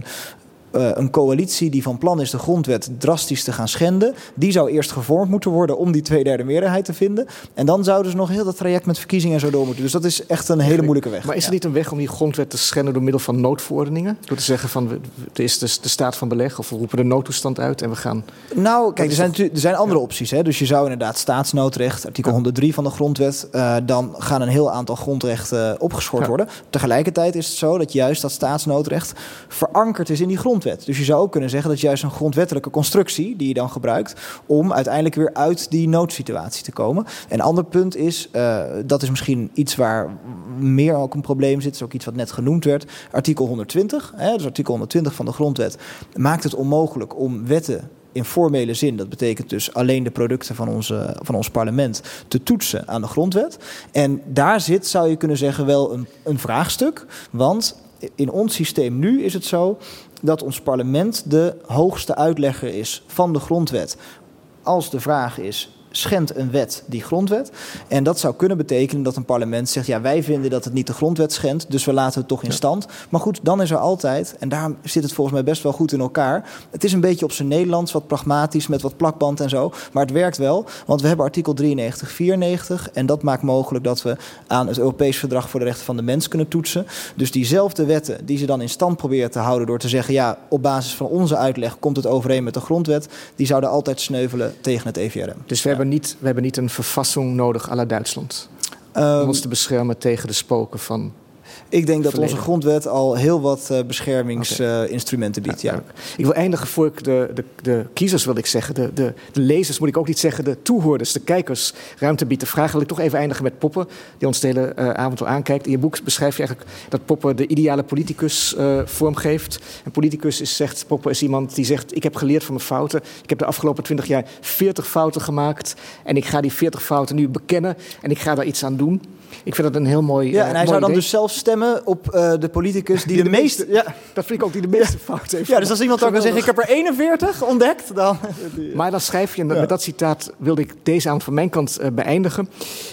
S4: een coalitie die van plan is de grondwet drastisch te gaan schenden, die zou eerst gevormd moeten worden om die 2/3 meerderheid te vinden. En dan zouden ze nog heel dat traject met verkiezingen en zo door moeten. Dus dat is echt een hele moeilijke weg.
S6: Maar is er niet een weg om die grondwet te schenden door middel van noodverordeningen? Door te zeggen van, het is de staat van beleg, of we roepen de noodtoestand uit en we gaan...
S4: Nou, kijk, er zijn andere opties. Hè? Dus je zou inderdaad staatsnoodrecht, artikel 103 van de grondwet, dan gaan een heel aantal grondrechten opgeschort worden. Tegelijkertijd is het zo dat juist dat staatsnoodrecht verankerd is in die grondwet. Dus je zou ook kunnen zeggen dat juist een grondwettelijke constructie die je dan gebruikt om uiteindelijk weer uit die noodsituatie te komen. En een ander punt is, dat is misschien iets waar meer ook een probleem zit, is ook iets wat net genoemd werd, artikel 120. Dus artikel 120 van de grondwet maakt het onmogelijk om wetten in formele zin, dat betekent dus alleen de producten van ons parlement, te toetsen aan de grondwet. En daar zit, zou je kunnen zeggen, wel een vraagstuk. Want in ons systeem nu is het zo dat ons parlement de hoogste uitlegger is van de grondwet. Als de vraag is, schendt een wet die grondwet? En dat zou kunnen betekenen dat een parlement zegt, ja, wij vinden dat het niet de grondwet schendt, dus we laten het toch in stand. Maar goed, dan is er altijd, en daarom zit het volgens mij best wel goed in elkaar, het is een beetje op zijn Nederlands, wat pragmatisch, met wat plakband en zo, maar het werkt wel, want we hebben artikel 93, 94 en dat maakt mogelijk dat we aan het Europees Verdrag voor de Rechten van de Mens kunnen toetsen. Dus diezelfde wetten die ze dan in stand proberen te houden door te zeggen, ja, op basis van onze uitleg komt het overeen met de grondwet, die zouden altijd sneuvelen tegen het EVRM.
S6: Dus we hebben niet een verfassing nodig à la Duitsland om ons te beschermen tegen de spoken van...
S4: Ik denk dat onze grondwet al heel wat beschermingsinstrumenten biedt. Ja.
S6: Ik wil eindigen voor ik de kiezers, wil ik zeggen, de lezers, moet ik ook niet zeggen, de toehoorders, de kijkers ruimte biedt. De vraag wil ik toch even eindigen met Popper, die ons de hele avond al aankijkt. In je boek beschrijf je eigenlijk dat Popper de ideale politicus vormgeeft. Een politicus zegt, Popper is iemand die zegt, ik heb geleerd van mijn fouten. Ik heb de afgelopen 20 jaar 40 fouten gemaakt en ik ga die 40 fouten nu bekennen en ik ga daar iets aan doen. Ik vind dat een heel mooi
S4: Ja, en hij zou dan dus zelf stemmen op de politicus die de meeste...
S6: Ja, dat vind ik ook die de meeste fouten heeft.
S4: Ja, dus als iemand dan kan zeggen, ik heb er 41 ontdekt, dan...
S6: Maar dan schrijf je, met dat citaat wilde ik deze avond van mijn kant beëindigen,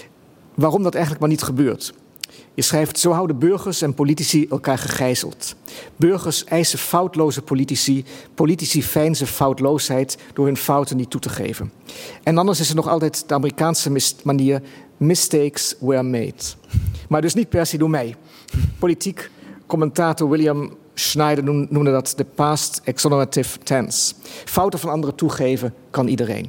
S6: waarom dat eigenlijk maar niet gebeurt. Je schrijft, zo houden burgers en politici elkaar gegijzeld. Burgers eisen foutloze politici, politici veinzen foutloosheid door hun fouten niet toe te geven. En anders is er nog altijd de Amerikaanse manier, mistakes were made. Maar dus niet per se door mij. Politiek commentator William Schneider noemde dat de past exonerative tense. Fouten van anderen toegeven kan iedereen.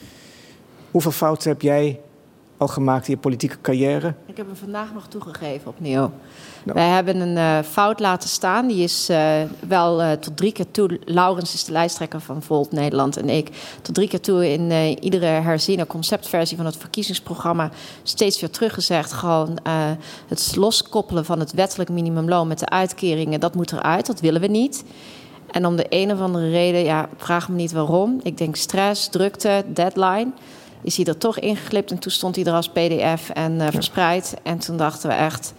S6: Hoeveel fouten heb jij al gemaakt in je politieke carrière?
S3: Ik heb hem vandaag nog toegegeven opnieuw. Nou. Wij hebben een fout laten staan. Die is wel tot 3 keer toe... Laurens is de lijsttrekker van Volt Nederland en ik. Tot 3 keer toe in iedere herziene conceptversie van het verkiezingsprogramma steeds weer teruggezegd. Gewoon het loskoppelen van het wettelijk minimumloon met de uitkeringen, dat moet eruit. Dat willen we niet. En om de een of andere reden, ja, vraag me niet waarom. Ik denk stress, drukte, deadline. Is hij er toch ingeglipt en toen stond hij er als pdf en verspreid. En toen dachten we echt,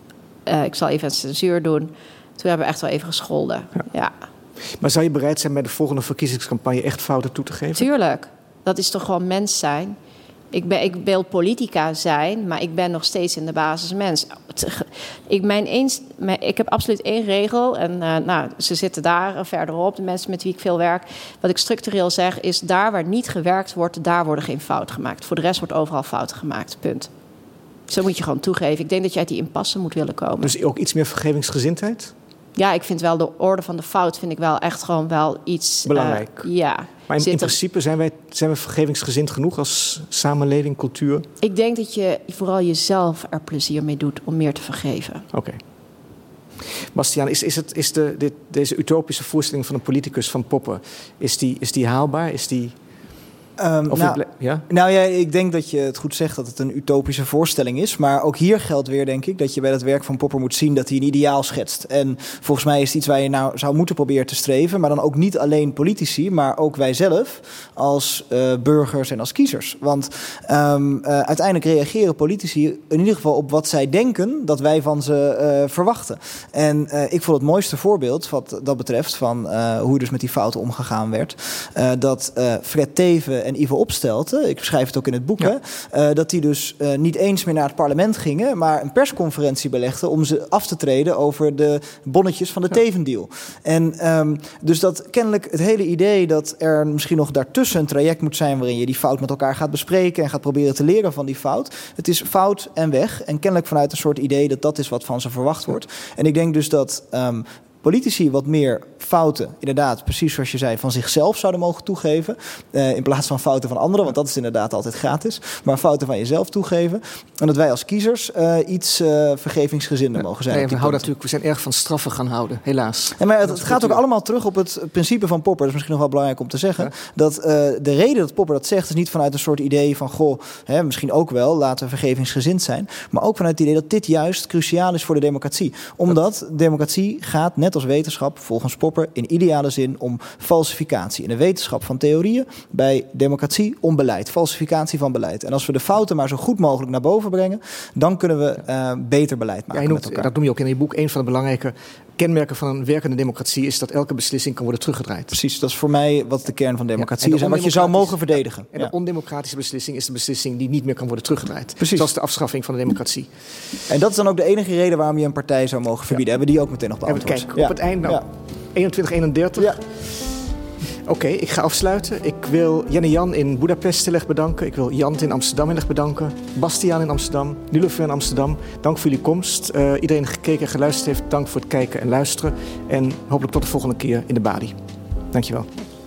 S3: ik zal even censuur doen. Toen hebben we echt wel even gescholden. Ja.
S6: Maar zou je bereid zijn bij de volgende verkiezingscampagne echt fouten toe te geven?
S3: Tuurlijk. Dat is toch gewoon mens zijn. Ik wil politica zijn, maar ik ben nog steeds in de basis mens. Ik heb absoluut 1 regel. En ze zitten daar verderop, de mensen met wie ik veel werk. Wat ik structureel zeg is, daar waar niet gewerkt wordt, daar worden geen fouten gemaakt. Voor de rest wordt overal fouten gemaakt, punt. Zo moet je gewoon toegeven. Ik denk dat je uit die impasse moet willen komen.
S6: Dus ook iets meer vergevingsgezindheid?
S3: Ja, ik vind wel de orde van de fout vind ik wel echt gewoon wel iets...
S6: belangrijk.
S3: Ja.
S6: Maar in principe zijn we vergevingsgezind genoeg als samenleving, cultuur?
S3: Ik denk dat je vooral jezelf er plezier mee doet om meer te vergeven.
S6: Oké. Bastiaan, is deze utopische voorstelling van een politicus van Popper, is die haalbaar? Is die...
S4: Ik denk dat je het goed zegt dat het een utopische voorstelling is. Maar ook hier geldt weer, denk ik, dat je bij dat werk van Popper moet zien dat hij een ideaal schetst. En volgens mij is het iets waar je nou zou moeten proberen te streven. Maar dan ook niet alleen politici, maar ook wij zelf als burgers en als kiezers. Want uiteindelijk reageren politici in ieder geval op wat zij denken dat wij van ze verwachten. En ik vond het mooiste voorbeeld wat dat betreft van hoe dus met die fouten omgegaan werd. Dat Fred Teven en Ivo Opstelten, ik beschrijf het ook in het boek, dat die dus niet eens meer naar het parlement gingen, maar een persconferentie belegden om ze af te treden over de bonnetjes van de Teven-deal. En dus dat kennelijk het hele idee dat er misschien nog daartussen een traject moet zijn waarin je die fout met elkaar gaat bespreken en gaat proberen te leren van die fout. Het is fout en weg. En kennelijk vanuit een soort idee dat is wat van ze verwacht wordt. En ik denk dus dat politici wat meer fouten, inderdaad, precies zoals je zei, van zichzelf zouden mogen toegeven. In plaats van fouten van anderen, want dat is inderdaad altijd gratis. Maar fouten van jezelf toegeven. En dat wij als kiezers iets vergevingsgezinder mogen zijn.
S2: We zijn erg van straffen gaan houden, helaas.
S4: En maar het gaat ook allemaal terug op het principe van Popper. Dat is misschien nog wel belangrijk om te zeggen. Ja. Dat de reden dat Popper dat zegt, is niet vanuit een soort idee van, misschien ook wel, laten we vergevingsgezind zijn. Maar ook vanuit het idee dat dit juist cruciaal is voor de democratie. Omdat democratie gaat, net als wetenschap, volgens Popper, in ideale zin om falsificatie. In de wetenschap van theorieën, bij democratie om beleid. Falsificatie van beleid. En als we de fouten maar zo goed mogelijk naar boven brengen, dan kunnen we beter beleid maken met elkaar.
S6: Dat noem je ook in je boek. Een van de belangrijke kenmerken van een werkende democratie is dat elke beslissing kan worden teruggedraaid.
S4: Precies, dat is voor mij wat de kern van democratie is en wat je zou mogen verdedigen.
S6: En de ondemocratische beslissing is de beslissing die niet meer kan worden teruggedraaid.
S4: Precies.
S6: Zoals de afschaffing van de democratie.
S4: En dat is dan ook de enige reden waarom je een partij zou mogen verbieden. Hebben we die ook meteen nog beantwoord?
S6: Even kijken, op het eind 2131. Ja. Oké, ik ga afsluiten. Ik wil Jenny-Jan in Boedapest heel erg bedanken. Ik wil Jant in Amsterdam heel erg bedanken. Bastiaan in Amsterdam. Nilofer in Amsterdam. Dank voor jullie komst. Iedereen die gekeken en geluisterd heeft, dank voor het kijken en luisteren. En hopelijk tot de volgende keer in de Bali. Dankjewel.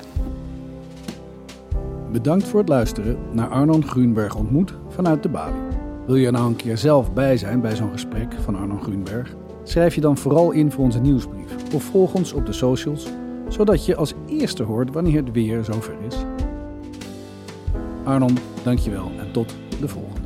S1: Bedankt voor het luisteren naar Arnon Grunberg ontmoet vanuit de Bali. Wil je er nou een keer zelf bij zijn bij zo'n gesprek van Arnon Grunberg? Schrijf je dan vooral in voor onze nieuwsbrief of volg ons op de socials, zodat je als eerste hoort wanneer het weer zover is. Arnon, dankjewel en tot de volgende.